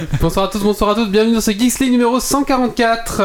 Bonsoir à tous, bonsoir à toutes, bienvenue dans ce Geeks League numéro 144.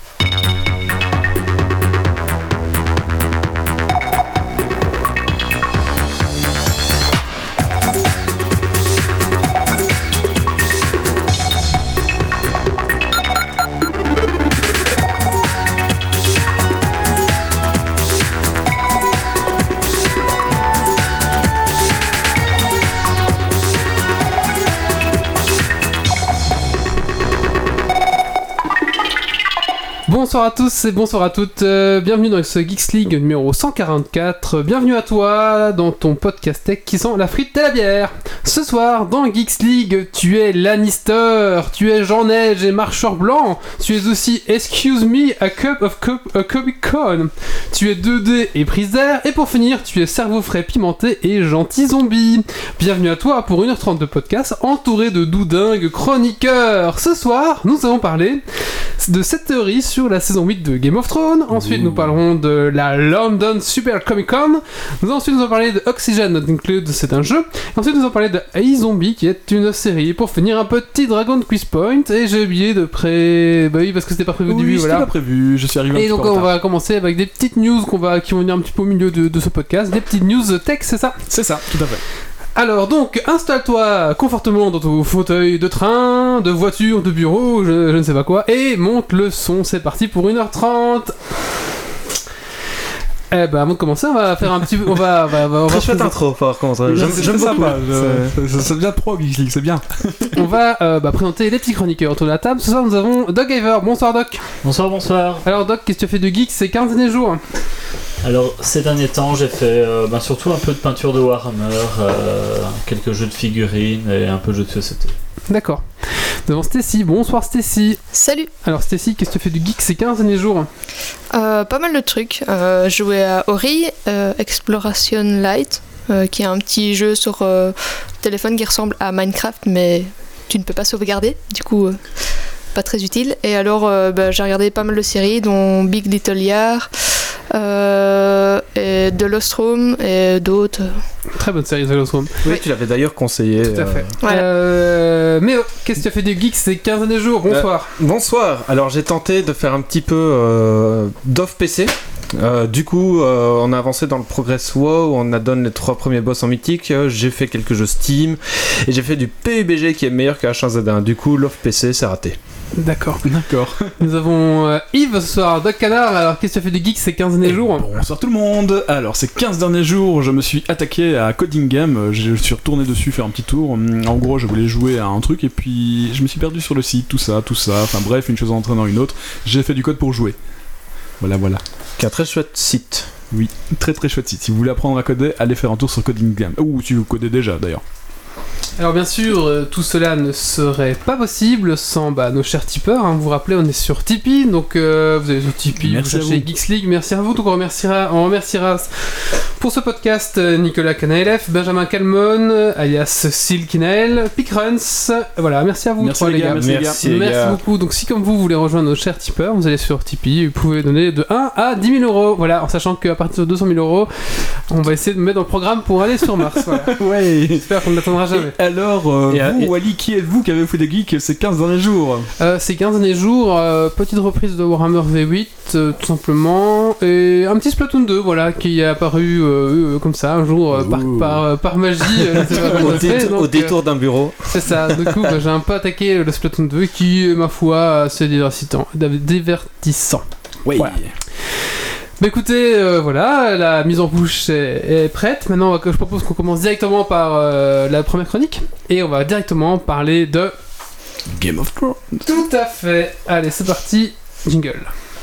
Bonsoir à tous et bonsoir à toutes, bienvenue dans ce Geeks League numéro 144, bienvenue à toi dans ton podcast tech qui sent la frite et la bière. Ce soir dans Geeks League, tu es Lannister, tu es Jean Neige et Marcheur Blanc, tu es aussi Excuse Me, a Cup of Comic Con, tu es 2D et prise d'air, et pour finir, tu es Cerveau frais pimenté et Gentil Zombie. Bienvenue à toi pour 1h30 de podcast entouré de doudingues chroniqueurs. Ce soir, nous allons parler de cette théorie sur la saison 8 de Game of Thrones. Ensuite, nous parlerons de la London Super Comic Con. Ensuite, nous allons parler de Oxygen Not Included, c'est un jeu. Ensuite, nous allons parler de iZombie, qui est une série. Pour finir, un petit Dragon Quiz Point. Et j'ai oublié de Bah oui, parce que c'était pas prévu au début. C'était pas prévu, je suis arrivé un et petit donc, peu en on retard. va commencer avec des petites news qui vont venir un petit peu au milieu de ce podcast. Des petites news tech, c'est ça ? C'est ça, tout à fait. Alors donc, installe-toi confortablement dans ton fauteuil de train, de voiture, de bureau, je ne sais pas quoi, et monte le son, c'est parti pour 1h30. Eh ben, avant de commencer, on va faire un petit peu... On va Très chouette intro, par contre. J'aime sympa, ça devient pro, Geeks League, c'est bien. On va présenter les petits chroniqueurs autour de la table. Ce soir, nous avons Doc Iver. Bonsoir, Doc. Bonsoir, bonsoir. Alors, Doc, qu'est-ce que tu as fait de geek ces 15 derniers jours ? Alors, ces derniers temps, j'ai fait surtout un peu de peinture de Warhammer, quelques jeux de figurines et un peu de jeux de société. D'accord. Nous avons Stacy. Bonsoir, Stacy. Salut. Alors, Stacy, qu'est-ce que tu as fait de geek ces 15 derniers jours ? Pas mal de trucs. Joué à Ori, Exploration Light, qui est un petit jeu sur téléphone qui ressemble à Minecraft, mais tu ne peux pas sauvegarder, du coup pas très utile. Et alors j'ai regardé pas mal de séries, dont Big Little Liar, et The Lost Room et d'autres. Très bonne série, The Lost Room. Oui, tu l'avais d'ailleurs conseillé. Tout à fait. Voilà. Mais qu'est-ce que tu as fait de geek ces 15 derniers jours ? Bonsoir. Bonsoir. Alors, j'ai tenté de faire un petit peu d'off PC. Du coup, on a avancé dans le Progress WoW, on a donné les 3 premiers boss en mythique, j'ai fait quelques jeux Steam, et j'ai fait du PUBG qui est meilleur que H1Z1. Du coup, l'off PC, c'est raté. D'accord. Nous avons Yves ce soir, Doc Canard. Alors, qu'est-ce que tu as fait de geek ces 15 derniers jours ? Bonsoir tout le monde. Alors, ces 15 derniers jours, je me suis attaqué à Coding Game, je suis retourné dessus faire un petit tour. En gros, je voulais jouer à un truc et puis je me suis perdu sur le site, tout ça. Enfin bref, une chose entraînant une autre. J'ai fait du code pour jouer. Voilà. Qui est un très chouette site. Oui, très très chouette site. Si vous voulez apprendre à coder, allez faire un tour sur Coding Game. Ou si vous codez déjà d'ailleurs. Alors bien sûr, tout cela ne serait pas possible sans nos chers tipeurs. Vous vous rappelez, on est sur Tipeee, donc vous allez sur Tipeee, Merci vous cherchez Geeks League, merci à vous. Donc on remerciera pour ce podcast Nicolas Canaelef, Benjamin Calmon, alias Silkinael, Pickruns. Voilà, merci à vous Merci trois les gars, merci les gars. beaucoup. Donc si comme vous voulez rejoindre nos chers tipeurs, vous allez sur Tipeee, vous pouvez donner de 1 à 10 000 euros. Voilà, en sachant qu'à partir de 200 000 euros, on va essayer de mettre dans le programme pour aller sur Mars. Voilà. Ouais. J'espère qu'on ne l'attendra jamais. Alors, vous, Wally, qui êtes-vous qui avez fait des geeks ces 15 derniers jours ? Ces 15 derniers jours, petite reprise de Warhammer V8, tout simplement, et un petit Splatoon 2, voilà, qui est apparu comme ça, un jour, par magie, je sais pas comment ça se fait, donc, Au détour d'un bureau. c'est ça, du coup, j'ai un peu attaqué le Splatoon 2, qui est, ma foi, assez divertissant. Oui. Voilà. Bah écoutez, voilà, la mise en bouche est prête. Maintenant, je propose qu'on commence directement par la première chronique. Et on va directement parler de... Game of Thrones. Tout à fait. Allez, c'est parti. Jingle.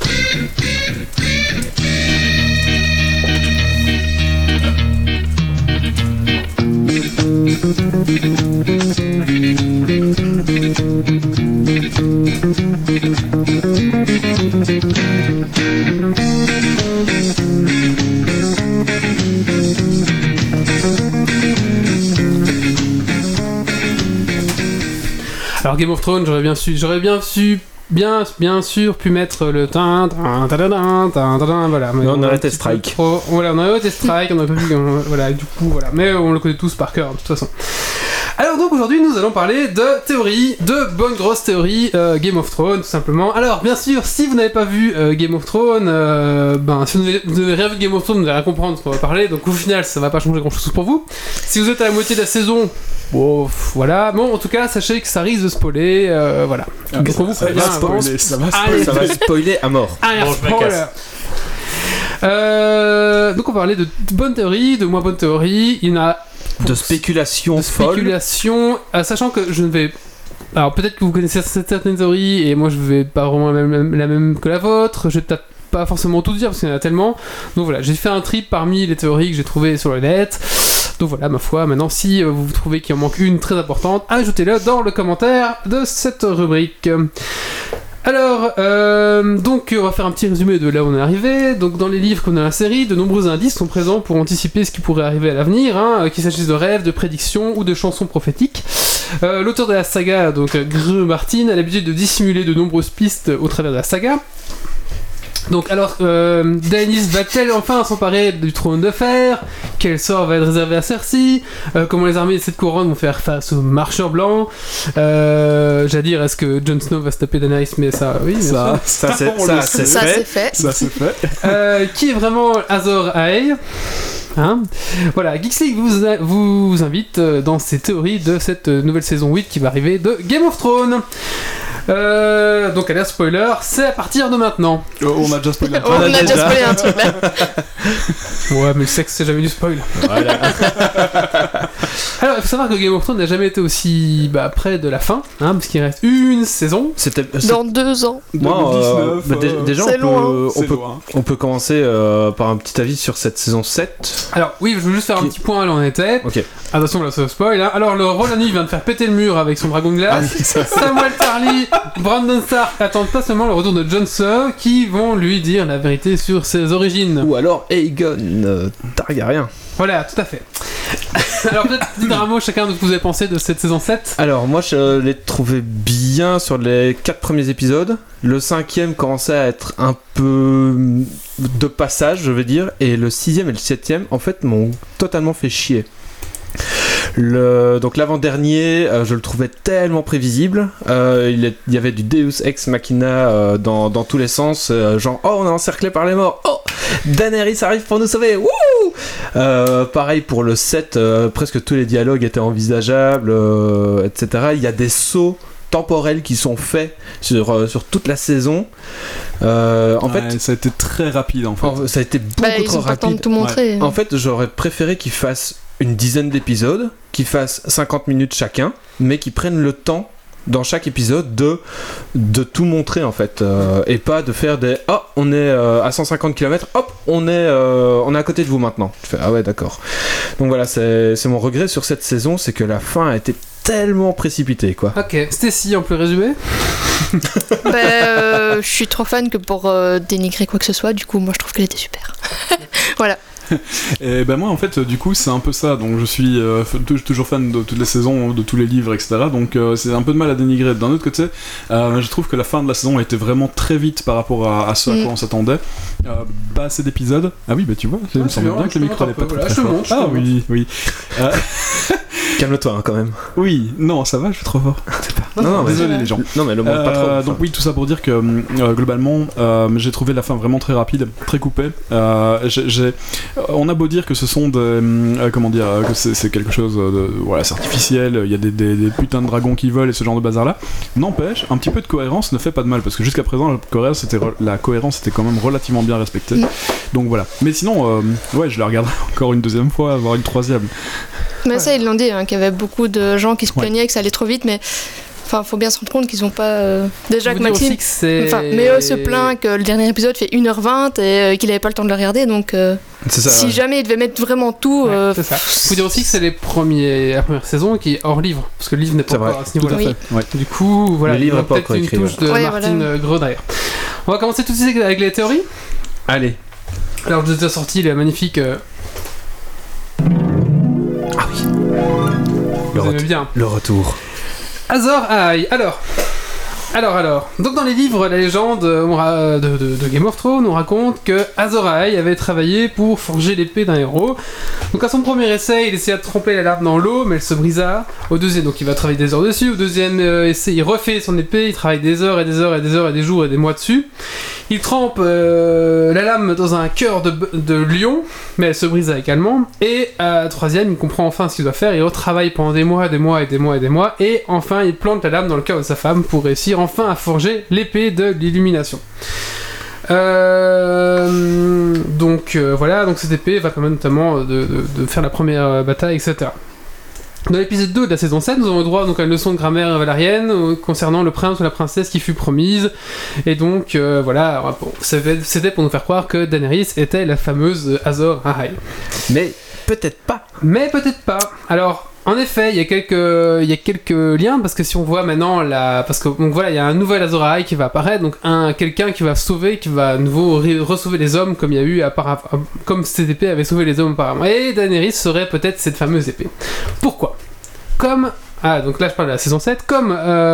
Alors Game of Thrones, j'aurais bien sûr pu mettre le voilà. Mais on aurait été Strike. Voilà, on aurait été Strike, on aurait pas pu, voilà, du coup, voilà. Mais on le connaît tous par cœur, de toute façon. Alors donc aujourd'hui nous allons parler de théories, de bonnes grosses théories Game of Thrones tout simplement. Alors bien sûr si vous n'avez pas vu Game of Thrones, si vous n'avez rien vu de Game of Thrones vous n'allez rien comprendre de ce qu'on va parler, donc au final ça va pas changer grand chose pour vous. Si vous êtes à la moitié de la saison, bon voilà, bon en tout cas sachez que ça risque de spoiler, voilà. Donc on vous prévient avant. Ça va Allez. Ça va spoiler à mort. Allez, Bon, je me spoiler. casse. Donc on va parler de bonnes théories, de moins bonnes théories. Il y en a De spéculation folle. spéculation, sachant que je ne vais... Alors peut-être que vous connaissez certaines théories et moi je vais pas vraiment la même que la vôtre. Je vais peut-être pas forcément tout dire parce qu'il y en a tellement. Donc voilà, j'ai fait un tri parmi les théories que j'ai trouvées sur le net. Donc voilà, ma foi, maintenant si vous trouvez qu'il en manque une très importante, ajoutez-le dans le commentaire de cette rubrique. Alors, donc on va faire un petit résumé de là où on est arrivé. Donc dans les livres comme dans la série, de nombreux indices sont présents pour anticiper ce qui pourrait arriver à l'avenir, qu'il s'agisse de rêves, de prédictions ou de chansons prophétiques. L'auteur de la saga, donc George Martin, a l'habitude de dissimuler de nombreuses pistes au travers de la saga. Donc alors, Daenerys va-t-elle enfin s'emparer du trône de fer? Quel sort va être réservé à Cersei? Comment les armées de cette couronne vont faire face aux marcheurs blancs? J'allais dire, est-ce que Jon Snow va se taper Daenerys? Mais ça, oui, bien sûr. Ça c'est fait. Ça c'est fait. Qui est vraiment Azor Ahai? Voilà, Geeks League vous invite dans ces théories de cette nouvelle saison 8 qui va arriver de Game of Thrones. Donc alerte spoiler, c'est à partir de maintenant. On a déjà spoilé un peu. On a déjà spoilé un truc là. Ouais, mais le sexe c'est jamais du spoil. Voilà. Alors il faut savoir que Game of Thrones n'a jamais été aussi près de la fin, parce qu'il reste une saison. Dans 2 ans. Moi, 2019, déjà c'est on peut commencer par un petit avis sur cette saison 7. Alors oui, je veux juste faire un petit point là où on était. Ok. Attention là, ça spoil. Alors le roi la nuit vient de faire péter le mur avec son dragon de glace. Samuel Tarly, Brandon Stark attendent pas seulement le retour de Jon Snow qui vont lui dire la vérité sur ses origines. Ou alors Aegon Targaryen. Voilà, tout à fait. Alors peut-être dites un mot chacun de ce que vous avez pensé de cette saison 7. Alors moi je l'ai trouvé bien sur les 4 premiers épisodes. Le 5e commençait à être un peu de passage je vais dire. Et le 6e et le 7e en fait m'ont totalement fait chier. Donc l'avant-dernier, je le trouvais tellement prévisible. Il y avait du Deus Ex Machina dans tous les sens. Genre, oh, on est encerclé par les morts. Oh, Daenerys arrive pour nous sauver. Wouh! Pareil pour le 7, presque tous les dialogues étaient envisageables, etc. Il y a des sauts temporels qui sont faits sur toute la saison. En fait, ça a été très rapide en fait. Ça a été beaucoup Ils trop ont pas le temps de rapide. tout montrer. En fait, j'aurais préféré qu'ils fassent une dizaine d'épisodes, qu'ils fassent 50 minutes chacun, mais qu'ils prennent le temps dans chaque épisode de tout montrer en fait, et pas de faire des oh on est à 150 km, hop on est à côté de vous maintenant. Tu fais ah ouais d'accord. Donc voilà, c'est mon regret sur cette saison, c'est que la fin a été tellement précipitée quoi. Ok, Stacy, on peut résumer? Je suis trop fan que pour dénigrer quoi que ce soit, du coup moi je trouve qu'elle était super. Voilà. Et ben moi en fait du coup c'est un peu ça, donc je suis toujours fan de toutes les saisons, de tous les livres etc, donc c'est un peu de mal à dénigrer. D'un autre côté je trouve que la fin de la saison a été vraiment très vite par rapport à ce à quoi on s'attendait. Pas assez d'épisodes. Ah oui bah tu vois, il me semble bien que le micro n'est pas très fort. Ah oui oui. Calme-toi hein, quand même. Oui, non ça va, je suis trop fort. Non, désolé les gens. Non mais le monde pas trop. Donc oui, tout ça pour dire que globalement, j'ai trouvé la fin vraiment très rapide, très coupée. On a beau dire que ce sont des, comment dire, que c'est quelque chose de, voilà, c'est artificiel. Il y a des putains de dragons qui volent et ce genre de bazar là. N'empêche, un petit peu de cohérence ne fait pas de mal parce que jusqu'à présent, la cohérence était quand même relativement bien respectée. Donc voilà. Mais sinon, ouais, je la regarderai encore une deuxième fois, voire une troisième. Mais ça, ils l'ont dit, qu'il y avait beaucoup de gens qui se plaignaient que ça allait trop vite, mais enfin, faut bien se rendre compte qu'ils ont pas. Déjà que Maxime. Méo se plaint que le dernier épisode fait 1h20 et qu'il avait pas le temps de le regarder, donc. C'est ça, si jamais il devait mettre vraiment tout. C'est ça. Faut dire aussi que c'est la première saison qui est hors livre, parce que le livre n'est pas encore à ce niveau-là. Oui. Ouais. Du coup, voilà, le livre il y a n'est pas peut-être encore une écrit. touche de Ouais, Martine voilà. Gros derrière. On va commencer tout de suite avec les théories. Allez. Alors, je vous ai sorti la magnifique. Ah oui. Vous aimez bien. Le retour. Azor Ahai. Alors, Alors, donc dans les livres, la légende de Game of Thrones, on raconte que Azor Ahai avait travaillé pour forger l'épée d'un héros. Donc à son premier essai, il essaya de tremper la lame dans l'eau, mais elle se brisa. Au deuxième, donc il va travailler des heures dessus. Au deuxième essai, il refait son épée, il travaille des heures et des heures et des heures et des jours et des mois dessus. Il trempe la lame dans un cœur de lion, mais elle se brisa également. Et troisième, il comprend enfin ce qu'il doit faire. Il retravaille pendant des mois, des mois et des mois et des mois. Et enfin, il plante la lame dans le cœur de sa femme pour réussir enfin à forger l'épée de l'illumination. Voilà, donc cette épée va permettre notamment de faire la première bataille, etc. Dans l'épisode 2 de la saison 7, nous avons le droit donc, à une leçon de grammaire valérienne concernant le prince ou la princesse qui fut promise. Et donc, voilà, bon, c'était pour nous faire croire que Daenerys était la fameuse Azor Ahai. Mais peut-être pas. Alors, en effet, il y a quelques liens, parce que si on voit maintenant donc voilà, il y a un nouvel Azor Ahai qui va apparaître, donc quelqu'un qui va sauver, qui va à nouveau re-sauver les hommes, comme il y a eu comme cette épée avait sauvé les hommes auparavant. Et Daenerys serait peut-être cette fameuse épée. Pourquoi ? Donc là je parle de la saison 7, comme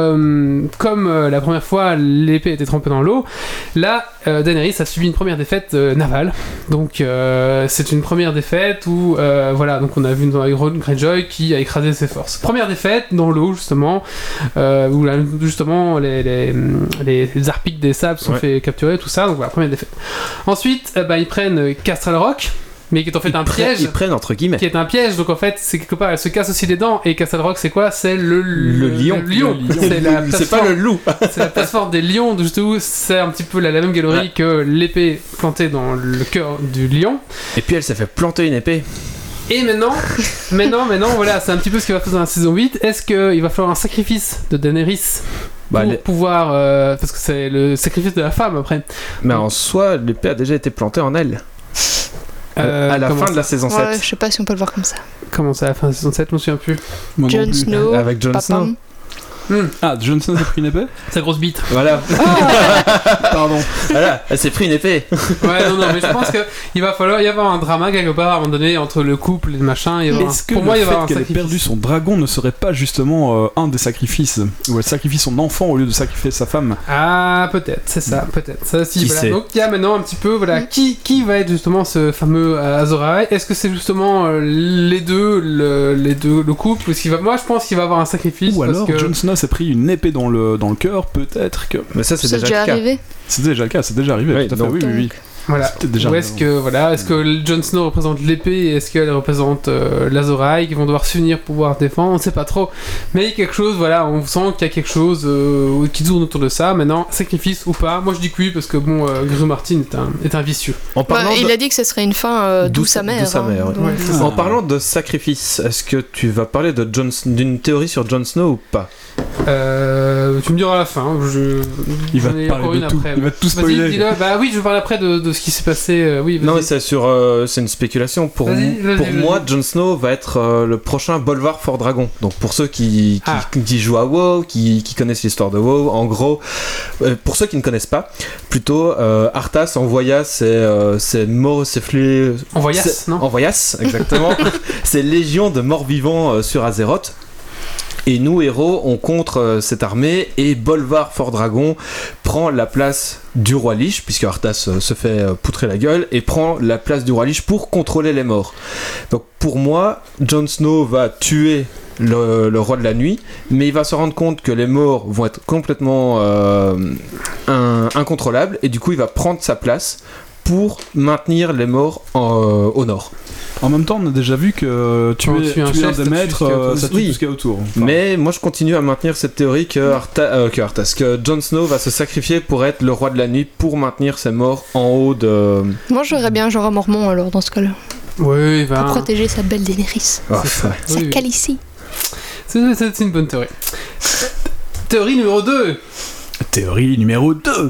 la première fois l'épée était trempée dans l'eau, là Daenerys a subi une première défaite navale, donc c'est une première défaite où donc on a vu dans Iron Greyjoy qui a écrasé ses forces. Première défaite dans l'eau justement, où là, justement les arpiques des sables sont fait capturer, tout ça, donc voilà, première défaite. Ensuite ils prennent Castle Rock, mais qui est en fait un piège. Ils prennent entre guillemets. Qui est un piège, donc en fait, c'est quelque part, elle se casse aussi les dents. Et Castle Rock, c'est quoi ? C'est le lion. C'est pas le loup. C'est la plateforme des lions, où c'est un petit peu la même galerie que l'épée plantée dans le cœur du lion. Et puis elle s'est fait planter une épée. Et maintenant, voilà, c'est un petit peu ce qui va se passer dans la saison 8. Est-ce qu'il va falloir un sacrifice de Daenerys pour pouvoir. Parce que c'est le sacrifice de la femme après. Mais en soi, l'épée a déjà été plantée en elle. À la fin de la saison 7. Ouais, je sais pas si on peut le voir comme ça. Comment ça, à la fin de la saison 7, je me souviens plus. Jon Snow. Avec Jon Snow. Ah, Jon Snow s'est pris une épée ? Sa grosse bite. Voilà. Pardon. Voilà, elle s'est pris une épée. Ouais, non, mais je pense qu'il va falloir y avoir un drama quelque part à un moment donné entre le couple et le machin. Est-ce que pour moi, le fait qu'elle ait perdu son dragon ne serait pas justement un des sacrifices, où elle sacrifie son enfant au lieu de sacrifier sa femme ? Ah, peut-être, c'est ça, peut-être. Ça, si, voilà. Donc il y a maintenant un petit peu, voilà, qui va être justement ce fameux Azor Ahai ? Est-ce que c'est justement le couple ? Moi, je pense qu'il va y avoir un sacrifice. Ou alors Jon Snow s'est pris une épée dans le cœur, peut-être que. Mais ça, c'est déjà le cas. Arrivé. C'est déjà le cas, c'est déjà arrivé. Oui, tout à fait. Oui. Voilà. Ou est-ce que Jon Snow représente l'épée et est-ce qu'elle représente l'Azor Ahai qui vont devoir s'unir pour pouvoir défendre ? On ne sait pas trop. Mais il y a quelque chose, voilà, on sent qu'il y a quelque chose qui tourne autour de ça. Maintenant, sacrifice ou pas ? Moi je dis que oui parce que bon, Grégory Martin est un vicieux. Il a dit que ce serait une fin douce amère. En parlant de sacrifice, est-ce que tu vas parler d'une théorie sur Jon Snow ou pas ? Tu me diras à la fin. Il va te parler de tout. Après. Il va tout spoiler. Vas-y, dis-le. Bah oui, je vais parler après de ce qui s'est passé. Oui, vas-y. Non, mais c'est une spéculation. Pour moi, Jon Snow va être le prochain Bolvar Fort Dragon. Donc pour ceux qui jouent à WoW, qui connaissent l'histoire de WoW, en gros, pour ceux qui ne connaissent pas, plutôt Arthas envoya ses morts, ses flés. Envoyas, exactement. Ses légions de morts vivants sur Azeroth. Et nous, héros, on contre cette armée et Bolvar Fort Dragon prend la place du roi Lich, puisque Arthas se fait poutrer la gueule, et prend la place du roi Lich pour contrôler les morts. Donc pour moi, Jon Snow va tuer le roi de la nuit, mais il va se rendre compte que les morts vont être complètement incontrôlables, et du coup il va prendre sa place pour maintenir les morts au nord. En même temps, on a déjà vu que tuer un des maîtres, ça tue tout ce qu'il y a autour. Enfin, mais moi, je continue à maintenir cette théorie que Jon Snow va se sacrifier pour être le roi de la nuit, pour maintenir ses morts en haut de... Moi, j'aurais bien Jorah Mormont, alors, dans ce cas-là. Oui, pour protéger sa belle Daenerys. Sa Khaleesi. C'est une bonne théorie. Théorie numéro 2. Théorie numéro 2.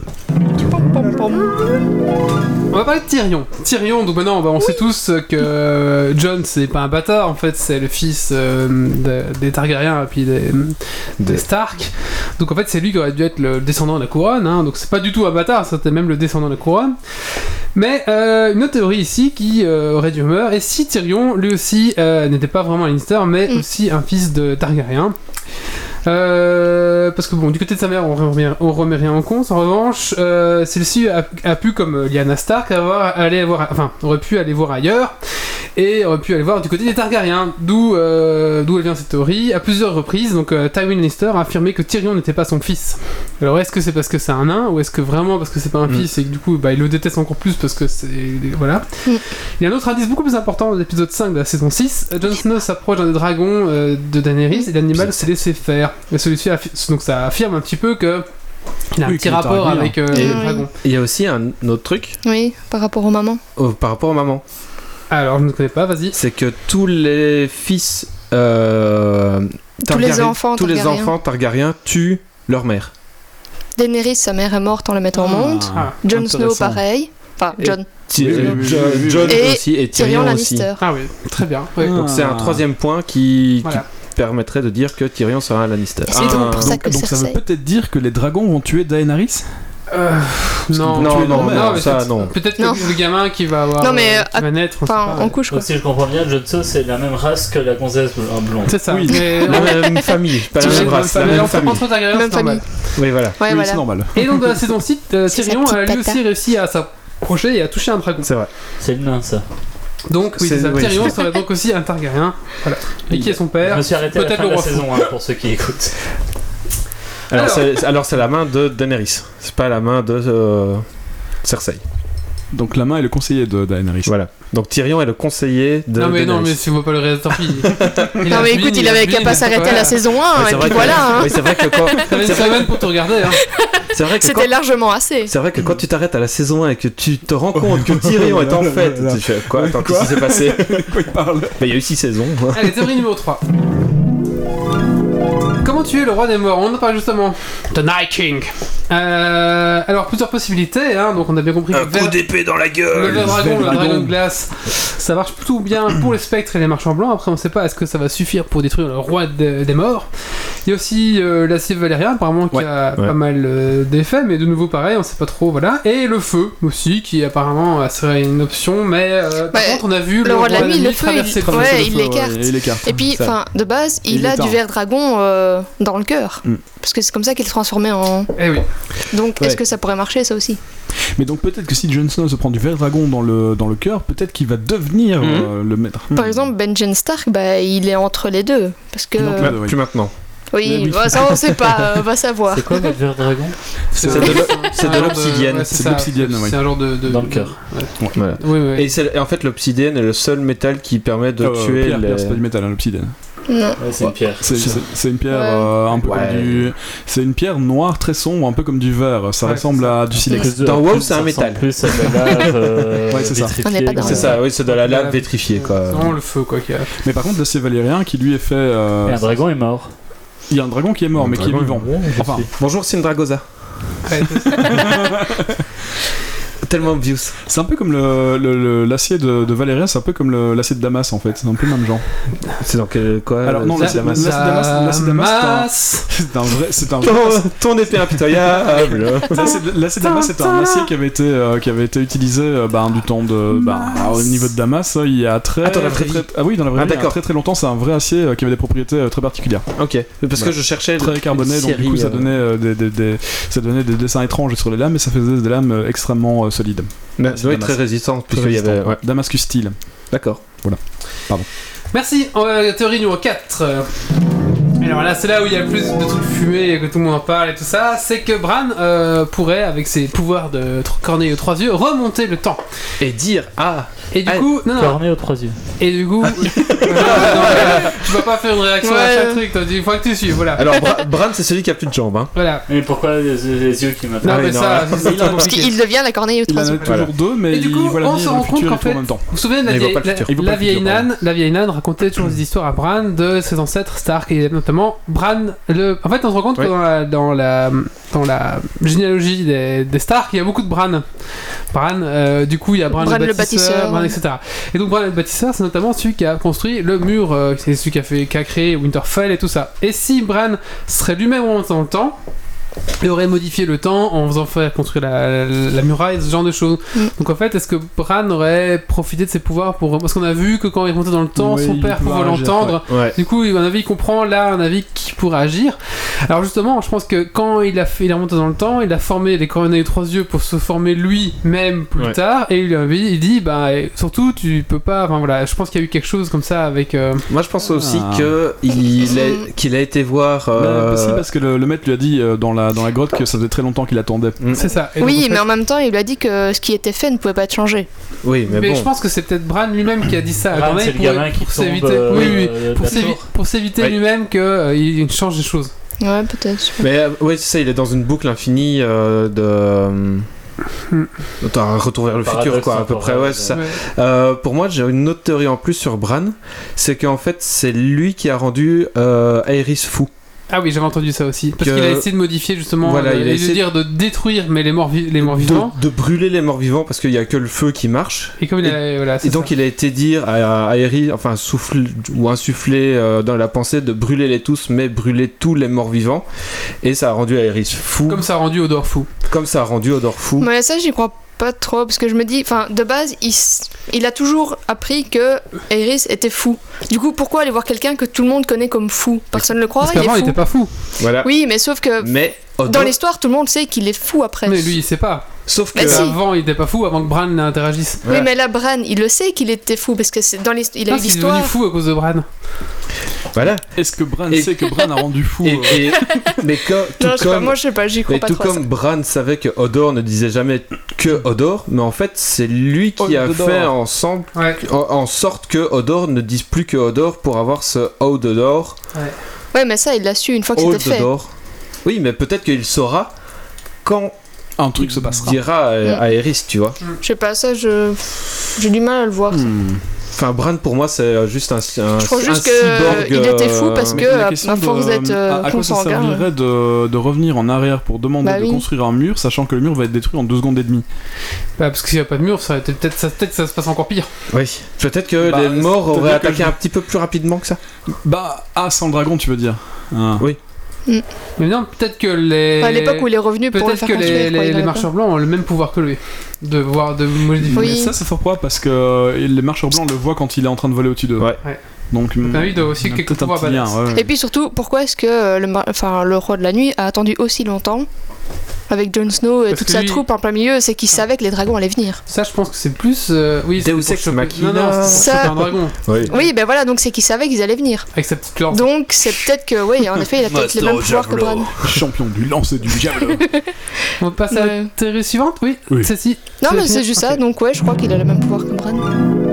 On va parler de Tyrion. Tyrion, donc maintenant, on sait tous que Jon, c'est pas un bâtard, en fait, c'est le fils des Targaryens et puis des Stark. Donc en fait, c'est lui qui aurait dû être le descendant de la couronne, hein. Donc c'est pas du tout un bâtard, c'était même le descendant de la couronne. Mais une autre théorie ici qui aurait dû mourir, et si Tyrion, lui aussi, n'était pas vraiment un Lannister, mais aussi un fils de Targaryen. Parce que bon, du côté de sa mère, on remet rien en compte. En revanche, celle-ci a pu, comme Lyanna Stark, aurait pu aller voir ailleurs et aurait pu aller voir du côté des Targaryens, d'où elle vient cette théorie. À plusieurs reprises, donc Tywin Lannister a affirmé que Tyrion n'était pas son fils. Alors est-ce que c'est parce que c'est un nain, ou est-ce que vraiment parce que c'est pas un fils et que du coup il le déteste encore plus parce que c'est... Voilà. Il y a un autre indice beaucoup plus important dans l'épisode 5 de la saison 6. Jon Snow s'approche d'un des dragons de Daenerys et l'animal s'est laissé faire. Et celui-ci donc ça affirme un petit peu que il a un petit rapport avec le dragon. Il y a aussi un autre truc. Oui, par rapport aux mamans. Par rapport aux mamans. Alors je ne connais pas, vas-y. C'est que tous les fils tous les enfants Targaryens tuent leur mère. Daenerys, sa mère est morte en la mettant au monde. Jon Snow, pareil. Enfin, Jon. John aussi et Tyrion aussi. Lannister. Ah oui, très bien. Ouais. Donc c'est un troisième point qui permettrait de dire que Tyrion sera un Lannister. Et c'est donc pour ça que donc ça veut peut-être dire que les dragons vont tuer Daenerys. Non, peut-être que le gamin qui va avoir qui va naître, en couche quoi. Si je comprends bien, Jon Snow c'est la même race que la gonzesse blonde. C'est ça. Oui. Mais la même famille, pas la même race, la même famille. Entre Targaryens, c'est normal. Oui, voilà. Ouais, c'est normal. Et donc dans la saison 6, Tyrion a lui aussi réussi à s'approcher et à toucher un dragon. C'est vrai. C'est le nain ça. Donc oui, Tyrion serait donc aussi un Targaryen. Voilà. Et qui est son père? Je me suis arrêté à la fin de la saison 1 pour ceux qui écoutent. Alors c'est la main de Daenerys, c'est pas la main de Cersei. Donc la main est le conseiller de Daenerys. Voilà. Donc Tyrion est le conseiller de Daenerys. Non mais si vous voyez pas le réalisateur, non mais écoute, il avait qu'à pas s'arrêter à la saison 1 et puis voilà. Oui, c'est vrai que quand t'avais une semaine pour te regarder. C'est vrai que c'était largement assez. C'est vrai que quand tu t'arrêtes à la saison 1 et que tu te rends compte que Tyrion est en fait, tu fais quoi? Attends, qu'est-ce qui s'est passé? Quoi il parle? Il y a eu 6 saisons. Allez, théorie numéro 3. Comment tuer le roi des morts? On en parle justement. The Night King. Alors plusieurs possibilités, donc on a bien compris. Un coup d'épée dans la gueule. Le dragon de glace, ça marche plutôt bien pour les spectres et les marchands blancs. Après on sait pas est-ce que ça va suffire pour détruire le roi des morts. Il y a aussi l'acier valérien apparemment qui a pas mal d'effets, mais de nouveau pareil, on sait pas trop, voilà. Et le feu aussi qui apparemment serait une option, mais par contre on a vu le roi de la nuit, le feu, il l'écarte. Et puis de base il a du ver dragon dans le cœur. Parce que c'est comme ça qu'il est transformé en... Eh oui. Donc est-ce que ça pourrait marcher ça aussi? Mais donc peut-être que si Jon Snow se prend du ver dragon dans le cœur, peut-être qu'il va devenir le maître. Par exemple, Benjen Stark, il est entre les deux. Parce que... Plus maintenant. Oui, ça on sait pas, on va savoir. C'est quoi votre ver dragon? C'est de l'obsidienne. C'est de l'obsidienne, c'est un genre de... Dans le cœur. Voilà. Oui. Et en fait l'obsidienne est le seul métal qui permet de tuer Pierre, c'est pas du métal, l'obsidienne. Non. C'est une pierre. C'est une pierre un peu comme du... C'est une pierre noire très sombre, un peu comme du verre. Ça ressemble à du silex. Dans WoW, c'est un métal. Plus à de la lave c'est ça. C'est ça, oui, c'est de la lave vétrifiée, quoi. C'est vraiment le feu, quoi. Mais par contre, l'acier valérien qui lui est fait... Et un dragon est mort. Il y a un dragon qui est mort, mais qui est vivant. Enfin, bonjour Sindragosa. Tellement obvious. C'est un peu comme l'acier de Valérien, c'est un peu comme l'acier de Damas en fait, c'est un peu le même genre. C'est dans quel quoi? Alors non, l'acier de Damas, c'est un vrai. Ton épée impitoyable. L'acier de Damas, c'est un acier qui avait été utilisé du temps de au niveau de Damas, il y a très dans la vraie vie. Ah oui, dans la vraie vie, il y a très très longtemps, c'est un vrai acier qui avait des propriétés très particulières. OK. Parce que je cherchais très carboné, donc du coup ça donnait des dessins étranges sur les lames et ça faisait des lames extrêmement solides. Mais ça doit être très résistant puisqu'il y avait Damascus Steel. D'accord. Voilà. Pardon. Merci. Théorie numéro 4. Alors là, c'est là où il y a le plus de trucs fumés et que tout le monde en parle et tout ça. C'est que Bran pourrait, avec ses pouvoirs de corneille aux 3 yeux, remonter le temps. Et dire Et du coup, corneille aux 3 yeux. Et du coup, tu vas pas faire une réaction à chaque truc. Il faut que tu suives. Voilà. Alors Bran, c'est celui qui a plus de jambes. Voilà. Mais pourquoi les yeux qui m'appellent? Non, mais ça, parce qu'il devient la corneille aux 3 yeux. Il en a toujours deux, mais et du coup, on se rend compte qu'en fait, en même temps. vous vous souvenez de la vieille Nan racontait toujours des histoires à Bran de ses ancêtres Stark et notamment Bran. En fait, on se rend compte que dans la généalogie des Stark, il y a beaucoup de Bran. Du coup, il y a Bran le bâtisseur, Bran, etc. Et donc Bran le bâtisseur, c'est notamment celui qui a construit le mur, c'est celui qui a créé Winterfell et tout ça. Et si Bran serait lui-même remonté dans le temps, et aurait modifié le temps en faisant faire construire la muraille, ce genre de choses. Donc en fait, est-ce que Bran aurait profité de ses pouvoirs pour... Parce qu'on a vu que quand il remontait dans le temps, Oui, son il père pouvait pouvait agir, l'entendre. Ouais. Du coup, à mon avis, il comprend là, à mon avis, qu'il pourrait agir. Alors justement, je pense que quand il est remonté dans le temps, il a formé les Corneilles et Trois Yeux pour se former lui-même plus Ouais. tard, et il dit, bah, surtout, tu peux pas... Enfin voilà, je pense qu'il y a eu quelque chose comme ça avec... Moi, je pense aussi Ah. qu'il a été voir. Bah, si, parce que le maître lui a dit dans la grotte que ça faisait très longtemps qu'il attendait. C'est ça. Et donc, Oui, en fait- mais en même temps, il lui a dit que ce qui était fait ne pouvait pas être changé. Oui, mais Mais bon. je pense que c'est peut-être Bran lui-même qui a dit ça à Bran, Corneille c'est le gamin qui tombe, s'éviter. oui, Oui, de pour la s'évi- tour. pour s'éviter Ouais. lui-même qu'il change des choses. Ouais, peut-être. je sais pas. Mais oui, c'est ça, il est dans une boucle infinie de. Attends, un retour vers le futur, Paradoxe quoi, à peu près, ouais, c'est ça. Ouais. Pour moi, j'ai une autre théorie en plus sur Bran, c'est qu'en fait, c'est lui qui a rendu Aerys fou. Ah oui, j'avais entendu ça aussi. Parce Que- qu'il a essayé de modifier justement, Voilà, il a et de essayé dire de détruire mais les morts vivants. De brûler les morts vivants parce qu'il n'y a que le feu qui marche. Et comme il a, voilà, c'est Et donc ça. il a été dire à Aerys, enfin insuffler dans la pensée de brûler les tous, mais brûler tous les morts vivants. Et ça a rendu Aerys fou, Comme ça a rendu Hodor fou. comme ça a rendu Hodor fou. Mais ça, j'y crois pas trop, parce que je me dis, enfin, de base, il a toujours appris que Aerys était fou. Du coup, pourquoi aller voir quelqu'un que tout le monde connaît comme fou? Personne ne le croit, Parce il est qu'avant, il fou. était pas fou. Voilà. Oui, mais sauf que Mais dans Hodor, l'histoire, tout le monde sait qu'il est fou après. Mais lui, il sait pas. sauf que Mais si. Avant, il était pas fou avant que Bran interagisse. Oui, Voilà. mais là, Bran, il le sait qu'il était fou, parce que c'est dans il a Ah, eu il est l'histoire. devenu fou à cause de Bran. voilà. Est-ce que Bran Et- sait que Bran a rendu fou Mais tout Non, je sais pas, comme moi, je sais pas, j'y crois mais pas tout trop. à ça. comme Bran savait que Hodor ne disait jamais que Hodor, mais en fait c'est lui qui a Hodor. fait ensemble Ouais. en sorte que Hodor ne dise plus que Hodor pour avoir ce Old Hodor. Ouais, mais ça, il l'a su une fois que Old c'était fait. Hodor. Oui, mais peut-être qu'il saura quand Un truc se il passera. dira à Aerys, tu vois. Je sais pas, ça, j'ai du mal à le voir. ça. Enfin, Bran pour moi c'est juste un Je crois juste cyborg, qu'il était fou parce Mais que, la à question force d'être à quoi ça consanguin. servirait de revenir en arrière pour demander Bah de oui. construire un mur, sachant que le mur va être détruit en 2 secondes et demie? Bah, parce que s'il n'y a pas de mur, ça aurait été peut-être que ça se passe encore pire. Oui. Peut-être que Bah, les morts c'est-à-dire auraient que attaqué je- un petit peu plus rapidement que ça. Bah, sans le dragon, tu veux dire? Ah. Oui. Mais non, peut-être que les. À l'époque où il est revenu pour le Peut-être faire que construire. quoi, il les avait marcheurs pas. blancs ont le même pouvoir que lui. De modifier. Oui. Mais ça, c'est fort probable parce que les marcheurs blancs le voient quand il est en train de voler au-dessus d'eux. Ouais. Ouais. Donc, Ah oui, il doit aussi y a quelques peut-être un pouvoirs petit lien, badass. ouais. Et puis surtout, pourquoi est-ce que le roi de la nuit a attendu aussi longtemps avec Jon Snow et Parce toute que sa lui- troupe en plein milieu? C'est qu'il savait que les dragons allaient venir. Ça, je pense que c'est plus. Oui, c'est Deus pour Ex choper- Machina. Non, non, c'est pour Ça- choper un dragon. Oui. Oui, ben voilà, donc c'est qu'il savait qu'ils allaient venir. Avec sa petite lance. Donc c'est peut-être que, oui, en effet, il a peut-être les mêmes pouvoirs que Bran. Champion du lance et du diable. On passe à la Ouais. théorie suivante, oui. Oui. Celle-ci. Non, Tu mais veux c'est finir juste Ok. ça, donc ouais, je crois qu'il a le même pouvoir que Bran.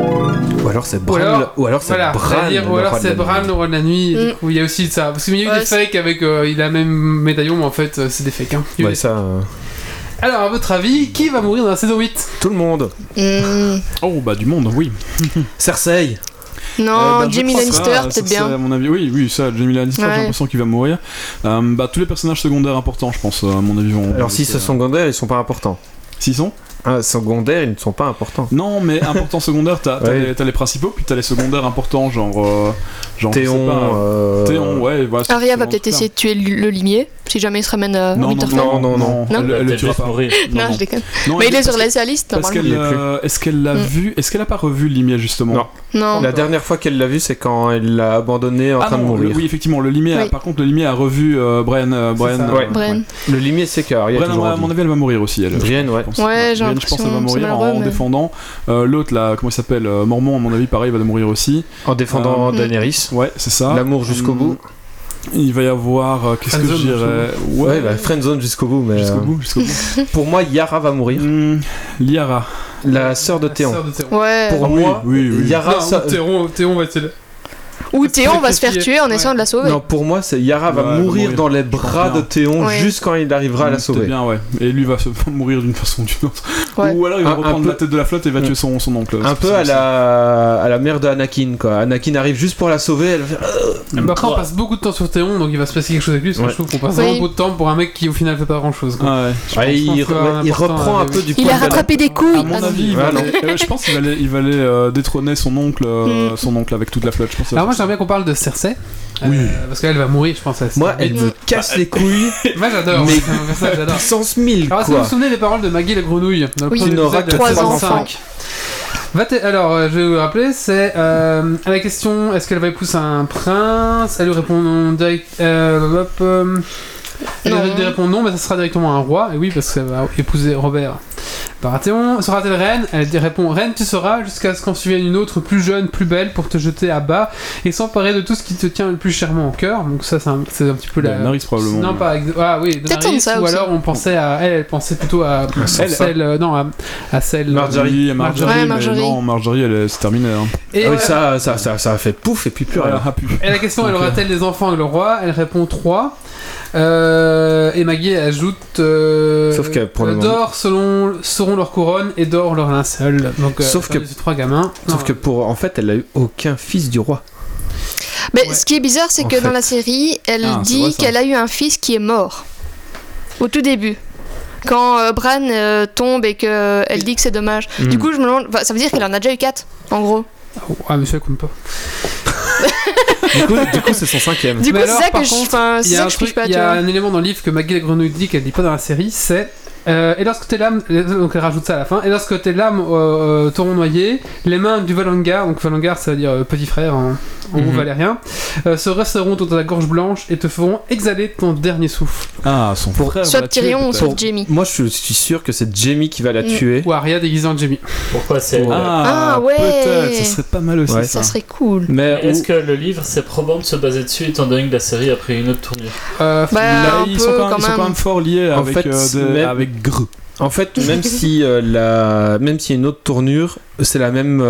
Ou alors c'est Bran. alors- Ou alors c'est Voilà, Bran. c'est-à-dire, ou le alors roi de c'est la Bran, nuit. le roi de la nuit. Mm. Du coup, il y a aussi de ça. Parce qu'il y a eu Ouais, des fakes avec. Il a le même médaillon, mais en fait, c'est des fakes. Hein. Il y a eu Ouais, des- ça. Alors, à votre avis, qui va mourir dans la saison 8? Tout le monde. Oh, bah, du monde, oui. Cersei. Non, Bah, je Jamie crois Lannister, ça, peut-être c'est bien. à mon avis, oui, ça, Jamie Lannister, Ouais. j'ai l'impression qu'il va mourir. Bah, tous les personnages secondaires importants, je pense, à mon avis, vont. Alors si ce sont secondaires, ils sont pas importants. S'ils sont? Secondaires, ils ne sont pas importants. Non, mais importants secondaires, t'as Ouais. les principaux, puis t'as les secondaires importants, genre je sais Théon. pas, Théon, ouais, voilà. Arya va c'est peut-être super. essayer de tuer le limier, si jamais il se ramène à Non, Winterfell. non, non, Non. elle le Peut-être tuera juste pas. mourir. Non, je déconne. Non, Mais il est sur parce- la liste, Parce normalement. qu'elle, est-ce qu'elle l'a vu? Est-ce qu'elle a pas revu Limier justement? Non. Non. La dernière fois qu'elle l'a vu, c'est quand elle l'a abandonné en Ah train de non, mourir. oui, effectivement, le Limier. Oui. Par contre, le Limier a revu Brian. ça. Ouais. Bran. Le limier, c'est qu'Arya est Brian, toujours à en mon vie. avis, elle va mourir aussi. Elle. Brienne, ouais. Je pense. Ouais, j'ai Brienne, je pense qu'elle va l'impression, mourir c'est en malheureux, mais- défendant. L'autre, là, comment il s'appelle Mormont, à mon avis, pareil, va mourir aussi. En défendant Daenerys. Ouais, c'est ça. L'amour jusqu'au bout. Il va y avoir. Qu'est-ce que je Friendzone dirais? Ouais, bah, friendzone jusqu'au bout, mais Jusqu'au bout, jusqu'au bout. pour moi, Yara va mourir. Liara. La sœur de La Théon. sœur de Théon. Ouais. Pour moi, oui. Yara, Non, ça- Théon va être. Ou Théon va se faire sacrifier. tuer en Ouais. essayant de la sauver. non, pour moi, c'est Yara va Ouais, mourir mourir. dans les bras bien. de Théon Ouais. juste quand il arrivera à la C'était sauver. bien, ouais. Et lui va se mourir d'une façon ou d'une autre. Ouais. Ou alors il va Un reprendre peu- la tête de la flotte et va tuer son oncle. Un peu à la mère de Anakin, quoi. Anakin arrive juste pour la sauver, elle va faire Bah, après, on passe beaucoup de temps sur Théon, donc il va se passer quelque chose avec lui. Parce que Ouais. je trouve qu'on passe Oui. vraiment beaucoup de temps pour un mec qui au final fait pas grand chose. Ah ouais. Ouais, il, qu'il va avoir un il important, reprend un peu du Il poil a de la- rattrapé des couilles. À mon Ah non. avis, Ouais, non. je pense qu'il va aller détrôner son oncle avec toute la flotte. Je pense que ça Alors va moi j'aimerais bien qu'on parle de Cersei. Oui. Parce qu'elle va mourir, je pense. Moi, elle me casse les couilles. Moi, j'adore. Mais- C'est un personnage, j'adore. Puissance 1000, Alors, est-ce que vous quoi. vous souvenez des paroles de Maggie la grenouille dans le Oui. premier Tu n'auras épisode de que la 3 saison enfants. 5. Alors, je vais vous rappeler, c'est à la question est-ce qu'elle va épouser un prince? Elle lui répond direct. Elle Non. répond non, mais ça sera directement un roi. Et oui, parce qu'elle va épouser Robert Baratheon. Sera-t-elle reine? Elle répond reine tu seras jusqu'à ce qu'en suivienne une autre plus jeune, plus belle pour te jeter à bas et s'emparer de tout ce qui te tient le plus chèrement au cœur. Donc ça, c'est un petit peu la. Daenerys, probablement. Non, pas ah oui, Peut-être Daenerys, ça ou aussi. alors on pensait à elle pensait plutôt à celle non à celle Marjorie. Marjorie, Ouais, mais Marjorie. non, Marjorie, c'est terminé. Hein. Et, Ah oui, ça a fait pouf et puis plus rien. Ah, pu. et la question elle Ok. aura-t-elle des enfants avec le roi? Elle répond 3. Et Maggie ajoute Sauf que pour le moment- d'or seront leur couronne et d'or leur linceul. Donc Sauf que- ces 3 gamins. Sauf Non, que en fait, elle a eu aucun fils du roi. Mais Ouais. ce qui est bizarre, c'est En que fait. dans la série, elle Ah, c'est dit vrai, ça. qu'elle a eu un fils qui est mort. Au tout début. Quand Bran tombe et qu'elle dit que c'est dommage. Du coup, je me demande. Enfin, ça veut dire qu'elle en a déjà eu 4, en gros. ah mais ça compte pas. Du coup, c'est son 5e. Du coup, Mais c'est alors, ça par que je. contre, Enfin, c'est Il y a ça un que je pige truc, pas, il y tu a vois. un élément dans le livre que Maggie la grenouille dit qu'elle dit pas dans la série, c'est et lorsque tes lames, donc elle rajoute ça à la fin, et lorsque tes lames t'auront noyé, les mains du Valongar, donc Valongar ça veut dire petit frère en gros valérien, se resserront autour de ta gorge blanche et te feront exhaler ton dernier souffle. Ah, son frère. Soit va la tuer, Tyrion ou peut-être. soit Jaime. Moi, je suis sûr que c'est Jaime qui va la tuer. Ou Arya déguisée en Jaime. Pourquoi c'est. Ah, ouais. Peut-être, ça serait pas mal aussi. Ouais. Ça serait cool. Mais Est-ce que le livre, c'est probant de se baser dessus étant donné que la série a pris une autre tournure? Là, Bah, un ils peu sont quand ils sont quand même fort liés En avec, fait, même- avec Gr. en fait, même si même s'il y a une autre tournure, c'est la même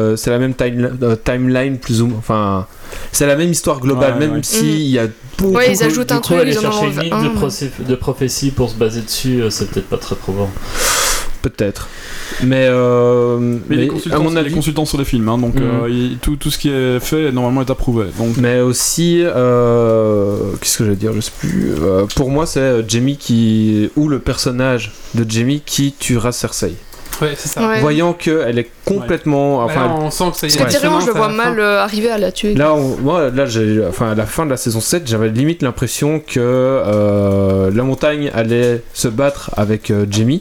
timeline plus ou moins. Enfin, c'est la même histoire globale, Ouais, même ouais. s'il y a beaucoup. Ouais, ils ajoutent un Du coup, truc, aller ils en chercher ont une ligne un. de prophétie pour se baser dessus, c'est peut-être pas très probant. Peut-être. Mais, Mais les à consultants, mon c'est les avis. consultants sur les films, hein, donc tout ce qui est fait normalement est approuvé. Donc Mais aussi, qu'est-ce que je vais dire, je sais plus. Pour moi, c'est Jaime ou le personnage de Jaime qui tuera Cersei. Ouais, c'est ça. Ouais. Voyant qu'elle est complètement. Bah, là, Enfin, on sent que ça y est. Parce que Tyrion, je le vois ça va mal arriver à la tuer. là, à la fin de la saison 7, j'avais limite l'impression que la montagne allait se battre avec Jaime.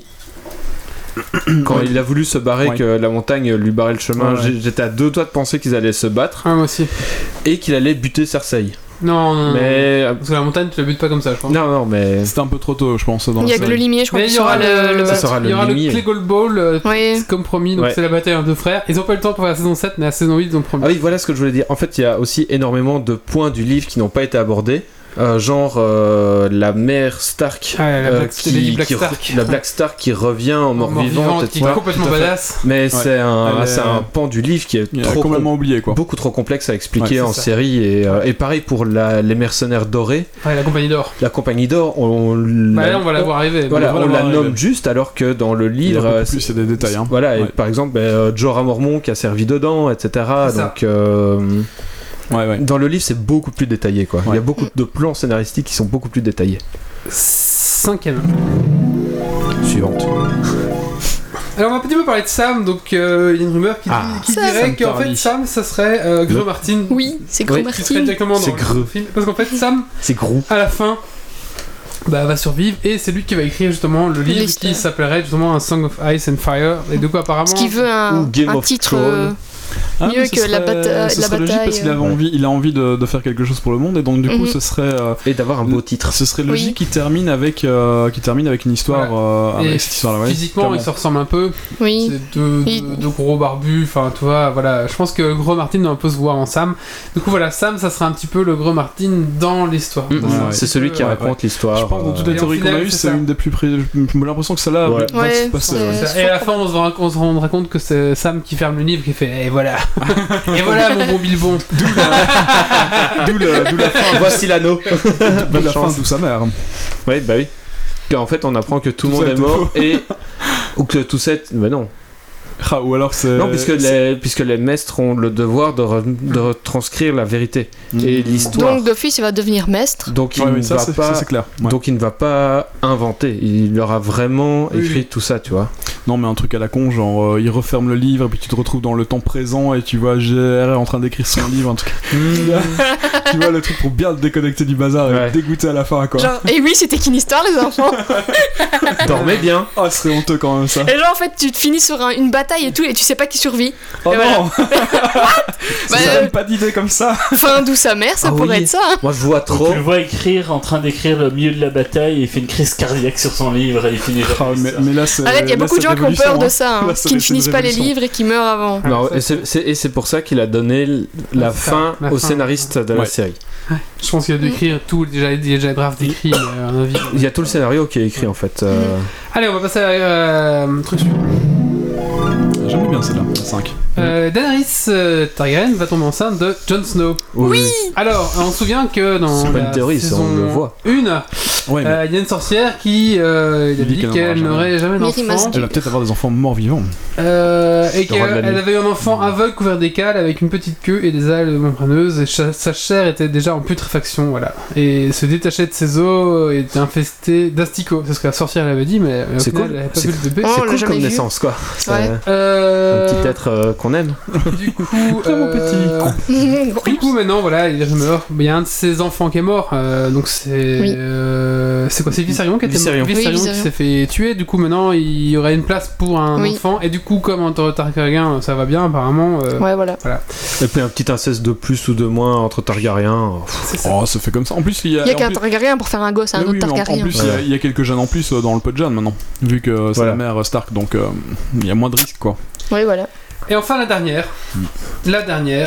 Quand il a voulu se barrer, Ouais. que la montagne lui barrait le chemin, Ouais, ouais. j'étais à 2 doigts de penser qu'ils allaient se battre Ah, moi aussi. et qu'il allait buter Cersei. Non. Mais. Parce que la montagne, tu la butes pas comme ça, je crois. Non, mais. c'était un peu trop tôt, je pense. Dans Il y la a que le série. limier, je crois, Mais qui il y aura sera le le, Ça sera il y aura le limier. Clegane Ball, Oui. comme promis, donc Ouais. c'est la bataille entre deux frères. Ils ont pas eu le temps pour la saison 7, mais la saison 8, ils ont promis. Ah oui, voilà ce que je voulais dire. En fait, il y a aussi énormément de points du livre qui n'ont pas été abordés. Genre la mère Stark, Ah, la Lady Black Stark. la Black Stark qui revient en mort-vivante, qui etc. est complètement tout à fait. badass. Mais c'est Elle est- un pan du livre qui est Il a complètement oublié quoi. beaucoup trop complexe à expliquer Ouais, en c'est ça. série. Et pareil pour les mercenaires dorés. Ouais, la compagnie d'or. La compagnie d'or, Bah là, on va la voir arriver. Voilà, on va on la la voir nomme arriver. juste alors que dans le Il y a livre, beaucoup plus, il y a des détails. Hein. voilà, et Ouais. par exemple, Jorah Mormont qui a servi dedans, etc. C'est ça. Donc, Ouais. dans le livre, c'est beaucoup plus détaillé, quoi. Il y Ouais. a beaucoup de plans scénaristiques qui sont beaucoup plus détaillés. 5ème. Suivante. Alors, on va un petit peu parler de Sam. Donc, il y a une rumeur qui Sam. dirait Sam qu'en fait, Tarly. Sam, ça serait Gros Martin. Oui, c'est Gros Oui. Qui serait Martin. directement dans C'est le Greux. film. Parce qu'en fait, Sam, C'est gros. à la fin, va survivre et c'est lui qui va écrire justement le livre L'histoire. qui s'appellerait justement un Song of Ice and Fire. Et du coup, apparemment. Ce qui veut Ou Game un of titre Thrones. Ah, mieux mais ce que la serait- bataille. ce La serait logique bataille. parce qu'il a envie de faire quelque chose pour le monde et donc du coup Mhm. ce serait Et d'avoir un beau titre. ce serait logique Oui. qu'il termine avec une histoire Et avec cette histoire là. physiquement, ils se ressemblent un peu. Oui. C'est Il- deux gros barbus. Enfin, tu vois, voilà. Je pense que le Gros Martin doit un peu se voir en Sam. Du coup, voilà, Sam, ça serait un petit peu le Gros Martin dans l'histoire. Mm. Donc, Ouais, un C'est petit celui peu, qui raconte l'histoire. Je pense que dans toutes les Et au théories qu'on a final, eues, c'est c'est ça. une des plus j'ai l'impression que celle-là Ouais. va Ouais, se passer. c'est- Ouais. Ça. Et à la fin, on se rendra compte que c'est Sam qui ferme le livre qui fait et voilà. Et voilà mon bon Bilbon. D'où la fin. Voici l'anneau. D'où la fin chance. d'où sa mère. Oui, bah oui. En fait, on apprend que tout le Tout monde ça est est mort et. Ou que tout ça. Bah non. Ah, ou alors c'est. Non, puisque les maîtres ont le devoir de retranscrire la vérité et l'histoire. Donc d'office, il va devenir maître. Donc il Ouais, ne oui, ça, va pas. c'est clair. Ouais. Donc il ne va pas inventer. Il leur a vraiment écrit Oui. tout ça, tu vois. Non, mais un truc à la con, genre il referme le livre et puis tu te retrouves dans le temps présent et tu vois GR en train d'écrire son livre, un truc. Tu vois le truc pour bien te déconnecter du bazar et Ouais. te dégoûter à la fin, quoi. Genre, et oui, c'était qu'une histoire, les enfants. Dormez bien. Oh, ce serait honteux quand même ça. Et genre, en fait, tu te finis sur une bataille et tout, et tu sais pas qui survit. Oh Et non. Bah, Ça donne pas d'idée comme ça. Fin d'où sa mère, ça Ah pourrait oui. être ça. Hein. Moi je vois Donc, trop. tu le vois écrire, en train d'écrire le milieu de la bataille, et il fait une crise cardiaque sur son livre et il finit Ah, jamais. mais là, c'est. Arrête, il y a là, beaucoup de c'est gens qui ont peur révolution, de ça, hein, Là, ça qui ne laisse une finissent pas les révolution. livres et qui meurent avant. Non, ça, et c'est pour ça qu'il a donné la C'est ça, fin la au fin. scénariste de la Ouais. série. Je pense qu'il a dû écrire tout, déjà les drafts d'écrit, mais à mon avis. Il y a tout le scénario qui est écrit en fait. Allez, on va passer à truc suivant. J'aime bien celle-là, la 5. Daenerys Targaryen va tomber enceinte de Jon Snow. Oui. Alors, on se souvient que dans C'est pas une la théorie, ça, saison on le voit. 1, Ouais, mais il y a une sorcière qui il avait dit dit qu'elle qu'elle n'aura n'aurait jamais Miri d'enfant. elle va peut-être avoir des enfants morts-vivants. Et Le roi de la qu'elle nuit. avait eu un enfant aveugle couvert d'écales avec une petite queue et des ailes membraneuses et sa chair était déjà en putréfaction, voilà. Et se détachait de ses os et était infesté d'asticots. C'est ce que la sorcière elle avait dit, mais au C'est final, cool. elle avait pas C'est vu le bébé. Oh, on C'est l'a cool jamais comme vu. naissance quoi. C'est Ouais. un petit être qu'on aime. Du coup, Vraiment petit. Du coup, maintenant, voilà, il est rumeur. Il y a un de ses enfants qui est mort. Donc c'est. Oui. C'est quoi? C'est Viserion qui était Viserion. mort. Oui, Viserion qui Viserion. s'est fait tuer. Du coup, maintenant, il y aurait une place pour un Oui. enfant. Et du coup, comme entre Targaryen, ça va bien, apparemment. Ouais, voilà. Et puis un petit inceste de plus ou de moins entre Targaryens. C'est ça. Oh, ça fait comme ça. En plus, il y a. Il y a en qu'un plus- Targaryen pour faire un gosse, un Mais autre oui, mais en Targaryen. plus, Voilà. il y a quelques jeunes en plus dans le Podjan maintenant, vu que c'est Voilà. la mère Stark, donc il y a moins de risques quoi. Oui, voilà. Et enfin, la dernière. La dernière.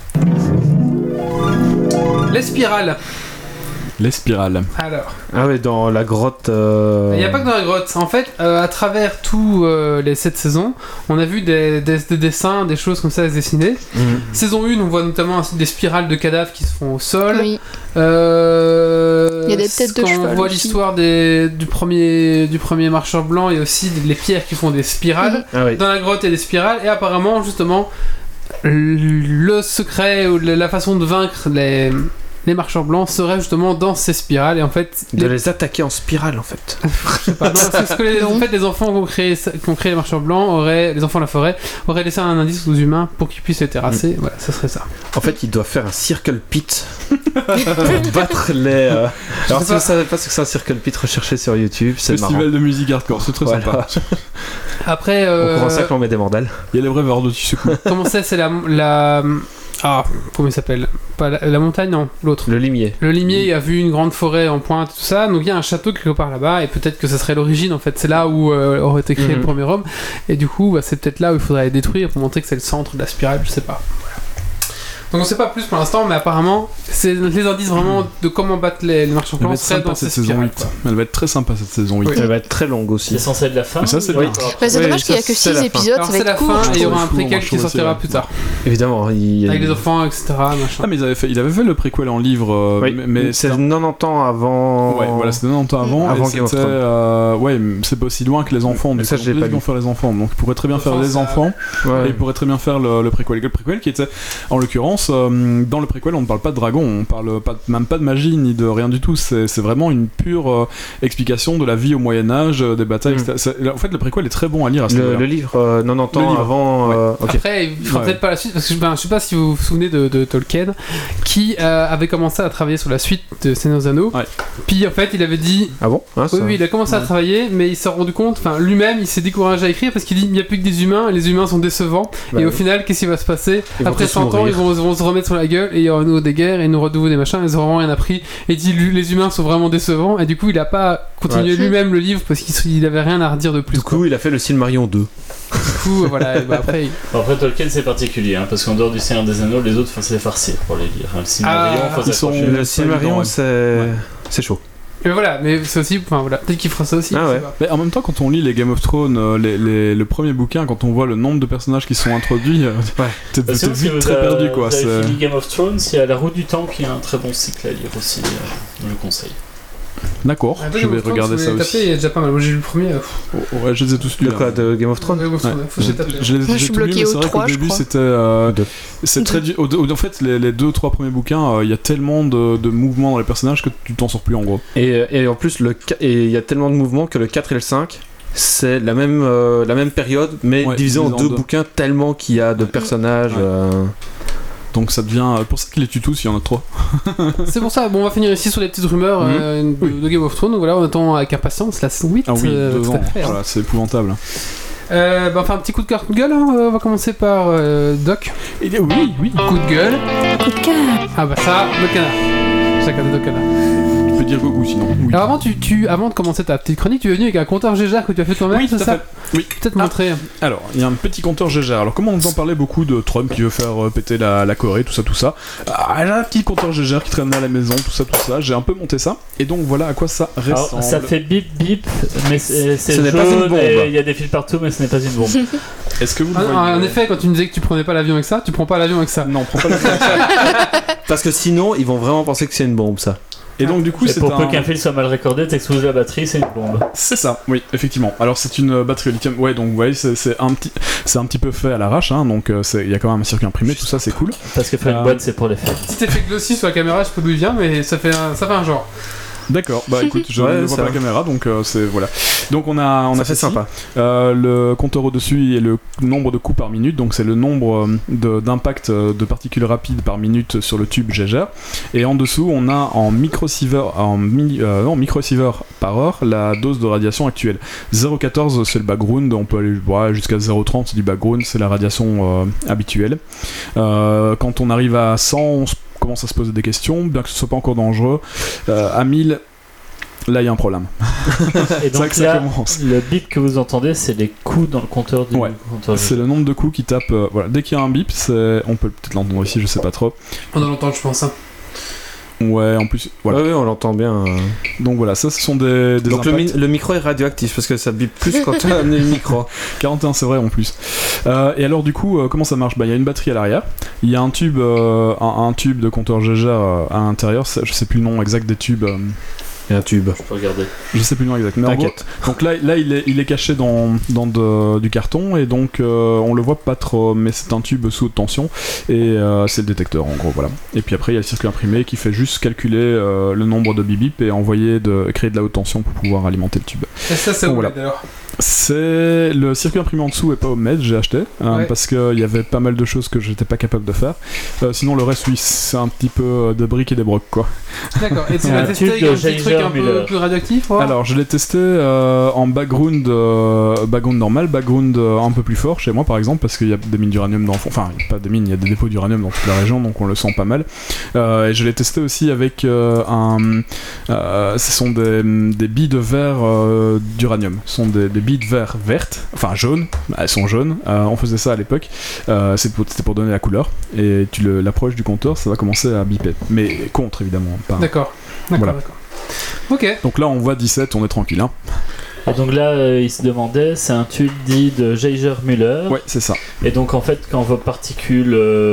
Les spirales. Les spirales. Alors. Ah ouais, dans la grotte. Il n'y a pas que dans la grotte. En fait, à travers tous les 7 saisons, on a vu des dessins, des choses comme ça à se dessiner. Mhm. Saison 1, on voit notamment des spirales de cadavres qui se font au sol. Oui. Il y a des têtes de quand cheval on voit aussi. l'histoire du premier marcheur blanc, il y a aussi les pierres qui font des spirales. Ah oui. Dans la grotte, il y a des spirales. Et apparemment, justement, le secret ou la façon de vaincre les marcheurs blancs serait justement dans ces spirales. Et en fait, De les attaquer en spirale en fait. je sais pas, non, c'est ce que Non. en fait, les enfants qui ont créé les marcheurs blancs, les enfants de la forêt, auraient laissé un indice aux humains pour qu'ils puissent les terrasser. Voilà, ça serait ça. En fait, ils doivent faire un circle pit pour battre les. Alors, si sais pas. vous savez pas ce que c'est un circle pit, recherchez sur YouTube, c'est marrant. Festival de musique hardcore, c'est très Voilà. sympa. Après, Au courant cercle, on met des mandales. Il y a les vrais verres de tissu. comment c'est comment il s'appelle? Pas la montagne, non, l'autre. Le limier. Le limier a vu une grande forêt en pointe, tout ça, donc il y a un château quelque part là-bas, et peut-être que ce serait l'origine, en fait, c'est là où aurait été créé Mhm. le premier homme, et du coup, bah, c'est peut-être là où il faudrait les détruire pour montrer que c'est le centre de la spirale, je sais pas. Voilà. Donc on sait pas plus pour l'instant, mais apparemment, c'est les indices vraiment de comment battre les marchands Elle va blancs être seraient sympa dans ces cette saison spirales. 8. quoi. Elle va être très sympa cette saison 8. Oui. Elle va être très longue aussi. C'est censé être la fin. Mais ça, c'est ou bien. encore Mais c'est Oui, dommage qu'il y a ça, que c'est 6 la fin. épisodes, Alors ça c'est va la être fin, court. je et il y trouve. aura un trouve. préquel Moi, qui je trouve sortira aussi, plus tard, Évidemment, il avec les enfants, etc. Machin. Ah, mais il avait fait le préquel en livre, Oui, mais c'est 90 ans avant. Ouais, voilà, c'était 90 ans avant. Avant et Game of c'était, ouais, c'est pas aussi loin que les enfants. Mais ça, je l'ai pas Ils vont lu. faire les enfants, donc ils pourraient très bien faire Enfants, les ça- enfants. Ouais. Et il pourrait très bien faire le préquel. Le préquel qui était, en l'occurrence, dans le préquel, on ne parle pas de dragon, on parle même pas de magie ni de rien du tout. C'est vraiment une pure explication de la vie au Moyen-Âge, des batailles, etc. En fait, le préquel est très bon à lire à ce Le niveau-là. livre 90 Le ans livre. avant. Ouais. Ok. Après, il fera Ouais. peut-être pas la suite, parce que je sais pas si vous vous souvenez de Tolkien, qui avait commencé à travailler sur la suite de Seigneur des Anneaux. Ouais. Puis en fait, il avait dit. Ah bon Ah, ça- Oui, il a commencé à travailler, mais il s'est rendu compte, enfin lui-même, il s'est découragé à écrire parce qu'il dit il n'y a plus que des humains et les humains sont décevants. Bah et au oui. final, qu'est-ce qui va se passer? Ils vont Après tous 100 ans, mourir. ils vont se remettre sur la gueule et il y aura de nouveau des guerres et de nouveau des machins, ils auront rien appris. Et il dit les humains sont vraiment décevants, et du coup, il a pas continué Ouais. lui-même le livre parce qu'il avait rien à redire de plus. Du coup, il a fait le Silmarillion 2. Du coup, voilà, et bah, après. Bon, après, Tolkien, c'est particulier, hein, parce qu'en dehors du Seigneur des Anneaux, les autres, c'est farcir pour les lire. Le Silmarillion, Ah, faut ils sont- s'accrocher. Le pas Silmarillion, évident, c'est. C'est chaud. Mais voilà, mais c'est aussi, enfin voilà, peut-être qu'il fera ça aussi. Ah je sais ouais. pas. Mais en même temps, quand on lit les Game of Thrones, le premier bouquin, quand on voit le nombre de personnages qui sont introduits, t'es Parce que vite si vous très avez- perdu, quoi. Vous avez c'est- fini Game of Thrones, il y a La Route du Temps qui est un très bon cycle à lire aussi, je le conseille. D'accord, Ah, toi, je Game vais of Thrones, regarder vous ça l'avez tapé, il y aussi. a déjà pas mal. Moi j'ai lu le premier. Ouais, je les ai tous lus. De quoi, de Game of Thrones? Faut que J'ai j'ai tapé. Moi, je suis tout lu, bloqué mais au c'est vrai 3, qu'au je début crois. c'était c'est très dur. En fait, les 2-3 premiers bouquins, il y a tellement de mouvements dans les personnages que tu t'en sors plus en gros. Et en plus, il y a tellement de mouvements que le 4 et le 5, c'est la même période, mais Ouais, divisé en divisé en deux deux. bouquins tellement qu'il y a de personnages. Ouais. Donc ça devient pour ça qu'il les tue tous, il y en a 3. C'est pour ça, bon, on va finir ici sur les petites rumeurs de Game of Thrones. Donc voilà, on attend avec impatience la saison 8. Ah oui, 2 tout ans. à fait, hein. Voilà, c'est épouvantable. On va faire un petit coup de cœur, coup de gueule. Hein. On va commencer par Doc. Oui. Coup de gueule. Coup de cœur. Ah bah ça, le canard. Chacun de canard. Tu peux dire Goku sinon. Oui. Alors avant de commencer ta petite chronique, tu es venu avec un compteur Gégère que tu as fait toi-même, Oui, c'est tout à ça fait. Oui. Peut-être montrer. Alors, il y a un petit compteur Gégère. Alors, comme on entend parler beaucoup de Trump qui veut faire péter la Corée, tout ça. J'ai un petit compteur Gégère qui traîne à la maison, tout ça. J'ai un peu monté ça. Et donc, voilà à quoi ça ressemble. Alors, ça fait bip bip, mais c'est Ce n'est jaune pas une bombe. et il y a des fils partout, mais ce n'est pas une bombe. Est-ce que vous le Ah, voyez en effet, quand tu me disais que tu prenais pas l'avion avec ça, tu prends pas l'avion avec ça. Non, prends pas la Parce que sinon, ils vont vraiment penser que c'est une bombe, ça. Et donc, du coup, Et c'est pour peu un... qu'un fil soit mal raccordé, t'exploses la batterie, c'est une bombe. C'est ça, oui, effectivement. Alors c'est une batterie au lithium. Ouais, donc vous voyez, c'est un petit peu fait à l'arrache, hein, donc il y a quand même un circuit imprimé, tout ça, c'est cool. Parce que faire une boîte, c'est pour les fêtes. Petit effet glossy sur la caméra, je sais pas d'où il vient, mais ça fait un genre. D'accord, bah écoute, je Ouais, ne vois ça pas la va. caméra, donc c'est voilà. Donc on a Ça fait fait sympa. le compteur au-dessus est le nombre de coups par minute, donc c'est le nombre d'impacts de particules rapides par minute sur le tube Gégère. Et en dessous, on a en microsievert par heure la dose de radiation actuelle. 0,14 c'est le background, on peut aller jusqu'à 0,30 c'est du background, c'est la radiation habituelle. Quand on arrive à 100, on commence à se poser des questions, bien que ce soit pas encore dangereux. À 1000, là il y a un problème. Et C'est vrai donc que ça là, commence. le bip que vous entendez, c'est les coups dans le compteur du Ouais. compteur. C'est le nombre de coups qui tape. Voilà, dès qu'il y a un bip, on peut peut-être l'entendre ici, je sais pas trop. On a longtemps, je pense. Hein. Ouais, en plus, voilà. Ouais, on l'entend bien. Donc voilà, ça ce sont des Donc impacts. le micro est radioactif parce que ça bip plus quand tu as amené le micro. 41, c'est vrai en plus. Et alors du coup, comment ça marche ? Il y a une batterie à l'arrière, il y a un tube, un tube de compteur Gégère à l'intérieur. Je sais plus le nom exact des tubes. Et un tube. Je peux regarder. Je sais plus le nom exact. Mais en gros, T'inquiète. donc là il est caché dans du carton et donc on le voit pas trop, mais c'est un tube sous haute tension et c'est le détecteur en gros, voilà. Et puis après il y a le circuit imprimé qui fait juste calculer le nombre de bip bip et créer de la haute tension pour pouvoir alimenter le tube. Et ça, c'est Bon, où voilà. alors C'est le circuit imprimé en dessous est pas homemade, j'ai acheté Ouais. parce qu'il y avait pas mal de choses que j'étais pas capable de faire. Sinon le reste oui, c'est un petit peu de briques et des brocs quoi. D'accord. Et tu Un l'as testé tube avec de un petit truc un peu Geiger-Müller. plus radioactif ouais. Alors je l'ai testé en background normal, background un peu plus fort chez moi par exemple parce qu'il y a des mines d'uranium enfin pas des mines, il y a des dépôts d'uranium dans toute la région donc on le sent pas mal. Et je l'ai testé aussi avec ce sont des billes de verre d'uranium, ce sont des billes de verre vertes, enfin jaunes, elles sont jaunes, on faisait ça à l'époque, c'était pour donner la couleur et tu l'approches du compteur, ça va commencer à biper, mais contre évidemment, pas. D'accord. Voilà. D'accord. Ok. Donc là on voit 17, on est tranquille hein. Et donc là, il se demandait, c'est un tube dit de Geiger-Müller. Ouais, c'est ça. Et donc en fait, quand vos particules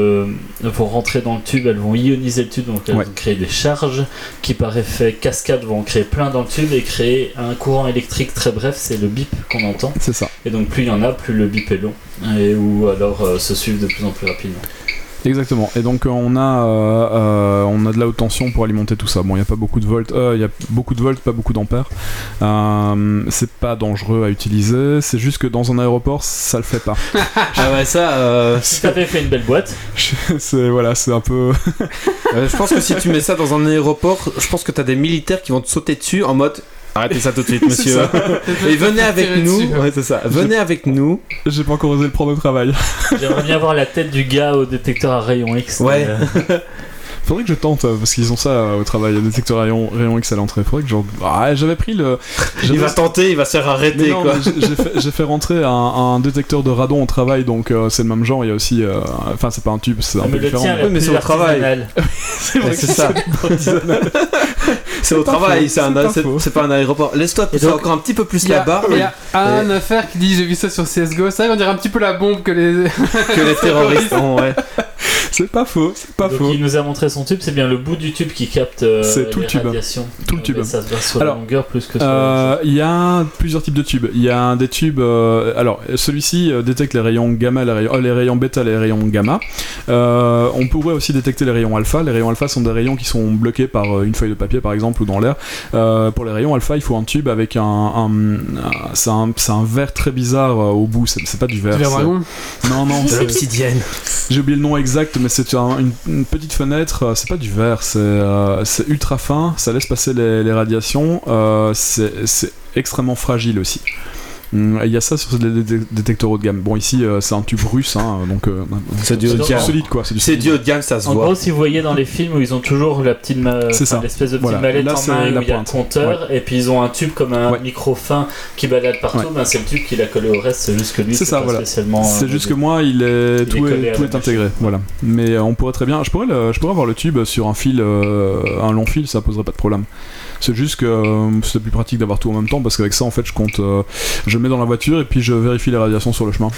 vont rentrer dans le tube, elles vont ioniser le tube, donc elles Ouais. vont créer des charges qui par effet cascade vont créer plein dans le tube et créer un courant électrique très bref, c'est le bip qu'on entend. C'est ça. Et donc plus il y en a, plus le bip est long, ou alors se suivent de plus en plus rapidement. Exactement. Et donc on a de la haute tension pour alimenter tout ça. Bon, il y a pas beaucoup de volts, il y a beaucoup de volts, pas beaucoup d'ampères. C'est pas dangereux à utiliser. C'est juste que dans un aéroport, ça le fait pas. Ah ouais, ça. Si t'avais fait une belle boîte, c'est un peu. Je pense que si tu mets ça dans un aéroport, je pense que t'as des militaires qui vont te sauter dessus en mode. Arrêtez ça tout de suite, monsieur. Et venez avec nous. Ouais, c'est ça. Venez avec nous. J'ai pas encore osé le prendre au travail. j'aimerais bien voir la tête du gars au détecteur à rayon X. Ouais. Faudrait que je tente parce qu'ils ont ça au travail, le détecteur rayon X à l'entrée. Faudrait que j'avais pris le. Il va tenter, il va se faire arrêter Mais non, quoi. mais j'ai fait rentrer un détecteur de radon au travail, donc c'est le même genre. Il y a aussi, enfin c'est pas un tube, c'est un peu Mais le différent. tien, Oui, mais c'est au travail. C'est vrai Ouais, que c'est ça. C'est au pas travail, faux, c'est pas faux. c'est pas un aéroport. Laisse-toi pousser donc, encore un petit peu plus Il y la a, barre il y a un affaire qui dit j'ai vu ça sur CSGO. C'est vrai qu'on dirait un petit peu la bombe que les. que les terroristes ont, ouais. C'est pas faux, c'est pas Donc faux. il nous a montré son tube, c'est bien le bout du tube qui capte C'est tout les le tube. radiations. Tout le tube. Mais ça se base sur Alors, la longueur plus que sur la Il y a plusieurs types de tubes. Il y a des tubes. Alors, celui-ci détecte les rayons gamma, les rayons bêta, les rayons gamma. On pourrait aussi détecter les rayons alpha. Les rayons alpha sont des rayons qui sont bloqués par une feuille de papier, par exemple, ou dans l'air. Pour les rayons alpha, il faut un tube avec c'est un verre très bizarre au bout. C'est pas du verre. Tu verras c'est- vraiment. Non, De c'est- l'obsidienne. j'ai oublié le nom exact, mais c'est une petite fenêtre. C'est pas du verre, c'est ultra fin. Ça laisse passer les radiations. C'est extrêmement fragile aussi. Il y a ça sur les détecteurs haut de gamme. Bon, ici, c'est un tube russe, hein, donc C'est du haut de C'est gamme. solide, quoi. C'est du C'est solide. du haut de gamme, ça se En voit. gros, si vous voyez dans les films où ils ont toujours la petite C'est ça. l'espèce de petite Voilà. mallette Là, en c'est main la où il y a le pointe. compteur, et puis ils ont un tube comme un Ouais. micro fin qui balade partout, Ouais. ben c'est le tube qu'il a collé au reste, c'est juste que lui, C'est ça, pas voilà. spécialement. C'est juste que modé. moi, tout collé à est la machine. intégré, voilà. Mais on pourrait très bien, je pourrais avoir le tube sur un fil, un long fil, ça poserait pas de problème. C'est juste que c'est plus pratique d'avoir tout en même temps parce qu'avec ça, en fait, je le mets dans la voiture et puis je vérifie les radiations sur le chemin.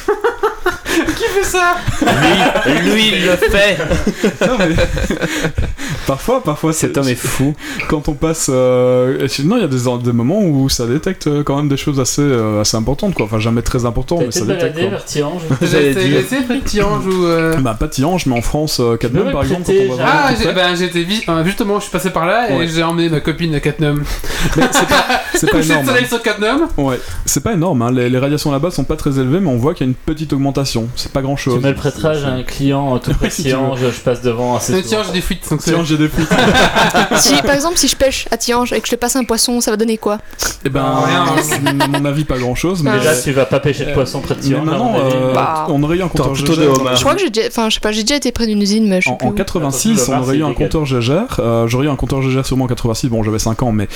Qui fait ça? Lui, il le fait. Non, mais parfois, Cet homme est fou. quand on passe, non, il y a des moments où ça détecte quand même des choses assez importantes, quoi. Enfin, jamais très importantes, T'as mais été ça te détecte. balader Quoi. vers Tihange? J'allais J'ai dire. essayé de Tihange ou. Bah pas Tihange, mais en France, Cadnum me par le exemple, quand prêter, on va genre voir Ah, un concert. j'étais justement, je suis passé par là et Ouais. j'ai emmené ma copine à Catnum. Mais c'est pas Coucher de énorme. soleil sur Catnum. Ouais, c'est pas énorme, hein. Les radiations là-bas sont pas très élevées, mais on voit qu'il y a une petite augmentation. C'est pas grand Tu chose. mets le prêtrage à un client tout près de si tu veux. Tihange, je passe devant assez Tiens, souvent. j'ai des fuites, donc c'est. Tiens, j'ai des fuites. Si, par exemple, si je pêche à Tihange et que je te passe un poisson, ça va donner quoi? Et ben, Rien. à mon avis, pas grand chose, mais. Déjà, tu vas pas pêcher de poisson près de Mais Tihange, à maintenant, mon avis. Bah. on aurait eu un compteur T'auras plutôt des Gégère. homards. Je crois que j'ai déjà, enfin, je sais pas, j'ai déjà été près d'une usine, mais je sais En plus. où. 86, Attends, on aurait eu un c'est compteur Gégère. J'aurais eu un compteur Gégère sûrement en 86. Bon, j'avais 5 ans, mais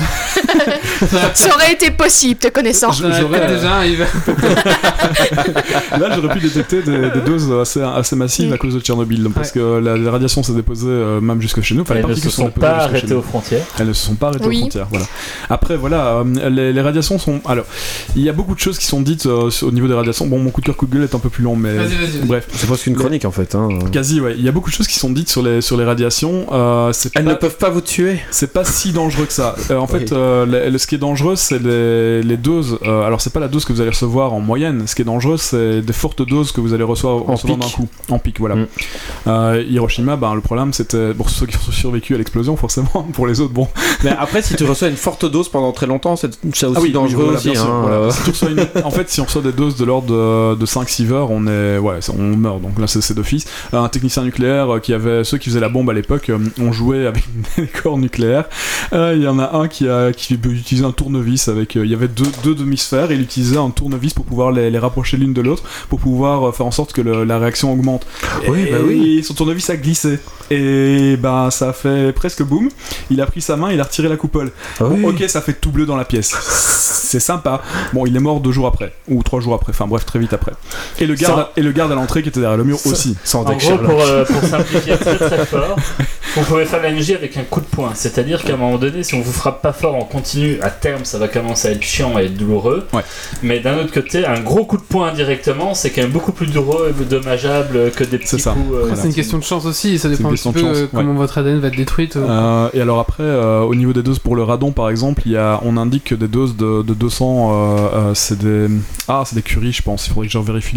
Ça aurait été possible, te connaissant. j'aurais déjà un, il va. là, j'aurais pi détecter des doses assez massives à cause de Tchernobyl, parce que les radiations s'est déposées même jusque chez nous. Enfin, les Elles ne se particules sont déposées pas jusque chez arrêtées nous. aux frontières. Elles ne se sont pas arrêtées Oui. aux frontières, voilà. Après, voilà, les radiations sont... Alors, il y a beaucoup de choses qui sont dites au niveau des radiations. Bon, mon coup de cœur, coup de gueule est un peu plus long, mais... Vas-y. Bref, C'est presque une chronique en fait. Hein. quasi, ouais. Il y a beaucoup de choses qui sont dites sur les radiations. Elles ne peuvent pas vous tuer. C'est pas si dangereux que ça. En Oui. fait, ce qui est dangereux, c'est les doses. Alors, c'est pas la dose que vous allez recevoir en moyenne. Ce qui est dangereux, c'est des fortes doses que vous allez recevoir d'un pic. coup. En pic, voilà. Mm. Hiroshima, ben, le problème, c'était pour ceux qui ont survécu à l'explosion, forcément. Pour les autres, bon. Mais après, si tu reçois une forte dose pendant très longtemps, c'est aussi dangereux voilà, aussi. bien sûr, hein. voilà. Si tu reçois en fait, si on reçoit des doses de l'ordre de 5-6 heures, on meurt. Donc là, c'est d'office. Un technicien nucléaire ceux qui faisaient la bombe à l'époque, ont joué avec des corps nucléaires. Il y en a un qui utilisait un tournevis avec. Il y avait deux demi-sphères et il utilisait un tournevis pour pouvoir les rapprocher l'une de l'autre, pour pouvoir faire en sorte que la réaction augmente. Oui, et, bah oui. et son tournevis a glissé. Et ben ça a fait presque boum. Il a pris sa main, il a retiré la coupole. Ah oui. Bon, ok, ça fait tout bleu dans la pièce. C'est sympa. Bon, il est mort 2 jours après, ou 3 jours après. Enfin bref, très vite après. Et le garde à l'entrée qui était derrière le mur aussi. Sans En deck gros, Sherlock. pour simplifier très très fort, vous pouvez faire la magie avec un coup de poing. C'est-à-dire qu'à un moment donné, si on vous frappe pas fort en continu, à terme, ça va commencer à être chiant et être douloureux. Ouais. Mais d'un autre côté, un gros coup de poing indirectement, c'est quand même beaucoup plus douloureux et dommageable que des petits C'est ça. coups. Après, c'est une question de chance aussi, ça dépend un question petit de peu chance, comment votre ADN va être détruite. Et alors après, au niveau des doses pour le radon par exemple, on indique que des doses de 200, c'est des curies, je pense. Il faudrait que je revérifie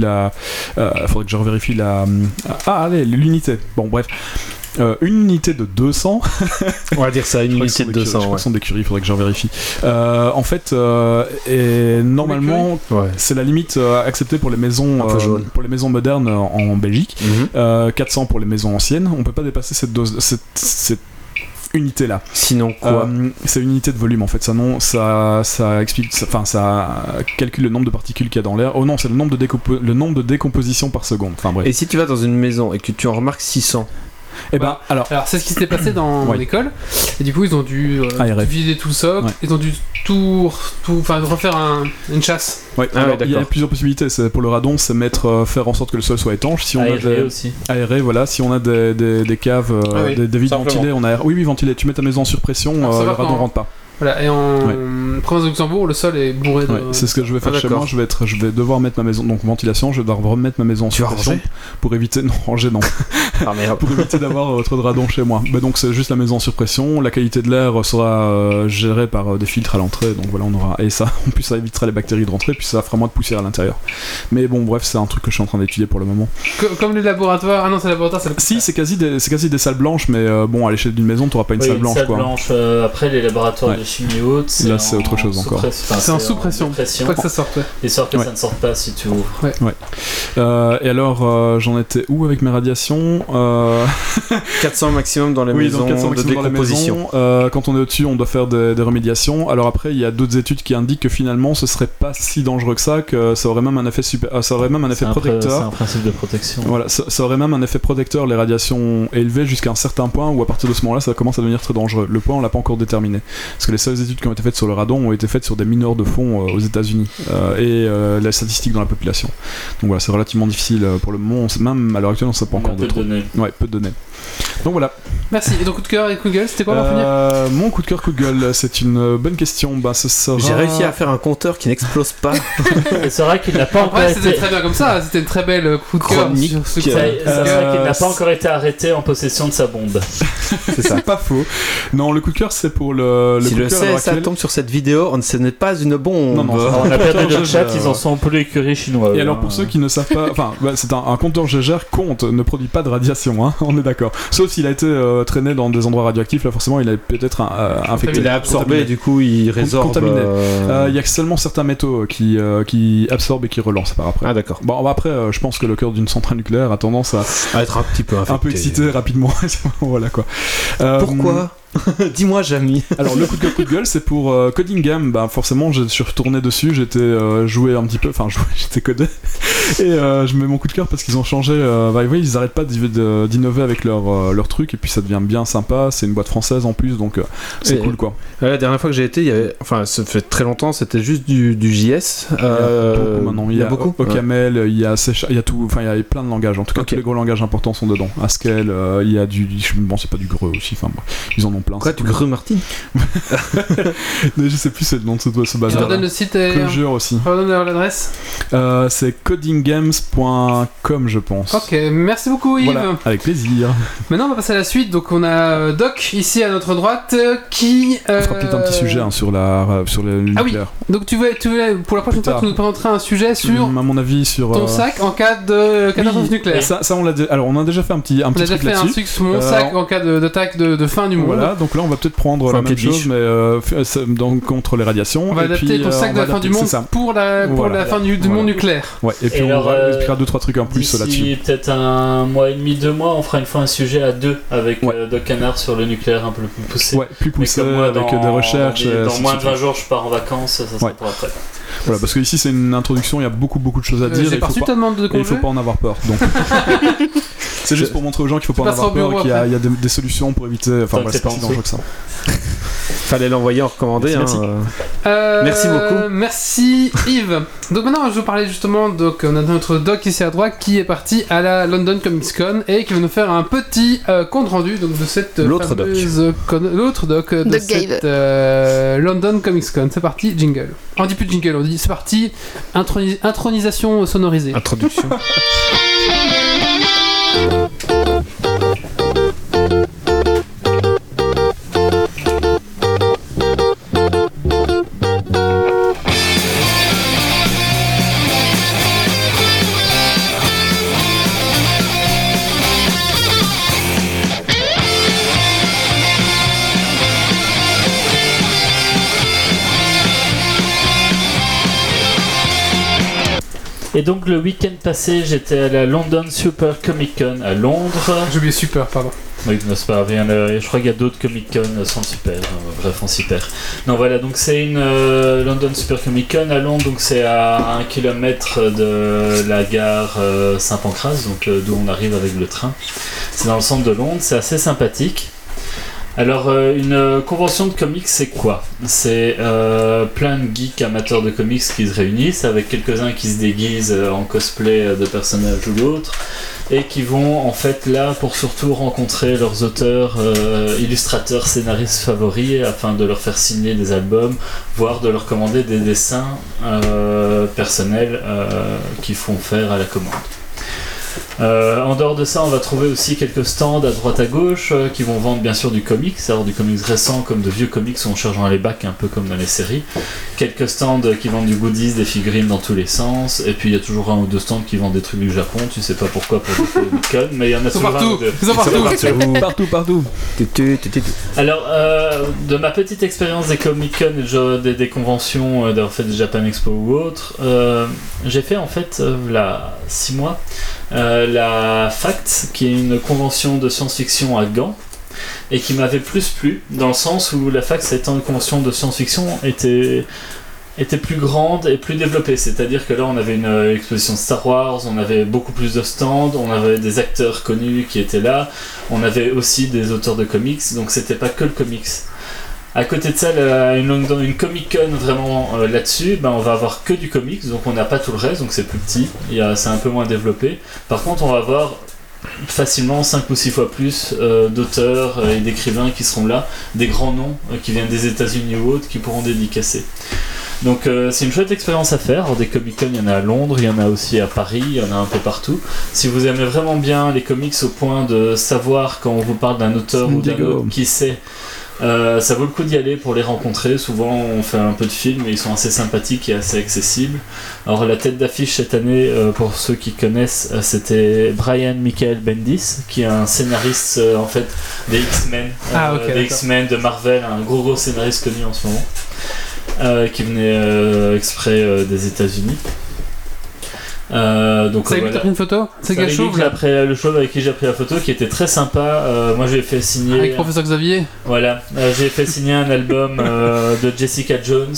l'unité. Bon bref. Une unité de 200. On va dire ça, une Je crois que unité de ce sont des curies, 200. Je crois que ce sont des curies, il faudrait que je vérifie. En fait, et normalement, Ouais. c'est la limite acceptée pour les maisons, Un peu jaune. pour les maisons modernes en Belgique. Mhm. 400 pour les maisons anciennes. On peut pas dépasser cette dose, cette unité là. Sinon quoi C'est une unité de volume en fait. Ça explique, ça calcule le nombre de particules qu'il y a dans l'air. Oh non, c'est le nombre de décompositions par seconde. Enfin bref. Et si tu vas dans une maison et que tu en remarques 600, Et ben alors. Alors, c'est ce qui s'était passé dans Ouais. mon école, et du coup, ils ont dû ARF. vider tout le socle, Ouais. ils ont dû refaire une chasse. Ouais, Ah ouais, alors, il y a d'accord. plusieurs possibilités. Pour le radon, c'est faire en sorte que le sol soit étanche. Si on a Aéré des aussi. aéré, voilà. Si on a des caves, Ah oui, des vides simplement. ventilées, on aère. Oui, ventilé. Tu mets ta maison sur pression, Alors, ça le va radon quand- rentre pas. Voilà, et en province de Luxembourg, le sol est bourré de. Ouais, c'est ce que je vais faire chez d'accord. moi. Je vais devoir mettre ma maison, donc ventilation, je vais devoir remettre ma maison en Tu vas suppression ranger pour éviter. Non, ranger non. Ah merde. Pour éviter d'avoir trop de radon chez moi. Bah, donc c'est juste la maison en suppression. La qualité de l'air sera gérée par des filtres à l'entrée. Donc voilà, on aura. Et ça, en plus, ça évitera les bactéries de rentrer, puis ça fera moins de poussière à l'intérieur. Mais bon, bref, c'est un truc que je suis en train d'étudier pour le moment. Comme les laboratoires. Ah non, c'est le laboratoire, c'est le. Si, c'est quasi des salles blanches, mais bon, à l'échelle d'une maison, t'auras pas une Oui, salle blanche, salle quoi. blanche. Après, les laboratoires Ouais. de chimie haute, Là, c'est autre chose encore. C'est en sous-pression. Faut pas que ça sorte. Ouais. Histoire que Ouais. ça ne sorte pas si tu ouvres. Et alors, j'en étais où avec mes radiations 400 maximum dans les Oui, maisons donc 400 de maximum dans la décomposition. maison. Quand on est au-dessus, on doit faire des remédiations. Alors après, il y a d'autres études qui indiquent que finalement, ce serait pas si dangereux que ça, que ça aurait même un effet ça aurait même un effet C'est protecteur. un principe de protection. Voilà, ça aurait même un effet protecteur, les radiations élevées jusqu'à un certain point où à partir de ce moment-là, ça commence à devenir très dangereux. Le point, on l'a pas encore déterminé. Parce que les seules études qui ont été faites sur le radon ont été faites sur des mineurs de fond aux États-Unis et les statistiques dans la population. Donc voilà, c'est relativement difficile pour le moment. Même à l'heure actuelle, on ne sait pas encore peu de trop. données. Ouais, peu de données. Donc voilà. Merci. Et donc coup de cœur et coup de gueule, c'était quoi pour finir? Mon coup de cœur, coup de gueule, c'est une bonne question. Bah, ce sera... J'ai réussi à faire un compteur qui n'explose pas. Et c'est vrai qu'il n'a pas encore Après, c'était été. très bien comme ça. C'était une très belle coup de cœur Chronique. sur ce C'est vrai qu'il n'a pas c'est- encore été arrêté en possession de sa bombe. C'est ça. C'est pas faux. Non, le coup de cœur, c'est pour le Si coup de le cœur à l'heure CSA actuelle. tombe sur cette vidéo, ce n'est pas une bombe. Non, non, On a perdu Compteur le chat, GGR. ils en sont un peu l'écurie chinois. Et alors pour ceux qui ne savent pas, enfin c'est un compteur GGR compte, ne produit pas de radiation, hein, on est d'accord. Sauf s'il a été traîné dans des endroits radioactifs, là forcément il a peut-être infecté. Il est absorbé, du coup il résorbe. Contaminé. Il y a seulement certains métaux qui absorbent et qui relancent par après. Ah d'accord. Bon après je pense que le cœur d'une centrale nucléaire a tendance à À être un petit peu infecté. un peu excité rapidement. Voilà quoi. Pourquoi Dis-moi, Jamy. Alors le coup de gueule c'est pour Coding Game. Bah forcément je suis retourné dessus, j'étais joué un petit peu, enfin j'étais codé et je mets mon coup de cœur parce qu'ils ont changé. Oui, ils arrêtent pas d'innover avec leur truc et puis ça devient bien sympa. C'est une boîte française en plus donc c'est cool quoi. La dernière fois que j'ai été, il y avait, enfin ça fait très longtemps, c'était juste du JS. Beaucoup maintenant. Il y a beaucoup. OCaml, il y a C#, il y a tout, enfin il y a plein de langages. En tout cas Ok. tous les gros langages importants sont dedans. Haskell, il y a bon c'est pas du Greux aussi. Enfin bref, ils en ont plein. Quoi, c'est tu cool. greux Martin Mais je sais plus c'est le nom de ce Tu bazar. redonnes le site et Clojure aussi. redonne l'adresse. C'est codinggames.com je pense. Ok, merci beaucoup Yves. Voilà, avec plaisir. Maintenant on va passer à la suite. Donc on a Doc ici à notre droite qui. On fera peut-être un petit sujet hein, sur le nucléaire. Donc tu veux pour la prochaine Plus fois tard. tu nous présenteras un sujet sur À mon avis sur ton sac en cas de catastrophe nucléaire. Ça on l'a alors on a déjà fait un petit On a déjà truc fait un là-dessus. truc sur mon sac en cas d'attaque de fin du monde. Voilà, donc là on va peut-être prendre Faut la un même petit chose, mais donc contre les radiations. On va et adapter puis, ton sac on de va la fin du adapter- monde c'est ça. pour la Voilà. fin du Voilà. monde nucléaire. Ouais, et puis Et on alors, expliquera 2-3 trucs en plus là-dessus. D'ici peut-être un mois et demi, 2 mois, on fera une fois un sujet à 2 avec Ouais. Doc Canard sur le nucléaire un peu plus poussé. Ouais, plus Mais poussé comme moi, avec des recherches. et Dans ainsi de moins de suite. 20 jours, je pars en vacances, ça sera Ouais. pour après. Voilà, parce que ici c'est une introduction, il y a beaucoup de choses à dire. J'ai il pas faut reçu pas- ta demande de Et il faut congé. pas en avoir peur. Donc c'est juste pour montrer aux gens qu'il faut pas en passeras avoir au bureau peur, qu'il y a, après. il y a des solutions pour éviter. Enfin, Tant voilà, que c'est pas c'est si pas en dangereux que ça. Fallait l'envoyer en recommandé. Merci, Merci beaucoup. Merci Yves. Donc maintenant je vais vous parler justement, donc on a notre Doc ici à droite qui est parti à la London Comics Con et qui va nous faire un petit compte rendu donc de cette L'autre Doc. l'autre Doc de Doc cette London Comics Con. C'est parti, jingle. On dit plus jingle, on dit c'est parti, intronisation sonorisée. Introduction. Et donc le week-end passé, j'étais à la London Super Comic Con à Londres. J'ai oublié super, pardon. Oui, non, c'est pas grave, je crois qu'il y a d'autres Comic Con sans super, bref, on s'y perd. Non, voilà, donc c'est une London Super Comic Con à Londres, donc c'est à 1 kilomètre de la gare Saint-Pancras, donc d'où on arrive avec le train. C'est dans le centre de Londres, c'est assez sympathique. Alors, une convention de comics, c'est quoi ? C'est plein de geeks amateurs de comics qui se réunissent, avec quelques-uns qui se déguisent en cosplay de personnages ou d'autres, et qui vont en fait là pour surtout rencontrer leurs auteurs, illustrateurs, scénaristes favoris, afin de leur faire signer des albums, voire de leur commander des dessins personnels qu'ils font faire à la commande. En dehors de ça, on va trouver aussi quelques stands à droite à gauche qui vont vendre bien sûr du comics, alors du comics récent comme de vieux comics où on cherche dans les bacs un peu comme dans les séries. Quelques stands qui vendent du goodies, des figurines dans tous les sens, et puis il y a toujours un ou deux stands qui vendent des trucs du Japon, tu sais pas pourquoi pour des Comic-Con, mais il y en a toujours un ou deux. Partout. Alors, de ma petite expérience des Comic-Con et des conventions, en fait des Japan Expo ou autres, j'ai fait en fait là 6 mois la FACT, qui est une convention de science-fiction à Gand, et qui m'avait plus plu, dans le sens où la FACT, étant une convention de science-fiction, était plus grande et plus développée. C'est-à-dire que là, on avait une exposition de Star Wars, on avait beaucoup plus de stands, on avait des acteurs connus qui étaient là, on avait aussi des auteurs de comics, donc c'était pas que le comics. À côté de ça, une Comic-Con vraiment là-dessus, on va avoir que du comics, donc on n'a pas tout le reste, donc c'est plus petit, c'est un peu moins développé. Par contre, on va avoir facilement 5 ou 6 fois plus d'auteurs et d'écrivains qui seront là, des grands noms qui viennent des États-Unis ou autres qui pourront dédicacer. Donc c'est une chouette expérience à faire. Alors, des Comic-Con, il y en a à Londres, il y en a aussi à Paris, il y en a un peu partout. Si vous aimez vraiment bien les comics au point de savoir quand on vous parle d'un auteur ou d'un autre qui sait, ça vaut le coup d'y aller pour les rencontrer. Souvent on fait un peu de films et ils sont assez sympathiques et assez accessibles. Alors la tête d'affiche cette année, pour ceux qui connaissent, c'était Brian Michael Bendis, qui est un scénariste en fait des X-Men, des X-Men de Marvel, un gros scénariste connu en ce moment, qui venait exprès des États-Unis. Donc, c'est lui qui a pris une photo? C'est quel chauve là? Le chauve avec qui j'ai pris la photo, qui était très sympa. Moi j'ai fait signer. Avec Professeur Xavier? Voilà, j'ai fait signer un album de Jessica Jones.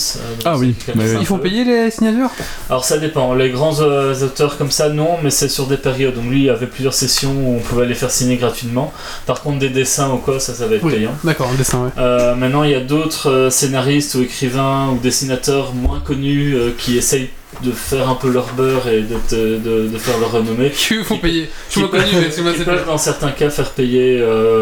Ils font payer les signatures? Alors ça dépend. Les grands auteurs comme ça, non, mais c'est sur des périodes. Donc lui, il y avait plusieurs sessions où on pouvait les faire signer gratuitement. Par contre, des dessins ou quoi, ça va être payant. D'accord, un dessin, ouais. Maintenant, il y a d'autres scénaristes ou écrivains ou dessinateurs moins connus qui essayent de faire un peu leur beurre et de faire leur renommée. Qui font payer. Je suis moins connu, mais c'est moi. Ils peuvent dans certains cas faire payer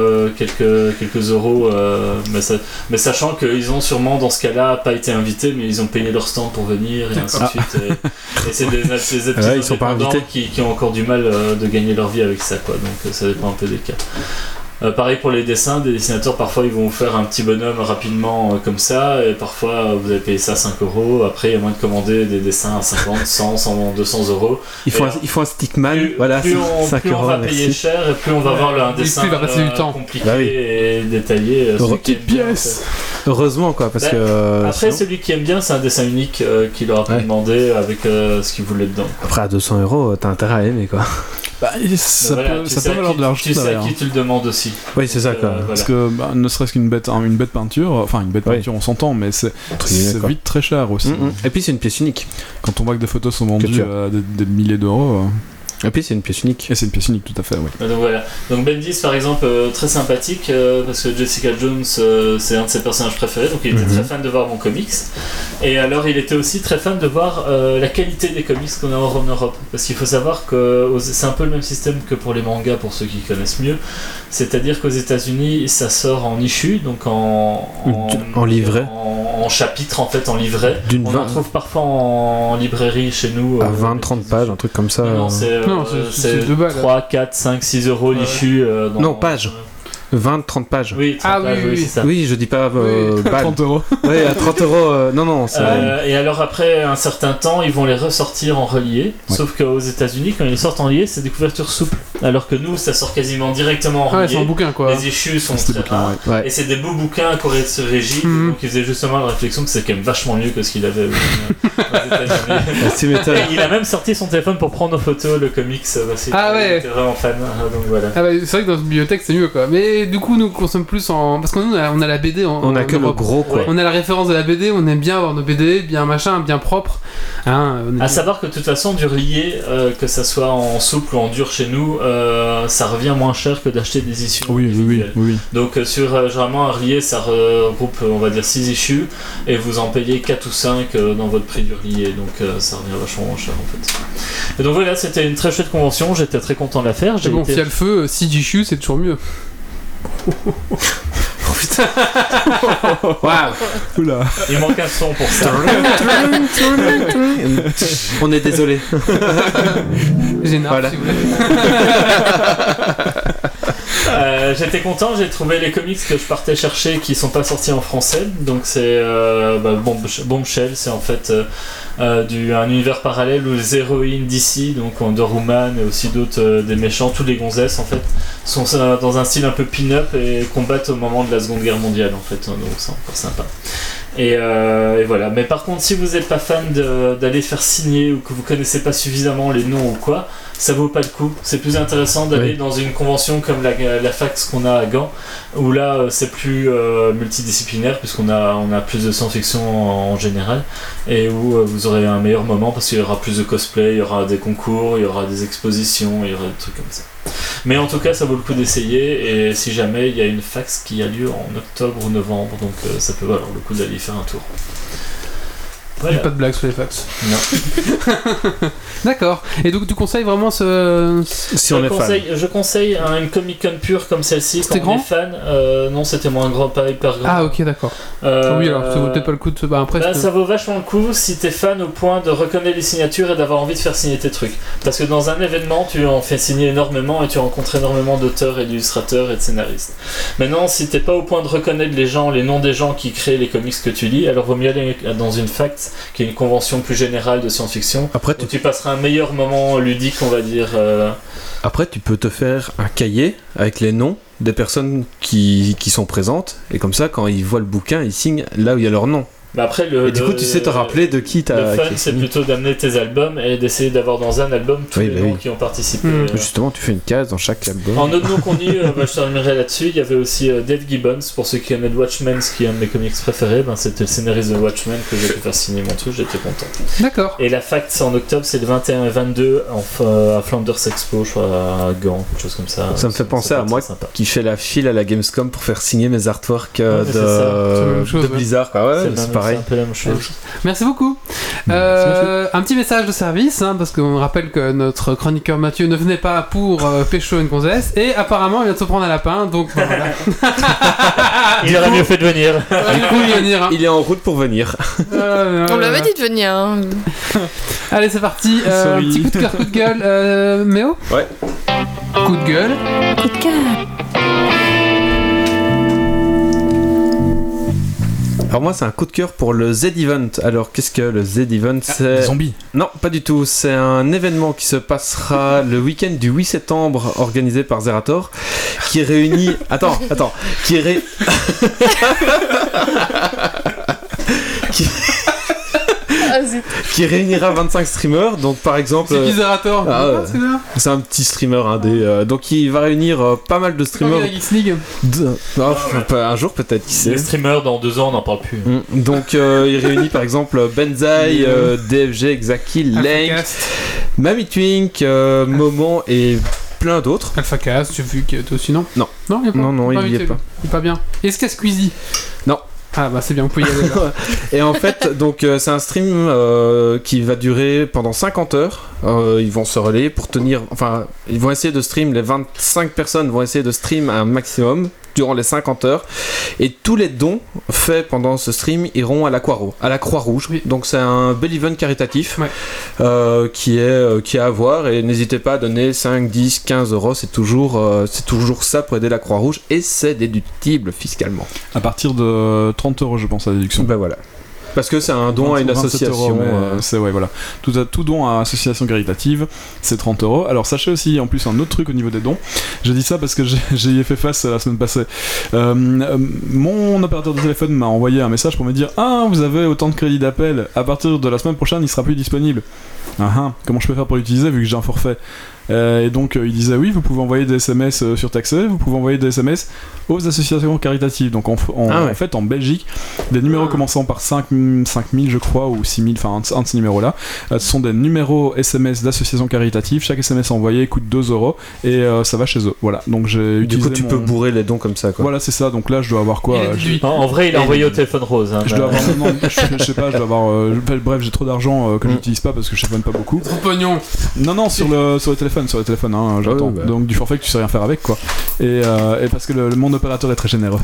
quelques euros, mais sachant qu'ils ont sûrement dans ce cas-là pas été invités, mais ils ont payé leur stand pour venir et ainsi de suite. Et c'est des petits indépendants qui ont encore du mal de gagner leur vie avec ça, quoi. Donc ça dépend un peu des cas. Pareil pour les dessins, des dessinateurs parfois ils vont vous faire un petit bonhomme rapidement comme ça, et parfois vous avez payé ça 5 euros. Après il y a moyen de commander des dessins à 50, 100, 100 200 euros. Il faut un stickman, voilà, plus 5 on euros, va payer cher et plus on va avoir un dessin compliqué et détaillé. Petite pièce. Heureusement quoi, parce que après celui qui aime bien c'est un dessin unique qu'il aura pu demander avec ce qu'il voulait dedans. Après à 200 euros t'as intérêt à aimer quoi. Ça peut valoir de l'argent. Tu sais à qui tu le demandes aussi. Oui, c'est ça quoi. Voilà. Parce que ne serait-ce qu'une bête peinture, enfin une bête peinture on s'entend, mais c'est vite très cher aussi. Et puis c'est une pièce unique. Quand on voit que des photos sont vendues à des milliers d'euros. Et puis c'est une pièce unique. Et c'est une pièce unique, tout à fait, oui. Donc voilà. Donc Bendis par exemple, très sympathique, parce que Jessica Jones, c'est un de ses personnages préférés, donc il était très fan de voir mon comics. Et alors il était aussi très fan de voir la qualité des comics qu'on a en Europe. Parce qu'il faut savoir que c'est un peu le même système que pour les mangas, pour ceux qui connaissent mieux. C'est-à-dire qu'aux États-Unis, ça sort en issue, donc en livret. En chapitre en fait, en livret. On en trouve parfois en librairie chez nous. À 20-30 pages, un truc comme ça. Non, c'est 3, 4, 5, 6 euros l'issue. Non, pages. 20-30 pages. Oui, 30 pages, oui, c'est ça. Oui, je dis pas 30 euros. Oui, à 30 euros. Non, c'est... et alors après un certain temps, ils vont les ressortir en relié. Ouais. Sauf qu'aux États-Unis, quand ils sortent en relié, c'est des couvertures souples. Alors que nous, ça sort quasiment directement en relié. C'est un bouquin quoi. Les issues sont très rares. Et c'est des beaux bouquins corrigés. Donc ils faisaient justement la réflexion que c'est quand même vachement mieux que ce qu'il avait aux États-Unis. Et il a même sorti son téléphone pour prendre en photo le comics. Il était vraiment fan. Donc voilà. C'est vrai que dans une bibliothèque c'est mieux quoi. Mais du coup, nous consommons plus en. Parce que nous, on a la BD en. On a que le gros quoi. On a la référence de la BD, on aime bien avoir nos BD, bien machin, bien propre. À savoir que de toute façon, du relié, que ça soit en souple ou en dur chez nous, ça revient moins cher que d'acheter des issues individuelles. Oui. Donc sur généralement un relié, ça regroupe on va dire 6 issues et vous en payez 4 ou 5 dans votre prix du relié, donc ça revient vachement moins cher en fait. Et donc voilà, c'était une très chouette convention, j'étais très content de la faire. Mais bon, s'il y a le feu, 6 issues, c'est toujours mieux. Oh putain. Waouh. Oula. Il manque un son pour ça. On est désolé. Génial, Voilà. si vous voulez. J'étais content, j'ai trouvé les comics que je partais chercher qui sont pas sortis en français. Donc c'est Bombshell, c'est en fait un univers parallèle où les héroïnes d'ici, donc Wonder Woman et aussi d'autres des méchants, tous les gonzesses en fait, sont dans un style un peu pin-up et combattent au moment de la Seconde Guerre mondiale en fait, donc c'est encore sympa. Et voilà. Mais par contre, si vous n'êtes pas fan d'aller faire signer ou que vous connaissez pas suffisamment les noms ou quoi, ça vaut pas le coup. C'est plus intéressant d'aller dans une convention comme la FACS qu'on a à Gand, où là c'est plus multidisciplinaire puisqu'on a plus de science-fiction en général, et où vous aurez un meilleur moment parce qu'il y aura plus de cosplay, il y aura des concours, il y aura des expositions, il y aura des trucs comme ça. Mais en tout cas, ça vaut le coup d'essayer, et si jamais il y a une FACS qui a lieu en octobre ou novembre, donc ça peut valoir le coup d'aller y faire un tour. Voilà. Pas de blague sur les fax. Non. D'accord. Et donc tu conseilles vraiment ce... Si on est fan. Je conseille une Comic Con pure comme celle-ci. C'était quand on grand est fan. Non, c'était moins grand, pas hyper grand. Ah ok, d'accord. Oui, alors ça vaut peut-être pas le coup de... Bah, après, ça vaut vachement le coup si t'es fan au point de reconnaître les signatures et d'avoir envie de faire signer tes trucs. Parce que dans un événement, tu en fais signer énormément et tu rencontres énormément d'auteurs et d'illustrateurs et de scénaristes. Maintenant, si t'es pas au point de reconnaître les noms des gens qui créent les comics que tu lis, alors vaut mieux aller dans une FACS, qui est une convention plus générale de science-fiction. Après, tu passeras un meilleur moment ludique, on va dire. Après, tu peux te faire un cahier avec les noms des personnes qui sont présentes, et comme ça, quand ils voient le bouquin, ils signent là où il y a leur nom. Mais après, Et du coup, tu sais te rappeler de qui t'as... Le fun, c'est plutôt d'amener tes albums et d'essayer d'avoir dans un album tous les noms qui ont participé. Justement, tu fais une case dans chaque album. En autre nom qu'on dit, je terminerai là-dessus, il y avait aussi Dave Gibbons, pour ceux qui aimaient Watchmen, ce qui est un de mes comics préférés, c'était le scénariste de Watchmen que j'ai pu faire signer mon truc, j'étais content. D'accord. Et la FACS en octobre, c'est le 21 et 22 à Flanders Expo, je crois, à Gand, quelque chose comme ça. Ça me fait penser à moi qui fais la file à la Gamescom pour faire signer mes artworks de Blizzard. C'est pareil. C'est un peu la même chose. Merci beaucoup. Un petit message de service, parce qu'on rappelle que notre chroniqueur Mathieu ne venait pas pour pécho une gonzesse, et apparemment il vient de se prendre un lapin, donc voilà. Il aurait mieux fait de venir. Du coup, il va venir. Il est en route pour venir. On l'avait dit de venir. Hein. Allez, c'est parti. Un petit coup de cœur, coup de gueule. Méo ? Ouais. Coup de gueule. Coup de cœur. Alors moi, c'est un coup de cœur pour le Z-Event. Alors, qu'est-ce que le Z-Event ? C'est... Zombie. Non, pas du tout. C'est un événement qui se passera le week-end du 8 septembre, organisé par Zerator, qui réunit... Attends. Qui réunira 25 streamers. Donc, par exemple... C'est qui Zerator ? C'est un petit streamer indé. Donc, il va réunir pas mal de streamers. La Geeks League. Un jour, peut-être, qui sait. Les streamers, dans 2 ans, on n'en parle plus. Donc, il réunit par exemple Benzaï, DFG, Xaki, Link, Mami Twink, Moment et plein d'autres. AlphaCast, j'ai vu qu'il était aussi, non ? Non. Non, il y a pas. Non, il y est pas. Il est pas bien. Est-ce qu'il y a Squeezie ? Non. Ah bah c'est bien, vous pouvez y aller là. Et en fait, donc c'est un stream qui va durer pendant 50 heures. Ils vont se relayer pour tenir... Enfin, ils vont essayer de stream, les 25 personnes vont essayer de stream un maximum durant les 50 heures. Et tous les dons faits pendant ce stream iront à la Croix-Rouge. Oui. Donc c'est un bel event caritatif qui est à voir. Et n'hésitez pas à donner 5, 10, 15 euros. C'est toujours ça pour aider la Croix-Rouge. Et c'est déductible fiscalement. À partir de 30 euros, je pense, la déduction. Ben voilà. Parce que c'est un don à une association. C'est voilà. Tout don à association caritative, c'est 30 euros. Alors sachez aussi, en plus, un autre truc au niveau des dons. Je dis ça parce que j'y ai fait face la semaine passée. Mon opérateur de téléphone m'a envoyé un message pour me dire: ah, vous avez autant de crédits d'appel. À partir de la semaine prochaine, il sera plus disponible. Comment je peux faire pour l'utiliser vu que j'ai un forfait? Et donc il disait oui, vous pouvez envoyer des SMS sur Taxé, vous pouvez envoyer des SMS aux associations caritatives. Donc en fait en Belgique, des numéros commençant par 5000 je crois ou 6000, enfin un de ces numéros là, ce sont des numéros SMS d'associations caritatives. Chaque SMS envoyé coûte 2€ et ça va chez eux. Voilà, donc j'ai utilisé tu peux bourrer les dons comme ça quoi. Voilà, c'est ça. Donc là je dois avoir quoi En vrai il a envoyé au téléphone rose je dois avoir je sais pas, je dois avoir bref, j'ai trop d'argent que j'utilise pas parce que je téléphone pas beaucoup. Trop de pognon. Non, sur le téléphone, hein, j'entends. bah. Donc du forfait que tu sais rien faire avec quoi. Et parce que mon opérateur est très généreux.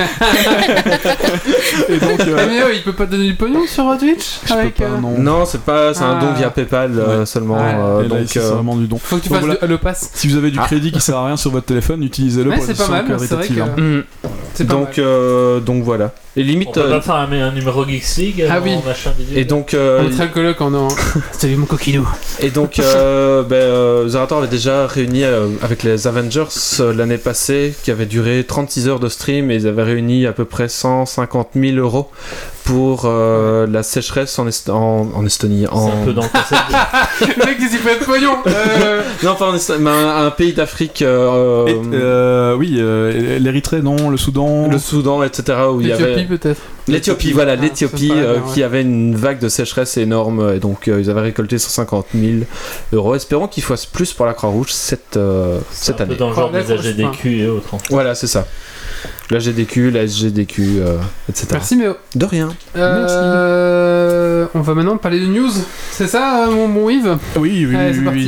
Et donc mais il peut pas donner du pognon sur Twitch avec non, c'est un don via PayPal seulement. Et là, ici, c'est vraiment du don. Faut que tu fasses le pass. Si vous avez du crédit qui sert à rien sur votre téléphone, utilisez-le pour c'est pas mal, c'est vrai que c'est pas mal. Donc voilà. Et limite on peut pas faire un numéro Geeks League machin vidéo. Et donc on est très coloc en salut mon coquinou. Et donc Zerator avait déjà réuni avec les Avengers l'année passée, qui avait duré 36 heures de stream, et ils avaient réuni à peu près 150 000 € pour la sécheresse en Estonie. C'est un peu dans le concept. Le mec il s'y fait de pognon. Non, pas en Estonie, mais un pays d'Afrique. Oui, l'Érythrée, non, le Soudan. Le Soudan, etc. Où il y avait. Peut-être. L'Éthiopie, l'Éthiopie qui avait une vague de sécheresse énorme, et donc ils avaient récolté 150 000 €. Espérons qu'ils fassent plus pour la Croix-Rouge cette année. Un peu dans le genre des AGDQ et autres. Voilà, c'est ça. La GDQ, la SGDQ, etc. Merci Méo. De rien. Merci. On va maintenant parler de news. C'est ça, mon Yves? Oui. Allez, c'est parti.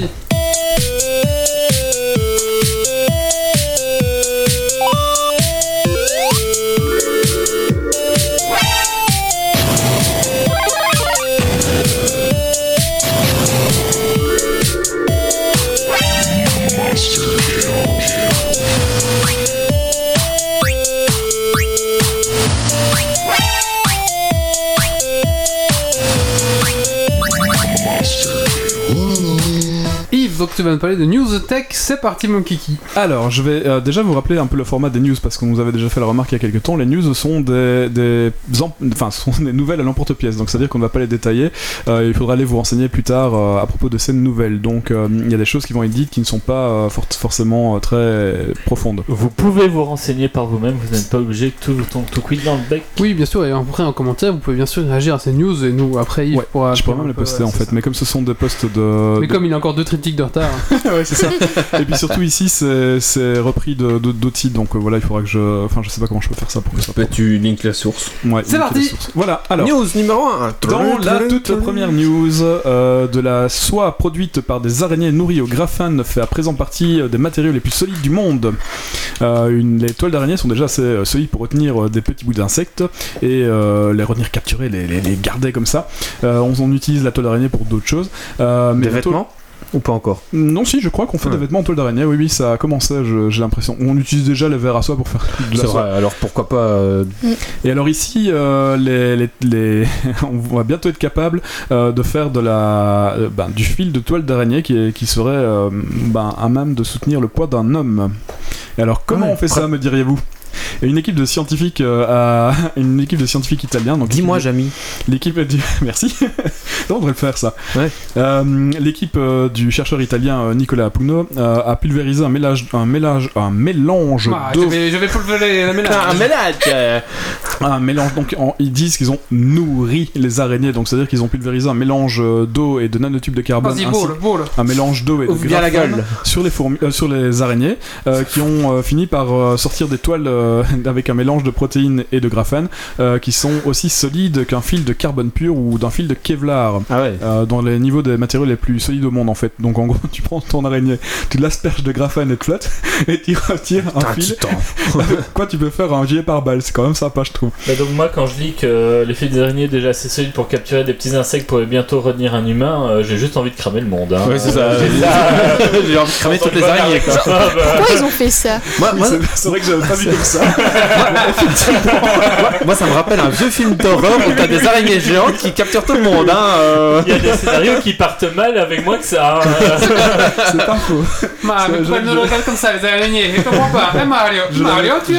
Donc tu vas nous parler de news tech, c'est parti mon kiki. Alors je vais déjà vous rappeler un peu le format des news parce qu'on nous avait déjà fait la remarque il y a quelques temps. Les news sont des nouvelles à l'emporte-pièce, donc c'est à dire qu'on ne va pas les détailler, il faudra aller vous renseigner plus tard à propos de ces nouvelles. Donc il y a des choses qui vont être dites qui ne sont pas forcément très profondes. Vous pouvez vous renseigner par vous-même, vous n'êtes pas obligé de tout cuire dans le bec. Oui bien sûr, et après en commentaire vous pouvez bien sûr réagir à ces news, et nous après Yves pourra... Je pourrais même les poster en fait, ça. Mais comme ce sont des posts comme il a encore 2 triptyques de retard. Ouais, c'est ça. Et puis surtout ici c'est repris d'autres sites, donc voilà, il faudra que je sais pas comment je peux faire ça pour que ça. Tu links la source. Ouais, c'est parti. Voilà, alors news numéro 1. Dans la toute première news, de la soie produite par des araignées nourries au graphane fait à présent partie des matériaux les plus solides du monde. Les toiles d'araignée sont déjà assez solides pour retenir des petits bouts d'insectes et les retenir capturés, les garder comme ça. On utilise la toile d'araignée pour d'autres choses. Des vêtements ou pas encore? Non, si, je crois qu'on fait des vêtements en toile d'araignée. Oui, ça a commencé, j'ai l'impression. On utilise déjà les verres à soie pour faire de la soie. C'est vrai, alors pourquoi pas Et alors ici, on va bientôt être capable de faire du fil de toile d'araignée qui serait à même de soutenir le poids d'un homme. Et alors, comment on fait ça, me diriez-vous? Et une équipe de scientifiques italiens. Donc dis-moi, Jamy. L'équipe du merci. On devrait le faire ça. Ouais. L'équipe du chercheur italien Nicola Pugno a pulvérisé un mélange d'eau. Je vais pulvériser un mélange. Un mélange. Donc ils disent qu'ils ont nourri les araignées. Donc c'est-à-dire qu'ils ont pulvérisé un mélange d'eau et de nanotubes de carbone. Vas-y, boule. Un mélange d'eau et de graphane la gueule. sur les araignées qui ont fini par sortir des toiles avec un mélange de protéines et de graphane qui sont aussi solides qu'un fil de carbone pur ou d'un fil de Kevlar. Ah ouais. Dans les niveaux des matériaux les plus solides au monde en fait. Donc en gros tu prends ton araignée, tu l'asperges de graphane et de flotte et tu retires un fil. Quoi, tu peux faire un gilet pare-balles, c'est quand même sympa je trouve. Bah donc moi quand je dis que les fils d'araignée est déjà assez solide pour capturer des petits insectes pour bientôt retenir un humain, j'ai juste envie de cramer le monde. Ouais c'est ça. J'ai envie de cramer toutes les araignées quoi. Pourquoi ils ont fait ça? C'est vrai que j'avais pas vu comme ça. ça. Moi, ça me rappelle un vieux film d'horreur où t'as des araignées géantes qui capturent tout le monde. Il y a des scénarios qui partent mal avec moins que ça. C'est pas faux. Mais pourquoi nous le regarde comme ça, les araignées? Je comprends pas. Mario, tu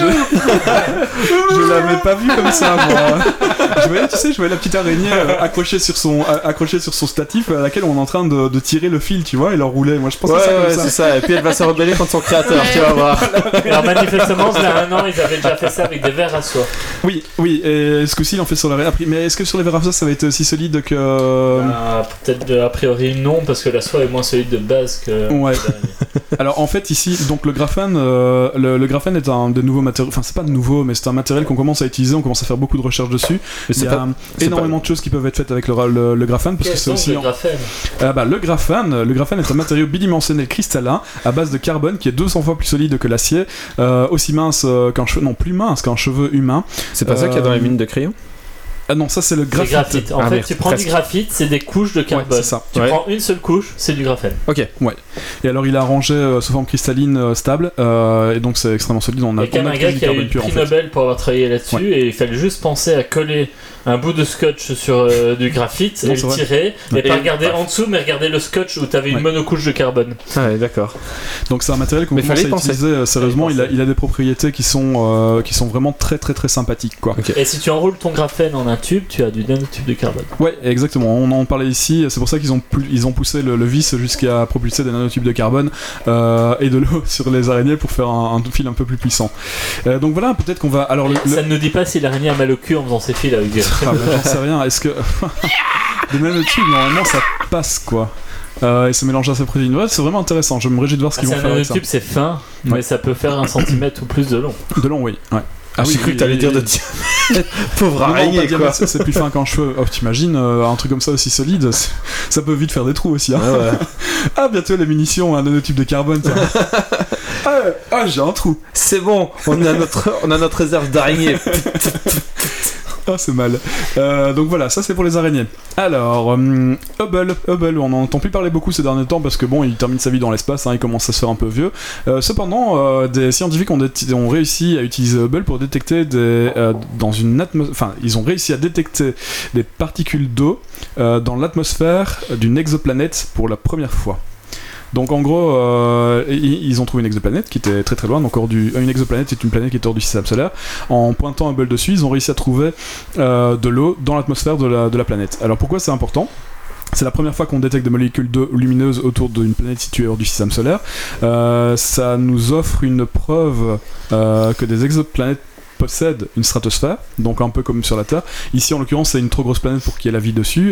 Je l'avais pas vu comme ça, moi. Je voyais la petite araignée accrochée sur son statif à laquelle on est en train de tirer le fil, tu vois, et leur rouler. Moi, je pense que ça comme ça. c'est ça. Et puis elle va se rebeller contre son créateur, tu vas voir. Alors manifestement, il y a un an, ils avaient déjà fait ça avec des verres à soie. Oui, et ce coup-ci, il en fait sur la verre. Mais est-ce que sur les verres à soie, ça va être aussi solide que... Peut-être a priori non, parce que la soie est moins solide de base que... Ouais. Alors en fait ici, donc le graphène est un des nouveaux matériaux, enfin c'est pas nouveau, mais c'est un matériel qu'on commence à utiliser, on commence à faire beaucoup de recherches dessus. Il y a énormément de choses qui peuvent être faites avec le graphène, parce que c'est aussi... le graphène Le graphène est un matériau bidimensionnel cristallin à base de carbone qui est 200 fois plus solide que l'acier, aussi mince qu'un cheveu, non plus mince qu'un cheveu humain. C'est pas ça qu'il y a dans les mines de crayon? Ah non, ça c'est le graphite. En fait, tu prends du graphite, c'est des couches de carbone. Ouais, c'est ça. Tu prends une seule couche, c'est du graphène. Ok. Ouais. Et alors il a arrangé sous forme cristalline stable, et donc c'est extrêmement solide. Il y a quand même un gars qui a eu le prix Nobel pour avoir travaillé là-dessus, et il fallait juste penser à coller un bout de scotch sur du graphite, et le tirer, et pas regarder en dessous, mais regarder le scotch où t'avais une monocouche de carbone. Ah ouais, d'accord. Donc c'est un matériel qu'on commence à utiliser sérieusement. Il a des propriétés qui sont vraiment très très très sympathiques, quoi. Okay. Et si tu enroules ton graphène en un tube, tu as du nanotube de carbone. Ouais, exactement. On en parlait ici. C'est pour ça qu'ils ont poussé le vis jusqu'à propulser des nanotubes de carbone et de l'eau sur les araignées pour faire un fil un peu plus puissant. Donc voilà, peut-être qu'on va. Alors ça ne nous dit pas si l'araignée a mal au cul en faisant ses fils avec des. J'en sais rien. Est-ce que des nanotubes normalement ça passe quoi? Et se mélanger à sa protéine. Ouais, c'est vraiment intéressant. Je me réjouis de voir ce qu'ils vont faire avec ça. Un nanotube c'est fin, mais ça peut faire 1 centimètre ou plus de long. De long, oui. Ouais. Ah oui, j'ai cru que t'allais dire de diamètre. Pauvre araignée, quoi. C'est plus fin qu'un cheveu. Oh, t'imagines, un truc comme ça aussi solide, ça peut vite faire des trous aussi. Hein. Ah, ouais. Ah, bientôt les munitions, un nanotube de carbone, tiens. J'ai un trou. C'est bon, on a notre réserve d'araignées. Ah, c'est mal. Donc voilà, ça c'est pour les araignées. Alors, Hubble, on n'en entend plus parler beaucoup ces derniers temps parce que bon, il termine sa vie dans l'espace, hein, il commence à se faire un peu vieux. Cependant, des scientifiques ont réussi à utiliser Hubble pour détecter dans une atmosphère. Enfin, ils ont réussi à détecter des particules d'eau dans l'atmosphère d'une exoplanète pour la première fois. Donc en gros, ils ont trouvé une exoplanète qui était très très loin. Donc une exoplanète est une planète qui est hors du système solaire. En pointant Hubble dessus, ils ont réussi à trouver de l'eau dans l'atmosphère de la planète. Alors pourquoi c'est important ? C'est la première fois qu'on détecte des molécules d'eau lumineuses autour d'une planète située hors du système solaire. Ça nous offre une preuve que des exoplanètes possède une stratosphère, donc un peu comme sur la Terre. Ici, en l'occurrence, c'est une trop grosse planète pour qu'il y ait la vie dessus.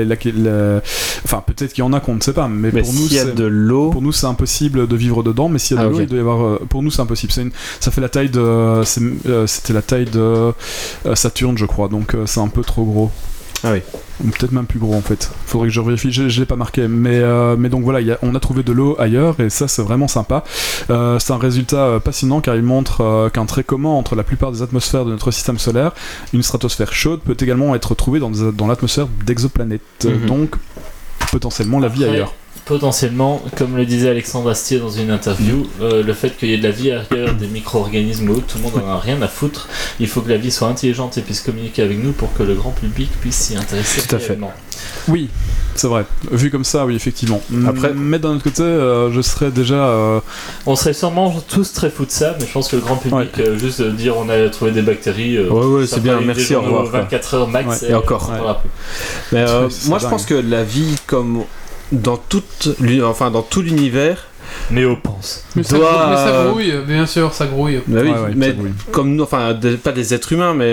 Enfin, peut-être qu'il y en a qu'on ne sait pas, mais pour nous, s'il y a de l'eau, pour nous, c'est impossible de vivre dedans. Mais s'il y a de l'eau, il doit y avoir. Pour nous, c'est impossible. Ça fait la taille de. C'était la taille de Saturne, je crois. Donc, c'est un peu trop gros. Ah oui. Peut-être même plus gros en fait. Faudrait que je vérifie. Je l'ai pas marqué, mais donc voilà, on a trouvé de l'eau ailleurs et ça c'est vraiment sympa. C'est un résultat passionnant car il montre qu'un trait commun entre la plupart des atmosphères de notre système solaire, une stratosphère chaude, peut également être trouvé dans l'atmosphère d'exoplanètes. Donc potentiellement la vie ailleurs. Potentiellement, comme le disait Alexandre Astier dans une interview, le fait qu'il y ait de la vie ailleurs, des micro-organismes ou tout le monde en a rien à foutre. Il faut que la vie soit intelligente et puisse communiquer avec nous pour que le grand public puisse s'y intéresser réellement. Oui, c'est vrai. Vu comme ça, oui, effectivement. Après, mais d'un autre côté, je serais déjà... On serait sûrement tous très fous de ça, mais je pense que le grand public, juste de dire on a trouvé des bactéries... c'est bien, merci, au revoir. 24 heures max, et encore. Mais moi, je pense que la vie comme... dans tout l'univers, mais on pense. Mais ça grouille, bien sûr, ça grouille. Bah oui, mais comme nous, enfin, pas des êtres humains, mais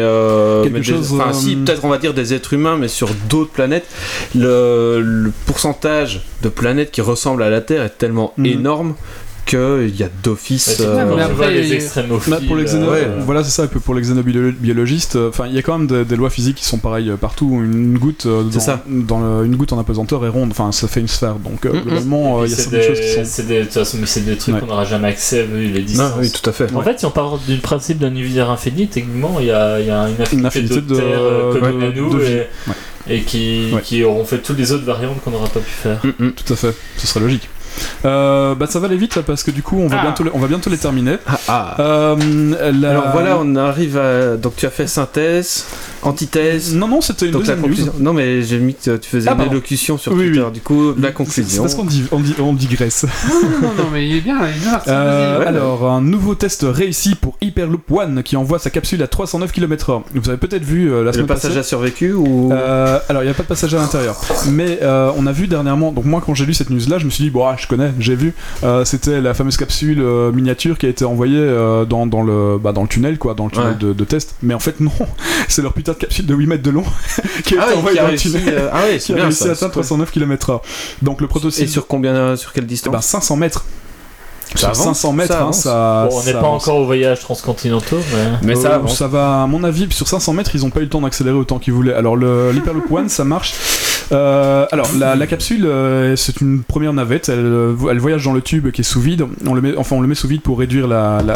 si, peut-être on va dire des êtres humains, mais sur d'autres planètes, le pourcentage de planètes qui ressemblent à la Terre est tellement énorme qu'il y a d'office. Les extrémophiles. Pour les voilà, c'est ça. Et puis pour les xénobiologistes, enfin, il y a quand même des lois physiques qui sont pareilles partout. Une goutte une goutte en apesanteur est ronde. Enfin, ça fait une sphère. Donc globalement, il y a certaines choses qui sont. C'est des trucs qu'on n'aura jamais accès vu les distances. Oui, tout à fait. En fait, si on part du principe d'un univers infini, techniquement, il y a une infinité de terres communes à nous et qui auront fait toutes les autres variantes qu'on n'aura pas pu faire. Tout à fait. Ce serait logique. Ça va aller vite là, parce que du coup on va bientôt les terminer. Alors voilà, on arrive à... Donc tu as fait synthèse, antithèse... Non, c'était une donc deuxième la conclusion. news. Non mais j'ai mis que tu faisais une élocution sur Twitter, du coup la conclusion. C'est parce qu'on digresse. Non, mais il est bien, parti. Alors, un nouveau test réussi pour Hyperloop One qui envoie sa capsule à 309 km/h. Vous avez peut-être vu la semaine Le passage passée. a survécu ou... Alors, il n'y a pas de passage à l'intérieur. Mais on a vu dernièrement, donc moi quand j'ai lu cette news-là, je me suis dit, je connais, j'ai vu. C'était la fameuse capsule miniature qui a été envoyée dans le tunnel, quoi, dans le tunnel de test. Mais en fait, non, c'est leur putain de capsule de 8 mètres de long qui a été envoyée dans le tunnel. C'est qui a bien réussi à atteindre 309 km/h. Donc le prototype. Et sur quelle distance 500 mètres. Ça Sur avance, 500 mètres, ça avance. on n'est pas encore au voyage transcontinentaux, mais ça avance. Ça va, à mon avis, sur 500 mètres, ils n'ont pas eu le temps d'accélérer autant qu'ils voulaient. Alors, l'Hyperloop One, ça marche. Alors, la capsule, c'est une première navette. Elle voyage dans le tube qui est sous vide. On le met sous vide pour réduire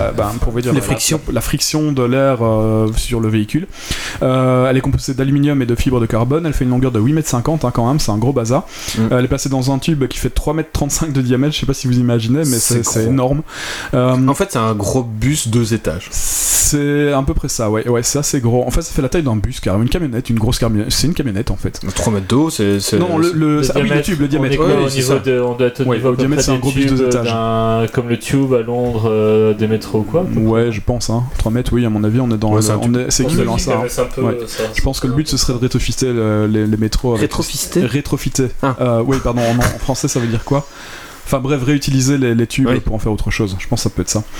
les frictions. La friction de l'air sur le véhicule. Elle est composée d'aluminium et de fibres de carbone. Elle fait une longueur de 8,50 m quand même, c'est un gros bazar. Elle est placée dans un tube qui fait 3,35 m de diamètre. Je sais pas si vous imaginez, mais c'est énorme. En fait, c'est un gros bus 2 étages. C'est à peu près ça, ouais, c'est assez gros. En fait, ça fait la taille d'un bus, carrément, une camionnette, une grosse camionnette. C'est une camionnette en fait. 3 mètres d'eau, c'est... Non, le tube, le diamètre. On doit être au niveau le diamètre, c'est un gros bus 2 étages. Comme le tube à Londres des métros ou quoi. Ouais, je pense, 3 mètres, oui, à mon avis, on est dans. C'est équivalent à ça. Je pense que le but, ce serait de rétrofitter les métros. Rétrofitter. Oui, pardon, en français, ça veut dire quoi ? Enfin bref, réutiliser les tubes pour en faire autre chose. Je pense que ça peut être ça.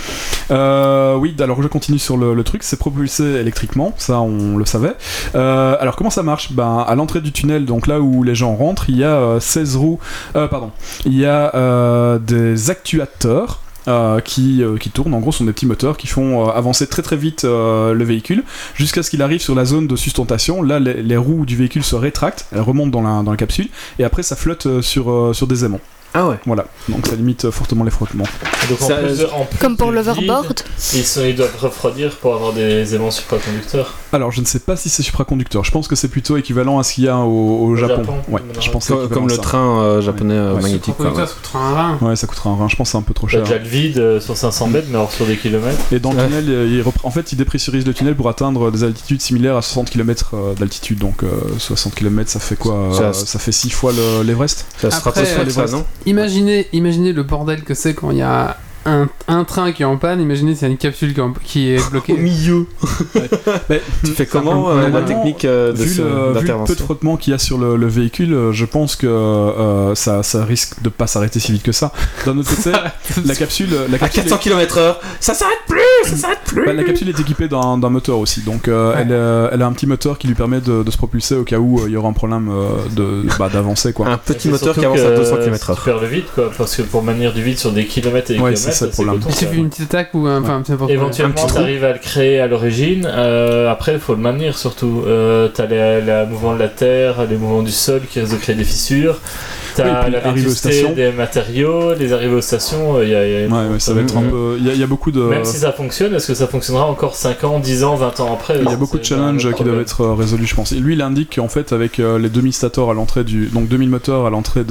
Oui, alors je continue sur le truc. C'est propulsé électriquement, ça on le savait. Alors comment ça marche ? À l'entrée du tunnel, donc là où les gens rentrent, il y a 16 roues. Il y a des actuateurs. Qui tournent, en gros sont des petits moteurs qui font avancer très très vite le véhicule jusqu'à ce qu'il arrive sur la zone de sustentation. Là les roues du véhicule se rétractent, elles remontent dans la capsule et après ça flotte sur des aimants. Ah ouais. Voilà, donc ça limite fortement les frottements. Donc en plus comme pour du l'overboard. Ils doivent refroidir pour avoir des aimants supraconducteurs. Alors je ne sais pas si c'est supraconducteur, je pense que c'est plutôt équivalent à ce qu'il y a au Japon. Ouais, je pense comme le train japonais magnétique. Ça coûtera un rein. Ouais, ça coûtera un rein, je pense que c'est un peu trop cher. Déjà le vide sur 500 mètres, mais alors sur des kilomètres. Et dans le tunnel, en fait, il dépressurise le tunnel pour atteindre des altitudes similaires à 60 km d'altitude. Donc 60 km, ça fait quoi ça fait 6 fois l'Everest. Ça se rapproche pas de ça, non ? Imaginez le bordel que c'est quand il y a un train qui est en panne. Imaginez s'il y a une capsule qui est bloquée au milieu. Mais tu fais comment la technique vu le peu de frottement qu'il y a sur le véhicule, je pense que ça risque de pas s'arrêter si vite que ça. D'un autre côté, la capsule à 400 km/h, ça s'arrête plus. La capsule est équipée d'un moteur aussi, donc elle a un petit moteur qui lui permet de se propulser au cas où il y aura un problème d'avancer quoi. Un petit moteur qui avance à 200 km/h. Tu perds le vide quoi, parce que pour maintenir du vide sur des kilomètres et des kilomètres. C'est le problème. Il suffit une petite attaque ou un petit n'importe quoi. Éventuellement, t'arrives à le créer à l'origine. Après, il faut le maintenir surtout. T'as le mouvement de la terre, les mouvements du sol qui risquent de créer des fissures. T'as la vétusté des matériaux, les arrivées aux stations. Ça va être un peu. Il y a beaucoup de. Même si ça fonctionne, est-ce que ça fonctionnera encore 5 ans, 10 ans, 20 ans après ? Il y a beaucoup de challenges qui doivent être résolus, je pense. Et lui, il indique qu'en fait, avec les 2000 stators à l'entrée donc 2000 moteurs à l'entrée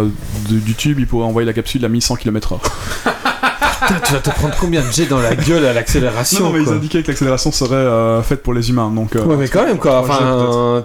du tube, il pourrait envoyer la capsule à 1100 km/h. Putain, tu vas te prendre combien de jets dans la gueule à l'accélération ? Non, mais ils indiquaient que l'accélération serait faite pour les humains, donc. Ouais, mais quand même quoi. Enfin,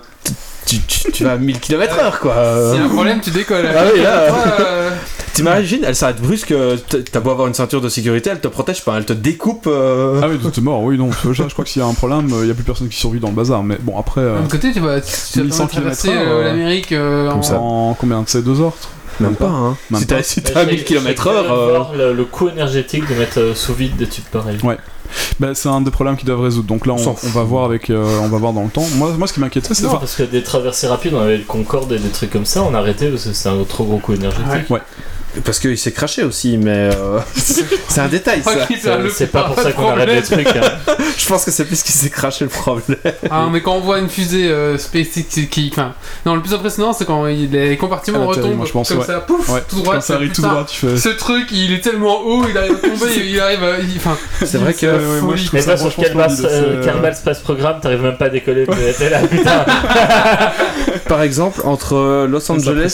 tu vas à 1000 km/h quoi. S'il y a un problème, tu décolles. Ah oui, là. T'imagines, elle s'arrête brusque, t'as beau avoir une ceinture de sécurité, elle te protège pas, elle te découpe. Ah oui, t'es mort, oui, non. Je crois que s'il y a un problème, il y a plus personne qui survit dans le bazar, mais bon, après. D'un côté, tu vas traverser l'Amérique en combien de ces 2 heures ? Même pas, hein. Si t'as 1000 km/h. voir le coût énergétique de mettre sous vide des tubes pareils. Ouais. C'est un des problèmes qu'ils doivent résoudre. Donc là, on va voir on va voir dans le temps. Moi, ce qui m'inquiète, c'est parce que des traversées rapides, on avait le Concorde et des trucs comme ça, on a arrêté parce que c'est un trop gros coût énergétique. Ouais. Parce qu'il s'est craché aussi, mais c'est un détail ça. C'est pas pour ça qu'on arrête les trucs. Hein. Je pense que c'est plus qu'il s'est craché le problème. Ah, mais quand on voit une fusée SpaceX non, le plus impressionnant c'est quand les compartiments retombent comme ça, pouf, tout droit. Quand ça arrive tout droit, tu fais. Ce truc, il est tellement haut, il arrive à tomber, il arrive à. C'est vrai que. Mais pas sur Kerbal Space Program, t'arrives même pas à décoller. T'es là, putain. Par exemple, entre Los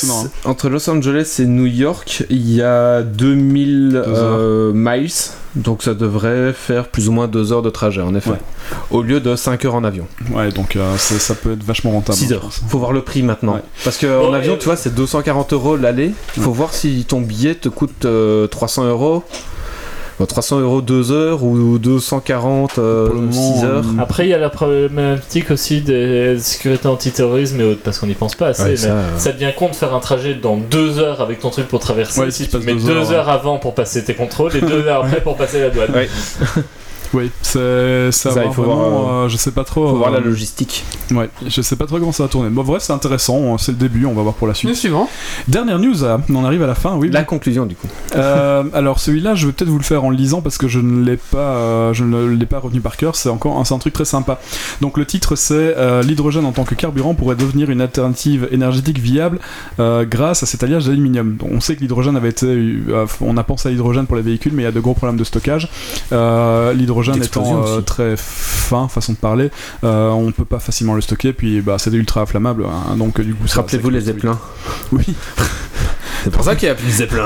Angeles et New York, il y a 2000 miles, donc ça devrait faire plus ou moins 2 heures de trajet en effet, au lieu de 5 heures en avion. Ouais, donc ça peut être vachement rentable. 6 heures. Faut voir le prix maintenant. Parce qu'en avion, tu vois, c'est 240 € l'aller. Faut voir si ton billet te coûte 300 €. 300 € 2 heures ou 240 6 heures. Après, il y a la problématique aussi des sécurités antiterrorisme et autres, parce qu'on n'y pense pas assez. Ça devient con de faire un trajet dans 2 heures avec ton truc pour traverser. Si tu mets 2 heures avant pour passer tes contrôles et 2 heures après pour passer la douane. Oui, ça il faut voir, je sais pas trop. Faut voir la logistique. Ouais, je sais pas trop comment ça va tourner. Bon, bref, c'est intéressant, c'est le début, on va voir pour la suite. Le suivant. Dernière news, on en arrive à la fin, oui. La conclusion, du coup. Alors, celui-là, je vais peut-être vous le faire en le lisant parce que je ne l'ai pas retenu par cœur. C'est un truc très sympa. Donc, le titre, c'est l'hydrogène en tant que carburant pourrait devenir une alternative énergétique viable grâce à cet alliage d'aluminium. Donc, on sait que l'hydrogène avait été. On a pensé à l'hydrogène pour les véhicules, mais il y a de gros problèmes de stockage. L'hydrogène étant très fin, façon de parler, on peut pas facilement le stocker, puis c'est ultra inflammable, hein, donc du coup rappelez-vous les zeppelins. Oui. C'est pour ça qu'il y a plus de zeppelins.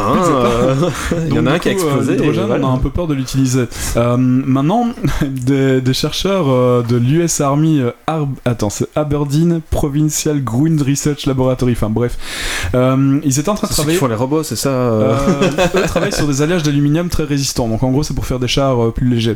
Il y en a un qui a explosé. L'hydrogène, on a un peu peur de l'utiliser. Maintenant, des chercheurs de l'US Army, c'est Aberdeen Provincial Ground Research Laboratory, enfin bref, ils étaient en train de travailler. Ils font les robots, c'est ça. Eux travaillent sur des alliages d'aluminium très résistants. Donc en gros, c'est pour faire des chars plus légers.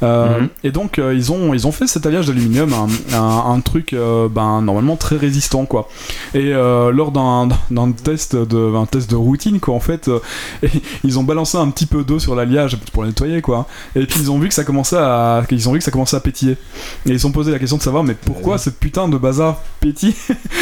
Et donc ils ont fait cet alliage d'aluminium, un truc normalement très résistant, quoi. Et lors d'un test de routine, quoi, en fait, ils ont balancé un petit peu d'eau sur l'alliage pour le nettoyer, quoi. Et puis ils ont vu que ça commençait à pétiller. Et ils ont posé la question de savoir mais pourquoi ce putain de bazar pétille.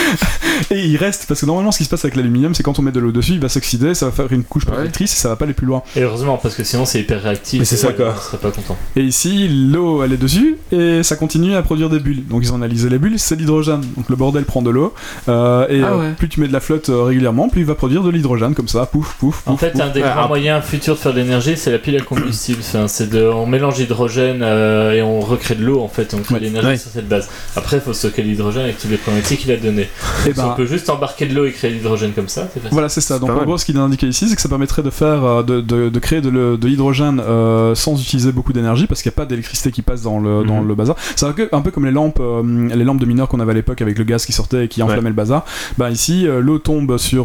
Et il reste, parce que normalement ce qui se passe avec l'aluminium, c'est quand on met de l'eau dessus, il va s'oxyder, ça va faire une couche protectrice et ça va pas aller plus loin. Et heureusement, parce que sinon c'est hyper réactif. Mais c'est ça, quoi. On serait pas content. Et ici, l'eau elle est dessus et ça continue à produire des bulles. Donc ils ont analysé les bulles, c'est l'hydrogène. Donc le bordel prend de l'eau plus tu mets de la flotte régulièrement, plus il va produire de l'hydrogène comme ça, pouf. En fait, un des grands moyens futurs de faire de l'énergie, c'est la pile à combustible. On mélange l'hydrogène et on recrée de l'eau, en fait, on crée de l'énergie sur cette base. Après, il faut stocker l'hydrogène avec toutes les problématiques qu'il a données. On peut juste embarquer de l'eau et créer de l'hydrogène comme ça, c'est facile. Voilà, c'est ça. Donc en gros, ce qu'il a indiqué ici, c'est que ça permettrait de faire de créer de l'hydrogène sans utiliser beaucoup d'énergie, parce qu'il n'y a pas d'électricité qui passe dans le bazar. C'est un peu comme les lampes de mineurs qu'on avait à l'époque avec le gaz qui sortait et qui enflammait le bazar. Ici, l'eau tombe sur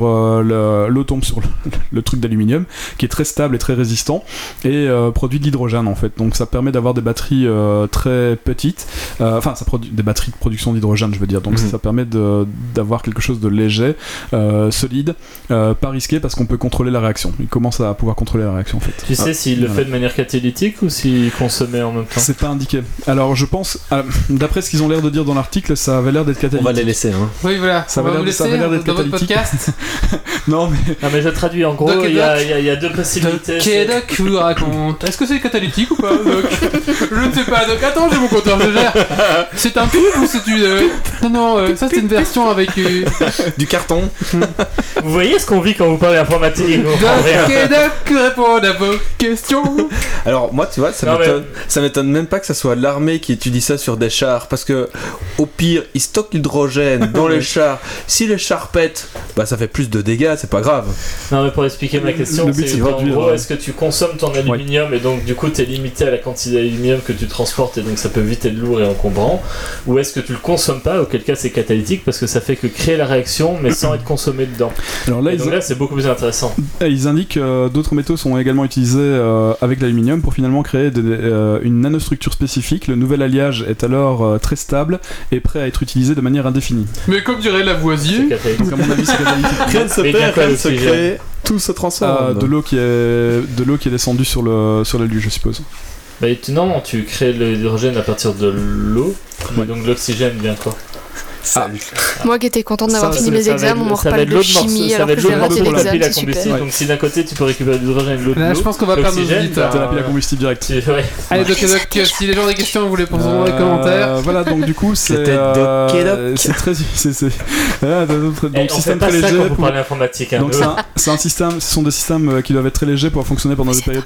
le truc d'aluminium qui est très stable et très résistant et produit de l'hydrogène, en fait. Donc ça permet d'avoir des batteries très petites, ça produit des batteries de production d'hydrogène, je veux dire. Donc ça permet d'avoir quelque chose de léger, solide, pas risqué, parce qu'on peut contrôler la réaction. Il commence à pouvoir contrôler la réaction, en fait. Tu sais s'il le fait de manière catalytique ou s'il consommait en même temps? C'est pas indiqué. Alors je pense, d'après ce qu'ils ont l'air de dire dans l'article, ça avait l'air d'être catalytique. On va les laisser, hein. Oui, voilà. Ça avait l'air d'être dans votre catalytique. podcast. Non mais je traduis, en gros, il y a deux possibilités. Doc vous raconte. Est-ce que c'est catalytique ou pas, Doc? Je ne sais pas, Doc. Attends, j'ai mon compteur, je gère. C'est un tube ou c'est du... Non, ça c'est une version avec... du carton. Vous voyez ce qu'on vit quand vous parlez informatique? Doc répond à vos questions. Alors moi, tu vois, ça m'étonne même pas que ça soit l'armée qui étudie ça sur des chars, parce que au pire, ils stockent l'hydrogène dans les chars. Si les chars pètent, ça fait plus de dégâts, c'est pas grave. Non, mais pour expliquer ma question, c'est en gros, est-ce que tu consommes ton aluminium et donc du coup t'es limité à la quantité d'aluminium que tu transportes et donc ça peut vite être lourd et encombrant, ou est-ce que tu le consommes pas, auquel cas c'est catalytique parce que ça fait que créer la réaction mais sans être consommé dedans. Alors là, là c'est beaucoup plus intéressant. Ils indiquent que d'autres métaux sont également utilisés avec l'aluminium pour finalement créer une nanostructure spécifique. Le nouvel alliage est alors très stable et prêt à être utilisé de manière indéfinie. Mais comme dirait Lavoisier, donc à mon avis c'est catalytique. Rien ne se perd, rien ne se crée, tout se transforme. De l'eau qui est descendue sur l'alu, je suppose. Non, tu crées l'hydrogène à partir de l'eau, donc l'oxygène vient quoi? Salut. Moi qui étais contente d'avoir fini mes examens, on me reparle de chimie alors que j'ai raté l'examen, c'est super. Donc si d'un côté tu peux récupérer de l'hydrogène et de l'autre là je pense qu'on va perdre nos auditeurs. T'as la pile à combustible direct. Allez Doc, si les gens ont des questions, vous les posez dans les commentaires. Voilà, donc du coup c'est très... Donc système très léger pour parler informatique. Donc c'est un système, ce sont des systèmes qui doivent être très légers pour fonctionner pendant des périodes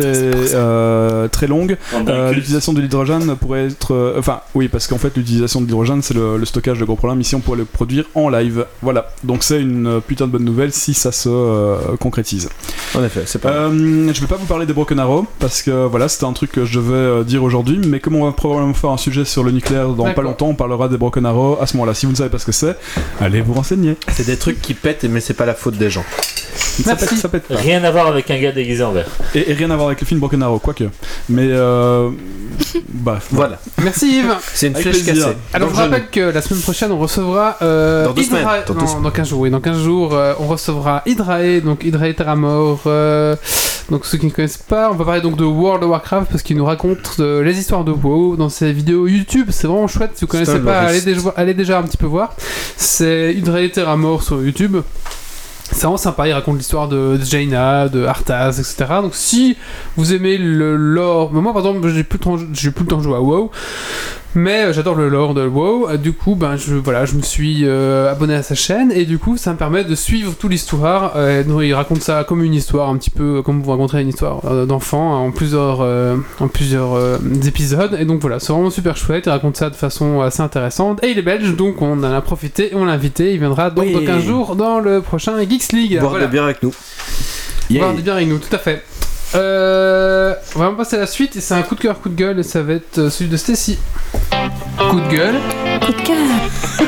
très longues. L'utilisation de l'hydrogène pourrait être... oui, parce qu'en fait l'utilisation de l'hydrogène c'est le stockage de le gros problème ici on pourrait le produire en live. Voilà, donc c'est une putain de bonne nouvelle si ça se concrétise. En effet, c'est pas Je vais pas vous parler des Broken Arrow parce que voilà, c'était un truc que je devais dire aujourd'hui, mais comme on va probablement faire un sujet sur le nucléaire dans pas longtemps, on parlera des Broken Arrow à ce moment-là. Si vous ne savez pas ce que c'est, allez vous renseigner. C'est des trucs qui pètent, mais c'est pas la faute des gens. Ça pète pas. Rien à voir avec un gars déguisé en vert. Et rien à voir avec le film Broken Arrow, quoique. Mais bref. Voilà. Merci Yves. C'est une Avec flèche plaisir. cassée. Alors je Dans le rappelle que la semaine prochaine on recevra Dans 2 semaines. Hydrae- non, dans 15 jours, oui, dans 15 jours on recevra Hydrae, donc Hydrae Terramore. Donc ceux qui ne connaissent pas, on va parler donc de World of Warcraft parce qu'il nous raconte les histoires de WoW dans ses vidéos YouTube. C'est vraiment chouette. Si vous connaissez C'est un pas, loriste. allez déjà un petit peu voir. C'est Hydrae Terramore sur YouTube. C'est vraiment sympa, il raconte l'histoire de Jaina, de Arthas, etc. Donc si vous aimez le lore, moi par exemple j'ai plus le temps de jouer à WoW, mais j'adore le lore de WoW. Du coup je me suis abonné à sa chaîne et du coup ça me permet de suivre toute l'histoire. Donc, il raconte ça comme une histoire, un petit peu comme vous raconterez une histoire d'enfant en plusieurs épisodes. Et donc voilà, c'est vraiment super chouette, il raconte ça de façon assez intéressante. Et il est belge, donc on en a profité et on l'a invité. Il viendra donc dans 15 jours dans le prochain Geeks League. Boire de bière avec nous. Boire des bières avec nous, tout à fait. On va passer à la suite et c'est un coup de cœur, coup de gueule et ça va être celui de Stacy. Coup de gueule. Coup de cœur.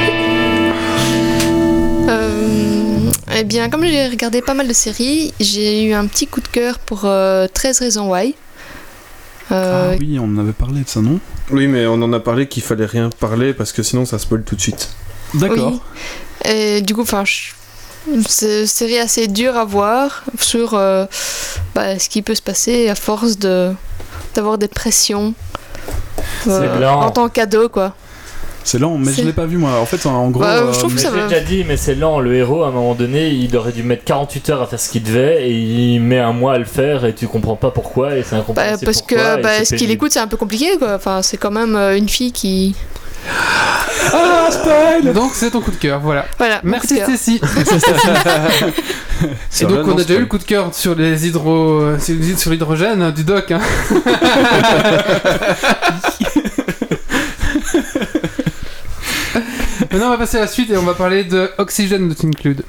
Eh bien, comme j'ai regardé pas mal de séries, j'ai eu un petit coup de cœur pour 13 raisons why. Ah oui, on en avait parlé de ça, non? Oui, mais on en a parlé qu'il fallait rien parler parce que sinon ça spoil tout de suite. D'accord. Oui. Et du coup, c'est une série assez dure à voir sur ce qui peut se passer à force d'avoir des pressions lent. en tant qu'ado, quoi. C'est lent, mais je l'ai pas vu moi. En fait, en gros. Je trouve que Mais ça je l'ai va. déjà dit, mais c'est lent. Le héros, à un moment donné, il aurait dû mettre 48 heures à faire ce qu'il devait et il met un mois à le faire et tu comprends pas pourquoi et c'est incompréhensible. Parce pourquoi, et que c'est ce qu'il pénible. écoute, c'est un peu compliqué, quoi. Enfin, c'est quand même une fille qui. Ah, spoil! Donc c'est ton coup de cœur, voilà. Voilà. mon coup de Merci cœur. Stacy. Et donc on a déjà eu le coup de cœur sur sur l'hydrogène du doc. Hein. Maintenant on va passer à la suite et on va parler de Oxygen Not Include.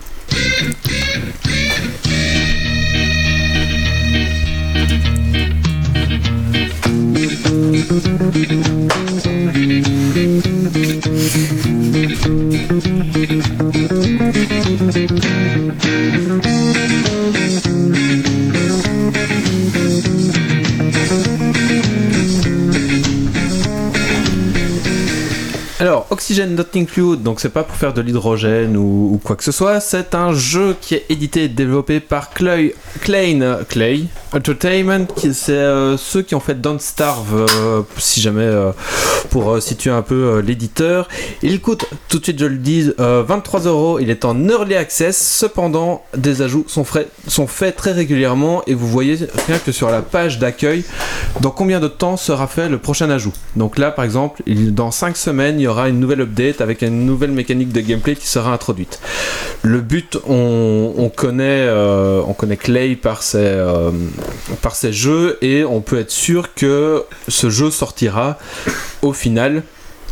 Alors, Oxygen Not Include, donc c'est pas pour faire de l'hydrogène ou quoi que ce soit, c'est un jeu qui est édité et développé par Clay Entertainment, c'est ceux qui ont fait Don't Starve, si jamais, pour situer un peu l'éditeur. Il coûte, tout de suite je le dis, 23€, il est en Early Access, cependant des ajouts sont faits très régulièrement et vous voyez rien que sur la page d'accueil dans combien de temps sera fait le prochain ajout. Donc là par exemple, dans 5 semaines, il y aura une nouvelle update avec une nouvelle mécanique de gameplay qui sera introduite. Le but, on connaît Clay par ses jeux et on peut être sûr que ce jeu sortira au final.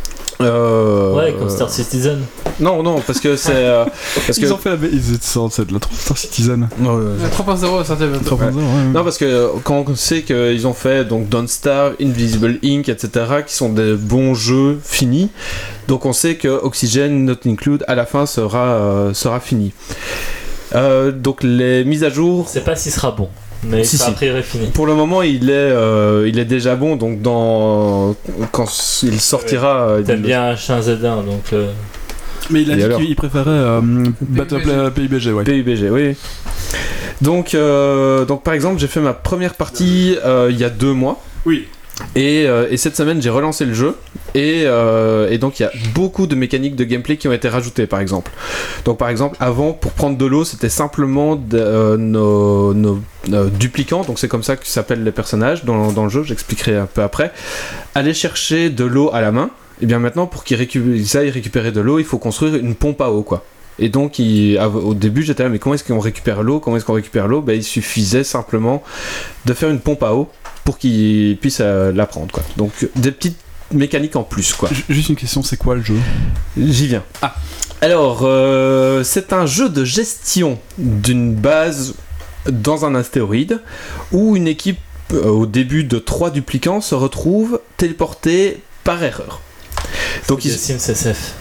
Ouais, comme Star Citizen. Non, parce que c'est. Ils ont fait c'est de la Star Citizen. 3.0 sorti bientôt. 3.0, ouais. Non, parce que quand on sait qu'ils ont fait donc Don't Starve, Invisible Inc, etc., qui sont des bons jeux finis, donc on sait que Oxygen Not Include à la fin sera fini. Donc les mises à jour. Je sais pas s'il sera bon, mais Si, ça si. après est fini. Pour le moment, il est déjà bon, donc quand il sortira. T'aimes bien H1Z1, donc. Mais il a Et dit alors qu'il préférait Battle PUBG, ouais. PUBG, oui. Donc par exemple, j'ai fait ma première partie il y a 2 mois. Oui. Et cette semaine, j'ai relancé le jeu. Et donc, il y a beaucoup de mécaniques de gameplay qui ont été rajoutées, par exemple. Donc, par exemple, avant, pour prendre de l'eau, c'était simplement nos duplicants. Donc, c'est comme ça que s'appellent les personnages dans le jeu. J'expliquerai un peu après. Aller chercher de l'eau à la main. Et bien maintenant, pour qu'ils aillent récupérer de l'eau, il faut construire une pompe à eau, quoi. Et donc, au début, j'étais là, mais comment est-ce qu'on récupère l'eau? Ben, il suffisait simplement de faire une pompe à eau pour qu'ils puissent la prendre, quoi. Donc, des petites mécanique en plus, quoi. Juste une question, c'est quoi le jeu? J'y viens. Ah. Alors, c'est un jeu de gestion d'une base dans un astéroïde où une équipe, au début de 3 duplicants, se retrouve téléportée par erreur. Donc, Sims SF.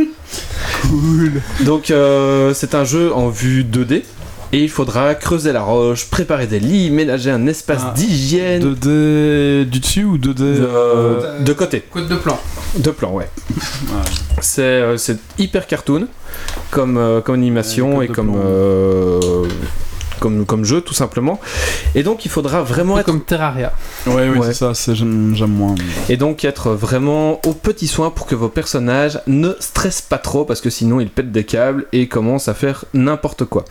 Cool. Donc c'est un jeu en vue 2D et il faudra creuser la roche, préparer des lits, ménager un espace d'hygiène 2D du dessus ou 2D de côté. Code de plan. De plan, ouais. C'est hyper cartoon comme animation Ouais, et code comme jeu tout simplement. Et donc il faudra vraiment être Comme Terraria. Ouais, Ouais. c'est ça, j'aime moins. et donc être vraiment aux petits soins pour que vos personnages ne stressent pas trop parce que sinon ils pètent des câbles et commencent à faire n'importe quoi.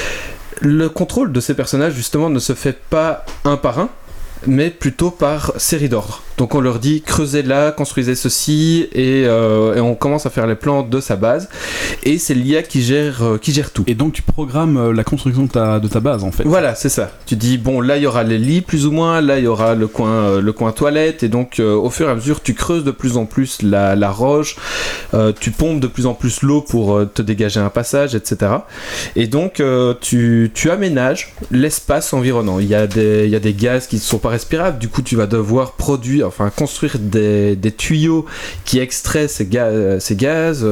Le contrôle de ces personnages justement ne se fait pas un par un mais plutôt par série d'ordre. Donc on leur dit creusez là, construisez ceci et on commence à faire les plans de sa base et c'est l'IA qui gère tout. Et donc tu programmes la construction de ta base en fait. Voilà, c'est ça. Tu dis bon là il y aura les lits plus ou moins, là il y aura le coin toilette et donc au fur et à mesure tu creuses de plus en plus la roche, tu pompes de plus en plus l'eau pour te dégager un passage, etc. Et donc tu aménages l'espace environnant. Il y a des gaz qui ne sont pas respirables, du coup tu vas devoir construire des tuyaux qui extraient ces gaz,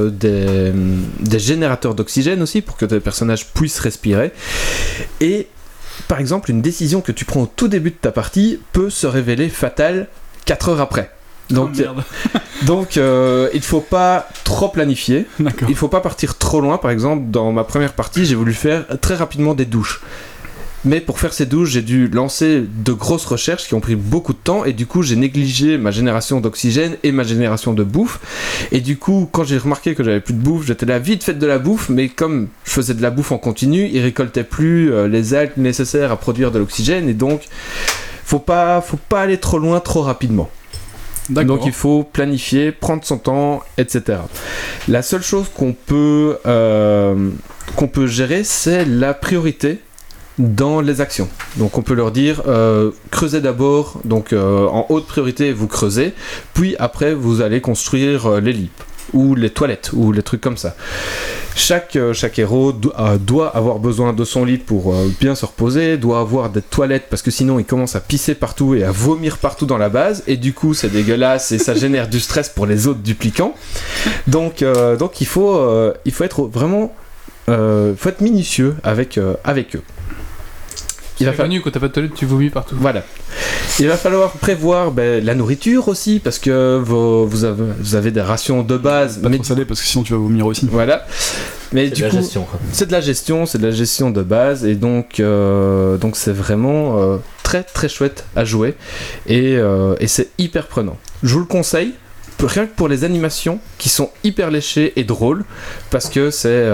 des générateurs d'oxygène aussi pour que tes personnages puissent respirer. Et par exemple, une décision que tu prends au tout début de ta partie peut se révéler fatale 4 heures après. Donc, il ne faut pas trop planifier. D'accord. Il ne faut pas partir trop loin. Par exemple, dans ma première partie, j'ai voulu faire très rapidement des douches. Mais pour faire ces douches, j'ai dû lancer de grosses recherches qui ont pris beaucoup de temps et du coup j'ai négligé ma génération d'oxygène et ma génération de bouffe. Et du coup, quand j'ai remarqué que j'avais plus de bouffe, j'étais là vite fait de la bouffe, mais comme je faisais de la bouffe en continu, ils récoltaient plus les algues nécessaires à produire de l'oxygène et donc faut pas aller trop loin trop rapidement. D'accord. Donc il faut planifier, prendre son temps, etc. La seule chose qu'on peut gérer, c'est la priorité dans les actions. Donc on peut leur dire creusez d'abord, donc en haute priorité vous creusez, puis après vous allez construire les lits ou les toilettes ou les trucs comme ça. Chaque héros doit avoir besoin de son lit pour bien se reposer, doit avoir des toilettes parce que sinon il commence à pisser partout et à vomir partout dans la base et du coup c'est dégueulasse et ça génère du stress pour les autres duplicants. Donc il faut être vraiment faut être minutieux avec eux. C'est connu, quand t'as pas de toilette, tu vomis partout. Voilà. Il va falloir prévoir la nourriture aussi, parce que vous avez des rations de base. Pas trop salé parce que sinon tu vas vomir aussi. Voilà. Mais C'est du de la coup, gestion, quoi. c'est de la gestion de base, et donc c'est vraiment très très chouette à jouer, et c'est hyper prenant. Je vous le conseille. Rien que pour les animations qui sont hyper léchées et drôles, parce que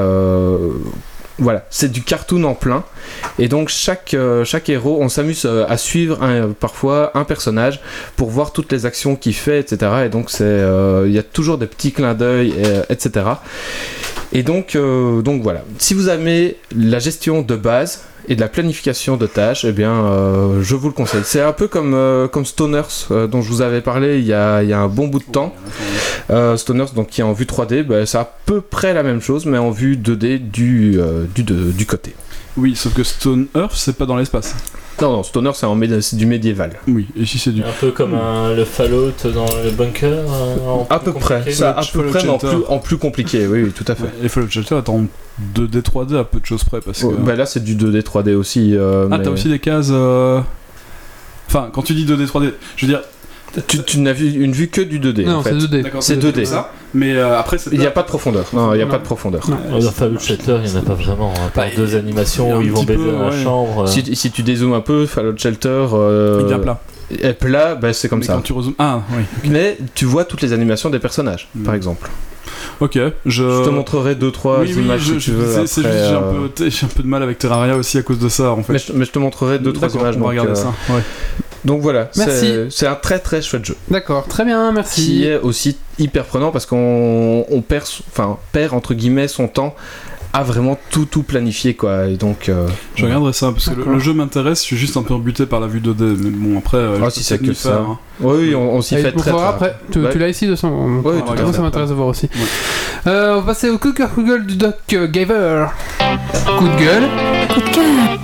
c'est du cartoon en plein. Et donc chaque héros, on s'amuse à suivre parfois un personnage pour voir toutes les actions qu'il fait, etc. Et donc il y a toujours des petits clins d'œil, etc. Et donc voilà. Si vous aimez la gestion de base et de la planification de tâches, eh bien, je vous le conseille. C'est un peu comme Stoners, dont je vous avais parlé il y a un bon bout de temps. Stoners, donc, qui est en vue 3D, c'est à peu près la même chose, mais en vue 2D du côté. Oui, sauf que Stone Earth, c'est pas dans l'espace. Non, Stoner, c'est du médiéval. Oui, et si c'est du... Un peu comme le Fallout dans le bunker. À peu près, ça, à peu près, mais en plus compliqué, oui, tout à fait. Ouais, et Fallout Shelter est en 2D 3D à peu de choses près, parce que... là, c'est du 2D 3D aussi. mais... t'as aussi des cases... Enfin, quand tu dis 2D 3D, je veux dire... Tu n'as vu une vue que du 2D, non, en fait. c'est 2D. D'accord, c'est 2D. Ça, mais après, c'est il n'y a pas de profondeur. Non, il n'y a pas de profondeur. Dans Fallout Shelter, il n'y en a pas vraiment. À part deux animations où ils vont baiser dans la chambre. Si tu dézoomes un peu, Fallout Shelter... il vient plat. Et plat, c'est comme mais ça. Quand tu rezoomes... Ah, oui. Okay. Mais tu vois toutes les animations des personnages, par exemple. Ok, je te montrerai 2-3 images si tu veux. C'est juste, j'ai un peu de mal avec Terraria aussi à cause de ça, en fait. Mais je te montrerai 2-3 images. On va regarder ça. Ouais. Donc voilà, merci. C'est un très très chouette jeu. D'accord, très bien, merci. Qui est aussi hyper prenant parce qu'on perd entre guillemets son temps a vraiment tout planifié, quoi. Et donc, Je regarderai ça parce que le jeu m'intéresse. Je suis juste un peu rebuté par la vue 2D. Mais bon, après, si c'est que ça. Hein. Oui, on s'y fait très. Après, tu l'as ici de son. Oui, tout à fait. Ça m'intéresse de voir aussi. Ouais. On va passer au coup de gueule du Doc Gaver. Coup de gueule. Coup de cœur.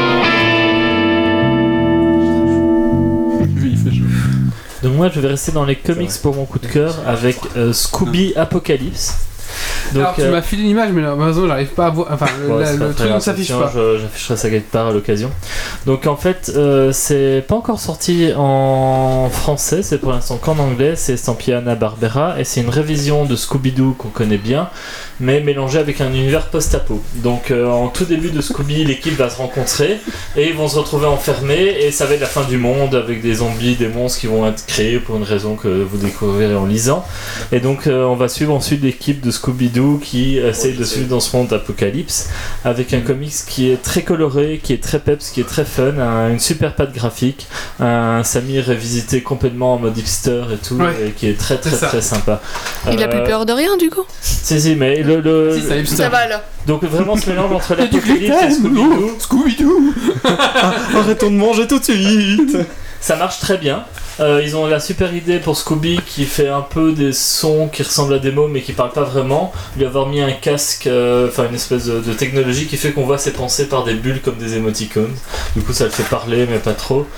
Il fait chaud. Donc moi je vais rester dans les comics pour mon coup de cœur avec Scooby Apocalypse. Donc, Alors tu m'as filé une image mais là, malheureusement j'arrive pas à voir. Enfin le truc ne s'affiche pas. J'afficherai ça quelque part à l'occasion. Donc en fait c'est pas encore sorti en français, c'est pour l'instant qu'en anglais, c'est estampillé Hanna-Barbera et c'est une révision de Scooby-Doo qu'on connaît bien mais mélangé avec un univers post-apo. Donc en tout début de Scooby, l'équipe va se rencontrer et ils vont se retrouver enfermés et ça va être la fin du monde avec des zombies, des monstres qui vont être créés pour une raison que vous découvrirez en lisant. Et donc on va suivre ensuite l'équipe de Scooby-Doo qui essaye de suivre dans ce monde apocalypse avec un comics qui est très coloré, qui est très peps, qui est très fun, une super patte graphique, un Samir révisité complètement en mode hipster et tout, et qui est très sympa. Il a plus peur de rien du coup. Si, mais ça va là. donc vraiment ce mélange entre l'apocalypse et Scooby-Doo. Arrêtons de manger tout de suite. Ça marche très bien. Ils ont la super idée pour Scooby qui fait un peu des sons qui ressemblent à des mots mais qui parlent pas vraiment. Lui avoir mis un casque, une espèce de technologie qui fait qu'on voit ses pensées par des bulles comme des émoticônes. Du coup ça le fait parler mais pas trop.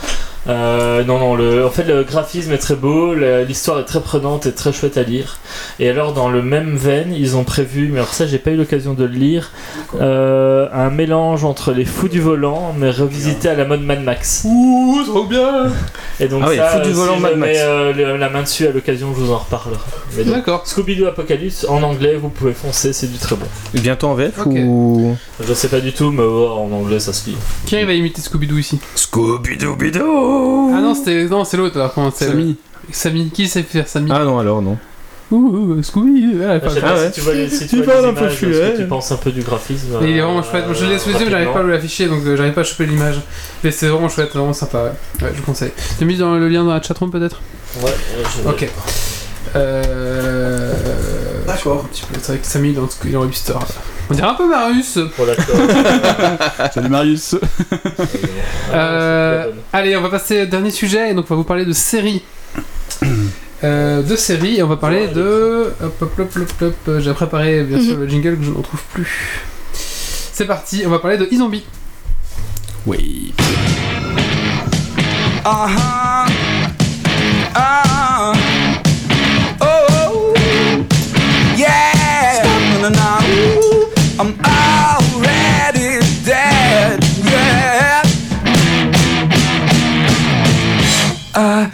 En fait le graphisme est très beau, l'histoire est très prenante et très chouette à lire. Et alors dans le même veine, ils ont prévu, mais alors ça j'ai pas eu l'occasion de le lire, un mélange entre les fous du volant mais revisité à la mode Mad Max. Ouh, trop bien. Et donc fous du volant si Mad je Max. mets la main dessus à l'occasion, je vous en reparlerai. Mais donc, D'accord. Scooby-Doo Apocalypse en anglais, vous pouvez foncer, c'est du très bon. Bientôt en VF Ok. ou Je sais pas du tout, mais en anglais ça se lit. Qui arrive à imiter Scooby-Doo ici? Scooby-Doo. Ah non, c'est l'autre. Alors comment c'est? Samy. Samy, qui sait faire Samy? Ah non, alors non. Scooby. Je sais pas si tu vois les images, est-ce que tu penses un peu du graphisme. Il est vraiment chouette. Moi, je l'ai sous les yeux, mais j'arrive pas à l'afficher, donc j'arrive pas à choper l'image. Mais c'est vraiment chouette, vraiment sympa. Ouais, je vous conseille. Tu as mis dans le lien dans la chatroom peut-être? Ouais, Ok. D'accord. C'est vrai que Samy dans le hipster. On dirait un peu Marius. Pour l'accord. Salut Marius. Allez, on va passer au dernier sujet, et donc on va vous parler de séries. Et on va parler de... Hop. J'ai préparé bien sûr le jingle que je ne retrouve plus. C'est parti, on va parler de iZombie. Oui. Oh, yeah. I'm already dead. Yeah. I'm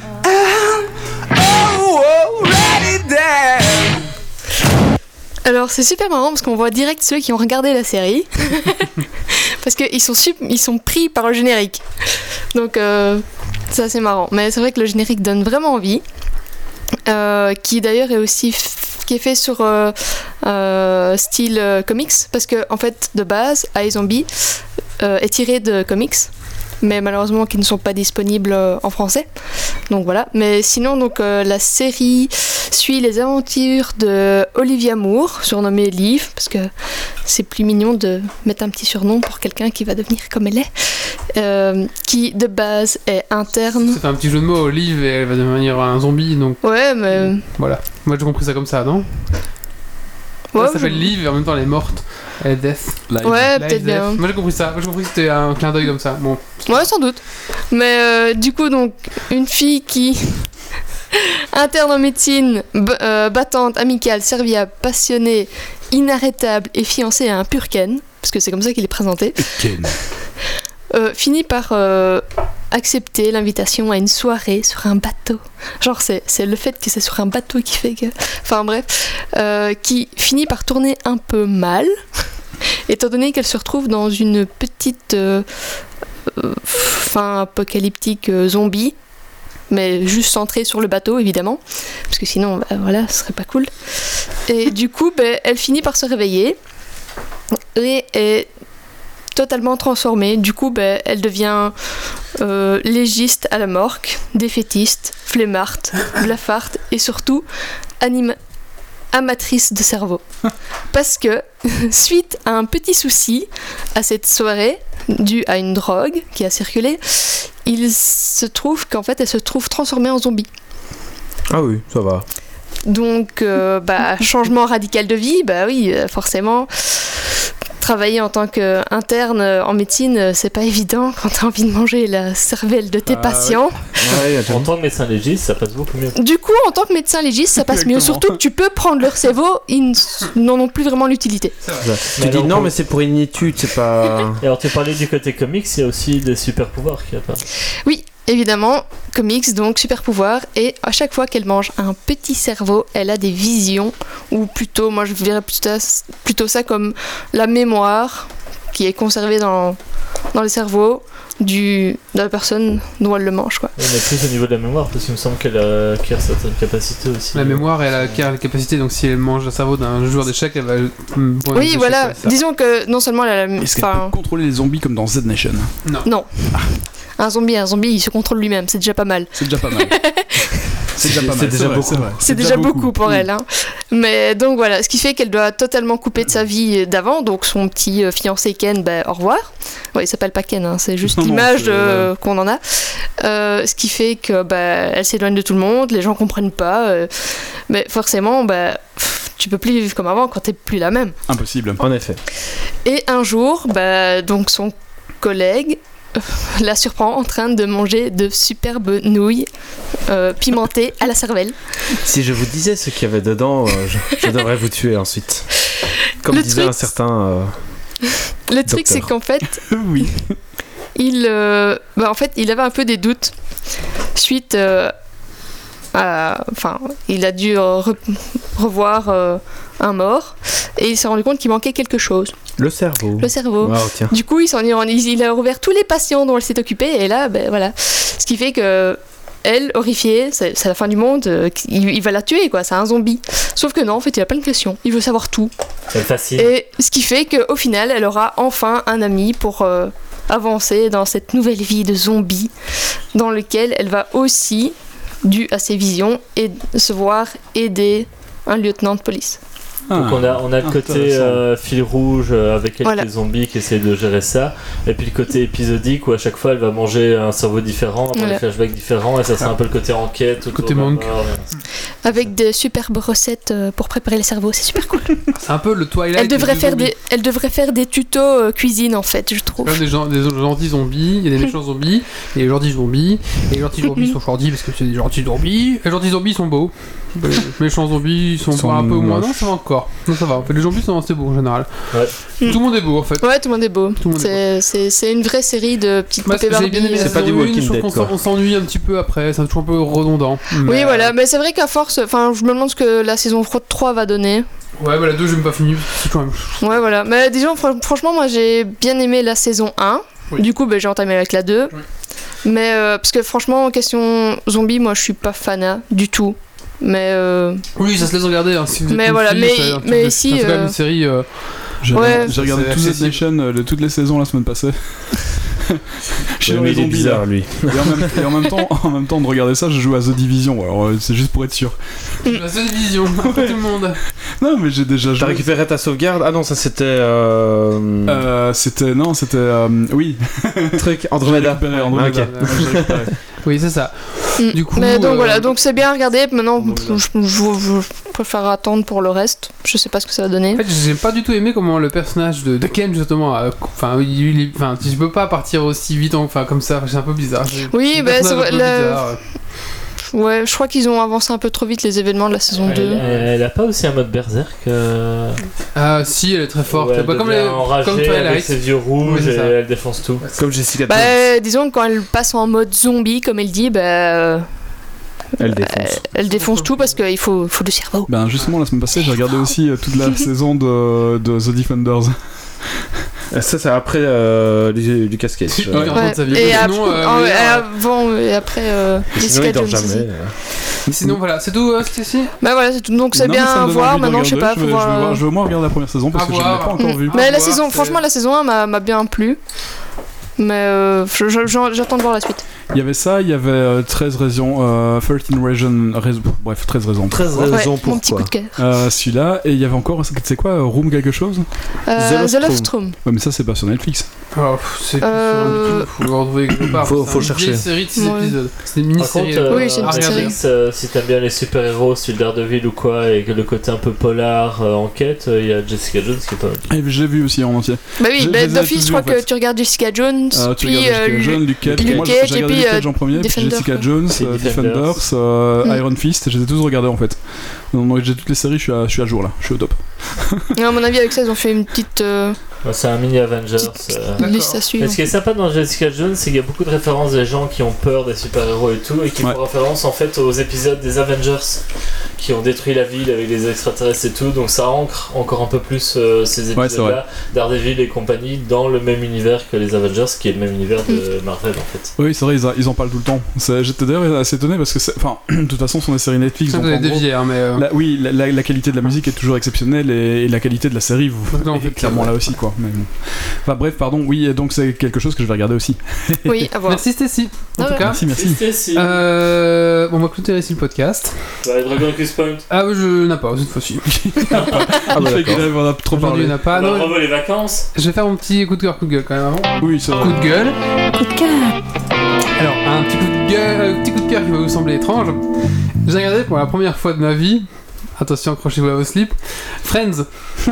already dead. Alors c'est super marrant parce qu'on voit direct ceux qui ont regardé la série parce qu'ils sont pris par le générique. Donc ça c'est marrant. Mais c'est vrai que le générique donne vraiment envie. Qui d'ailleurs est aussi qui est fait sur style comics parce que en fait de base iZombie est tiré de comics mais malheureusement qui ne sont pas disponibles en français. Donc voilà. Mais sinon donc la série suit les aventures de Olivia Moore, surnommée Liv, parce que c'est plus mignon de mettre un petit surnom pour quelqu'un qui va devenir comme elle est, qui de base est interne. C'est un petit jeu de mots, Liv, et elle va devenir un zombie, donc Ouais, mais voilà. Moi j'ai compris ça comme ça, non? ouais, Elle s'appelle Liv et en même temps elle est morte. Elle est Death. ouais, Live, peut-être Death. bien. Moi j'ai compris ça. Moi j'ai compris que c'était un clin d'œil comme ça. Bon. Ouais, sans doute. Mais du coup, donc, une fille qui, interne en médecine, battante, amicale, serviable, passionnée, inarrêtable et fiancée à un pur Ken, parce que c'est comme ça qu'il est présenté, finit par accepter l'invitation à une soirée sur un bateau. Genre, c'est le fait que c'est sur un bateau qui fait que... Enfin bref, qui finit par tourner un peu mal, étant donné qu'elle se retrouve dans une petite... fin apocalyptique zombie, mais juste centrée sur le bateau évidemment, parce que sinon voilà, ce serait pas cool. Et du coup elle finit par se réveiller et est totalement transformée. Du coup elle devient légiste à la morgue, défaitiste, flemmarde, blafarde et surtout amatrice de cerveau. Parce que, suite à un petit souci à cette soirée, dû à une drogue qui a circulé, il se trouve qu'en fait, elle se trouve transformée en zombie. Ah oui, ça va. Donc, changement radical de vie, bah oui, forcément. Travailler en tant qu'interne en médecine, c'est pas évident quand t'as envie de manger la cervelle de tes patients. Ouais, En tant que médecin légiste, ça passe beaucoup mieux. Du coup, en tant que médecin légiste, ça passe mieux. Exactement. Surtout que tu peux prendre leur cerveau, ils n'en ont plus vraiment l'utilité. tu dis alors, non, mais c'est pour une étude, c'est pas. Et alors, tu parlais du côté comics, il y a aussi des super pouvoirs qu'il y a pas. Oui, évidemment, comics, donc super pouvoir, et à chaque fois qu'elle mange un petit cerveau, elle a des visions, ou plutôt, moi je verrais plutôt ça comme la mémoire qui est conservée dans le cerveau de la personne dont elle le mange, quoi. On est plus au niveau de la mémoire, parce qu'il me semble qu'elle acquiert certaines capacités aussi. La mémoire, elle acquiert la capacité, donc si elle mange le cerveau d'un joueur d'échecs, elle va. Oui, voilà, disons que non seulement elle a la... Est-ce qu'elle peut contrôler les zombies comme dans Z Nation? Non. Un zombie, il se contrôle lui-même, c'est déjà pas mal. C'est déjà pas mal. C'est déjà pas mal. C'est déjà vrai, beaucoup. c'est vrai. C'est déjà beaucoup pour elle. Hein. Mais donc voilà, ce qui fait qu'elle doit totalement couper de sa vie d'avant. Donc son petit fiancé Ken, au revoir. Ouais, il s'appelle pas Ken, hein, c'est juste Non, l'image c'est- qu'on en a. Ce qui fait que elle s'éloigne de tout le monde, les gens comprennent pas. Mais forcément, tu peux plus vivre comme avant quand t'es plus la même. Impossible. En effet. Et un jour, donc son collègue la surprend en train de manger de superbes nouilles pimentées à la cervelle. Si je vous disais ce qu'il y avait dedans, je devrais vous tuer ensuite. Comme Le disait truc- un certain. Le truc, Docteur. c'est qu'en fait, Oui. il avait un peu des doutes suite il a dû revoir un mort et il s'est rendu compte qu'il manquait quelque chose, Le cerveau. le cerveau. Oh, tiens. Du coup, il a rouvert tous les patients dont elle s'est occupée et là, voilà. Ce qui fait que elle, horrifiée, c'est la fin du monde, il va la tuer, quoi, c'est un zombie. Sauf que non, en fait, il a plein de questions, il veut savoir tout. C'est facile. Et ce qui fait qu'au final, elle aura enfin un ami pour avancer dans cette nouvelle vie de zombie, dans lequel elle va aussi, dû à ses visions, se voir aider un lieutenant de police. Donc on a le côté fil rouge avec quelques Voilà. zombies qui essayent de gérer ça, et puis le côté épisodique où à chaque fois elle va manger un cerveau différent, avoir Voilà. des flashbacks différents, et ça c'est un peu le côté enquête. autour Côté d'un monk. mort. Avec des superbes recettes pour préparer le cerveau, c'est super cool. C'est un peu le Twilight. Elle devrait des faire des tutos cuisine en fait, je trouve. zombies. Des gentils zombies, il y a des méchants zombies, et les gentils zombies, et les gentils zombies sont gentils parce que c'est des gentils zombies, et les gentils zombies sont beaux. Les méchants zombies sont, Sont un peu moins. moches. Non, ça va encore. Non, ça va. En fait, les zombies sont assez beaux en général. Ouais. Tout le monde est beau en fait. Ouais, tout le monde est beau. Tout le monde est C'est une vraie série de petites Moi, poupées j'ai bien Barbie. aimé la C'est pas saison du Walking 1, je trouve Dead, qu'on quoi. on s'ennuie un petit peu après, c'est toujours un peu redondant. Oui, voilà, mais c'est vrai qu'à force, je me demande ce que la saison 3 va donner. Ouais, la 2, j'ai même pas fini, c'est toujours la même chose. Ouais, voilà. Mais disons, franchement, moi j'ai bien aimé la saison 1. Oui. Du coup, j'ai entamé avec la 2. Oui. Mais parce que franchement, en question zombie, moi je suis pas fan du tout. Mais Oui, ça se laisse regarder. Hein, si vous êtes Mais une voilà, fille, mais- c'est un mais peu- ici, c'est quand même une série. J'ai Ouais. j'ai regardé C'est tout Z accessible. Nation, toutes les saisons la semaine passée. Je suis Ouais, dans mais les il est zombies bizarre, là. lui. Et en même temps de regarder ça, je joue à The Division. Alors c'est juste pour être sûr. La seule division, après tout le monde. Non mais j'ai déjà T'as joué. récupéré ta sauvegarde? Ah non, ça c'était. C'était oui. Truc J'ai Andromeda. récupéré Andromeda. Ah, ok. J'ai récupéré. Oui, c'est ça. Du coup, mais donc voilà, donc c'est bien regardé. Maintenant, bon, je préfère attendre pour le reste. Je sais pas ce que ça va donner. En fait, j'ai pas du tout aimé comment le personnage de Ken, justement, tu peux pas partir aussi vite, comme ça, c'est un peu bizarre. Oui, Le bah, personnage c'est un vrai, peu bizarre. Ouais, je crois qu'ils ont avancé un peu trop vite les événements de la saison 2. Elle a pas aussi un mode berserk Ah, si, elle est très forte. où elle Pas comme devient les. enragée Comme avec Twilight. ses yeux rouges Oui, c'est et ça. elle défonce tout. Comme Jessica Jones. Bah, disons que quand elle passe en mode zombie, comme elle dit, Elle défonce. elle défonce tout parce qu'il faut du cerveau. Ben justement la semaine passée j'ai regardé aussi toute la saison de The Defenders. Ça, c'est après Lucas Cage. Ouais. En train de sa vie. Et Sinon, avant et après Sinon, Jessica il dort Jones aussi. jamais. Sinon, voilà, c'est tout, Stacy. Bah voilà, c'est tout. Donc c'est Non, mais ça bien me à donne voir. envie de Maintenant, je sais pas, regarder. faut voir. Je veux au moins regarder la première saison parce À que je ne l'ai voir. pas encore vue. Mais À la voir, franchement, la saison 1 m'a bien plu. Mais j'attends de voir la suite. Il y avait ça, il y avait 13 raisons, 13 raisons. 13 Ouais, raisons mon petit coup pourquoi. de cœur. Celui-là, et il y avait encore, c'est quoi, Room quelque chose? The Loft Room. Ouais, mais ça, c'est pas sur Netflix. Oh, c'est plus sur YouTube, faut le retrouver quelque part. Faut C'est une chercher. vieille série de 6 Ouais. épisodes. C'est une Par contre, mini-série. Oui, c'est une petite Netflix, si t'aimes bien les super-héros, style Daredevil ou quoi, et que le côté un peu polar, enquête, il y a Jessica Jones qui est pas mal. Et j'ai vu aussi en entier. Bah oui, Je bah, les ai tous d'office, vus, je crois en fait. que tu regardes Jessica Jones, Tu puis regardes Jessica Jones, Luke Cage. Luke Moi, Cage, j'ai et regardé puis Luke Cage en premier, puis Defender, Jessica quoi. Jones, Puis Defenders, Mm. Iron Fist, je les ai tous regardés en fait. Donc j'ai toutes les séries, je suis à jour là, je suis au top. à mon avis, avec ça, ils ont fait une petite Ouais, c'est un mini Avengers. D'accord. liste à suivre. Mais ce qui est sympa dans Jessica Jones, c'est qu'il y a beaucoup de références des gens qui ont peur des super-héros et tout, et qui Ouais. font référence en fait aux épisodes des Avengers qui ont détruit la ville avec les extraterrestres et tout, donc ça ancre encore un peu plus ces c'est épisodes-là, Daredevil et compagnie, dans le même univers que les Avengers, qui est le même univers de Marvel en fait. Oui, c'est vrai, ils en parlent tout le temps. J'étais d'ailleurs assez étonné parce que, enfin, de toute façon, ce sont des séries Netflix. Ça, Donc vous avez en gros, dévié, hein, mais. oui, la qualité de la musique est toujours exceptionnelle et la qualité de la série, Non, est clairement là aussi quoi. Mais bon. Enfin bref, pardon, oui, et donc c'est quelque chose que je vais regarder aussi. Oui, à voir. Merci Stacy. En Ah tout ouais. cas. Merci. C'était On va clôturer ici le podcast. Dragon Quest Point. Ah oui, je n'ai pas cette fois-ci. Ah bah Il fait d'accord. qu'il en a trop Aujourd'hui, il parlé. n'y en a pas. On Non, revoit les vacances. je vais faire mon petit coup de cœur, coup de gueule quand même avant. Oui, c'est vrai. Coup de gueule. Coup de cœur. Alors, un petit coup de gueule, petit coup de cœur qui va vous sembler étrange. J'ai regardé pour la première fois de ma vie. Attention, accrochez-vous à vos slips. Friends.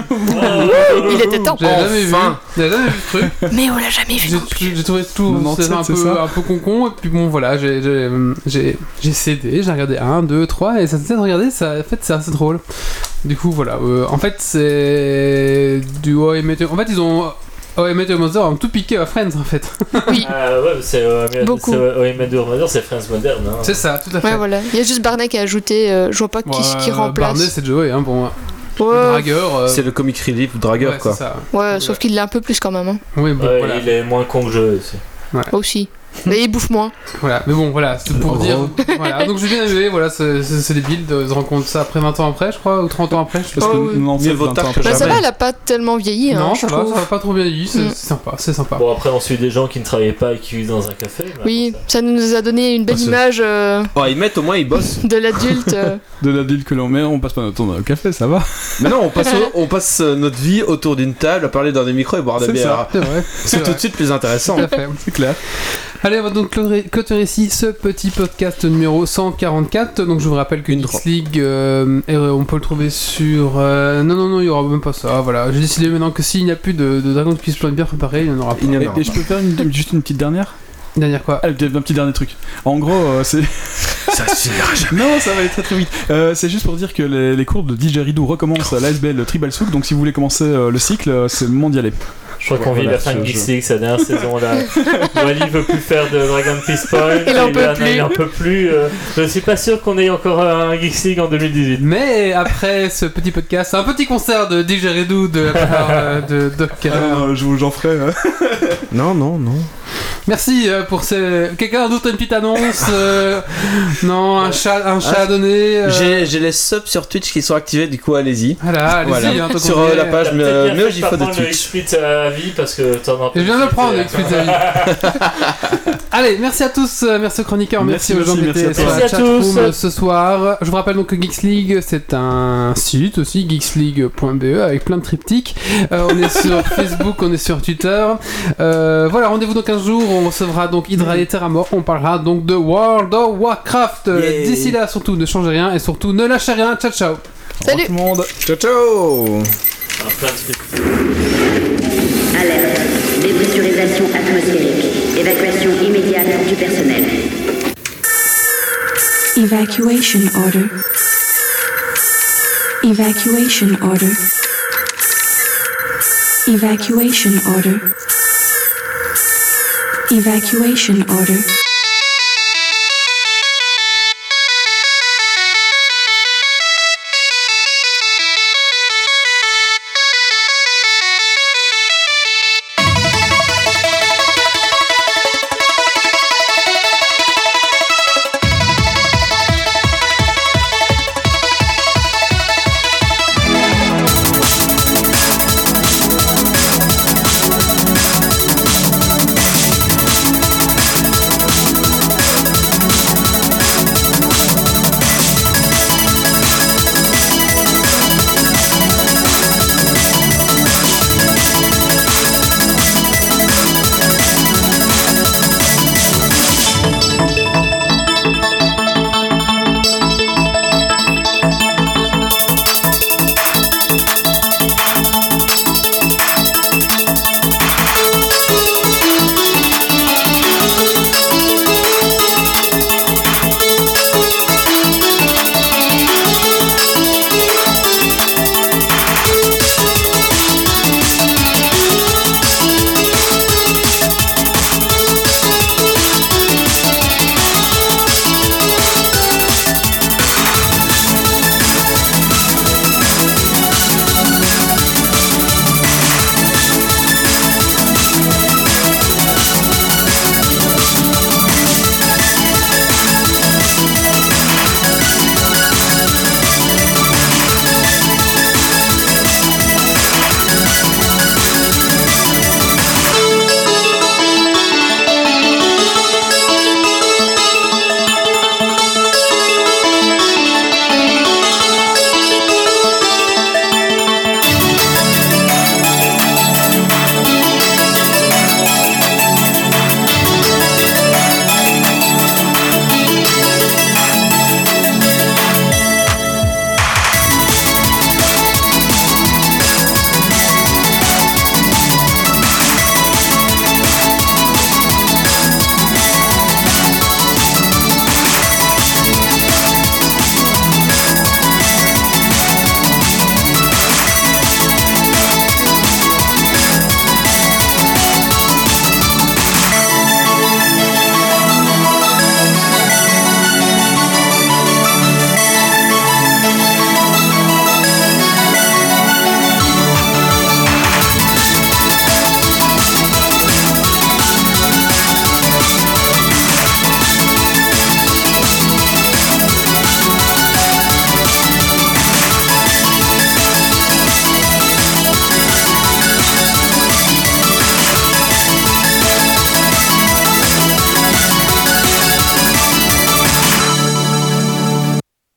Il était temps. J'avais jamais vu. Enfin. J'avais jamais vu ce truc. Mais on l'a jamais vu. J'ai trouvé tout 97, un c'est peu, ça un peu con-con. Et puis bon, voilà, j'ai cédé. J'ai regardé 1, 2, 3. Et ça s'est de regarder, ça, en fait, c'est assez drôle. Du coup, voilà. En fait, c'est du How I Met Your... En fait, ils ont... How I Met Your Mother ont tout piqué à Friends, en fait. Oui, Ouais, c'est Beaucoup. Mother, c'est Friends moderne. Hein. C'est ça, tout à fait. ouais, voilà. Il y a juste Barney qui a ajouté. Je vois pas qui remplace. Barney, c'est Joey, hein, pour moi. Le Ouais, dragueur. C'est le comic relief dragueur ouais, quoi. c'est ça. ouais, sauf qu'il l'a un peu plus quand même. Hein. Oui, bon, Ouais, voilà. il est moins con que je aussi. Aussi. Mais il bouffe moins. Voilà, mais bon, voilà, c'est pour Oh. dire. Voilà, donc j'ai bien aimé, voilà, c'est débile de se rendre compte de ça après 20 ans après, je crois, ou 30 ans après, je sais pas. Parce que Oh, oui. non, Mieux c'est vaut 20 tard ans que après. Bah, ça jamais. va, elle a pas tellement vieilli. Non, hein, ça je va, trouve. ça va pas trop bien dit, c'est Mm. sympa, c'est sympa. Bon, après, on suit des gens qui ne travaillaient pas et qui vivent dans un café. mais Oui, bon, ça nous a donné une belle Parce que- image Oh, ils mettent au moins ils bossent. de l'adulte. De la ville que l'on met, on passe pas notre temps dans le café, ça va. Mais non, on passe notre vie autour d'une table à parler dans des micros et boire de la C'est bière. C'est vrai, C'est tout de suite plus intéressant. tout à fait. C'est clair. Allez, on va donc clôturer ici ce petit podcast numéro 144. Donc je vous rappelle que Geeks League, on peut le trouver sur... Non, il y aura même pas ça, voilà. J'ai décidé maintenant que s'il n'y a plus de Dragon Quest Point bien préparé, il n'y en aura pas. Il n'y en Et, aura et je peux faire juste une petite dernière. Dernière quoi. Allez, un petit dernier truc. En gros, c'est. Ça suffira jamais. Non, ça va aller très très vite. C'est juste pour dire que les cours de Didgeridoo recommencent à l'ASBL Tribal Souk, donc si vous voulez commencer le cycle, c'est le moment d'y aller. Je crois qu'on vit Voilà, la fin de je- Geeks League, sa dernière saison là. Wally veut plus faire de Dragon Quest Point. Il en peut Lana, plus. Il en peut plus. Je suis pas sûr qu'on ait encore un Geeks League en 2018. Mais après ce petit podcast, un petit concert de Didgeridoo de la part de Doc Keller. J'en ferai. Non. Merci pour ces... Quelqu'un d'autre a une petite annonce Non, un chat à donner J'ai les subs sur Twitch qui sont activés, du coup allez-y. Voilà, allez-y, Voilà. hein, tant qu'on Sur y est. la page T'as peut-être bien fait Meojifo pas de prendre le Twitch. XSplit à vie parce que t'en as. Je viens de le prendre, explique ta vie. Allez, merci à tous, merci aux chroniqueurs, merci aux gens qui merci étaient à sur toi. la Merci à chatroom tous. ce soir. Je vous rappelle donc que Geeks League, c'est un site aussi, geeksleague.be, avec plein de triptyques. On est sur Facebook, on est sur Twitter. Voilà, rendez-vous dans 15 jours, on recevra donc Hydra et Terramore, on parlera donc de World of Warcraft. Yeah. D'ici là, surtout, ne changez rien et surtout, ne lâchez rien. Ciao, ciao. Salut. Tout le monde. Ciao ciao. Un plein de scripts. Alerte. Dépressurisation atmosphérique. Évacuation immédiate du personnel. Evacuation order. Evacuation order. Evacuation order. Evacuation order.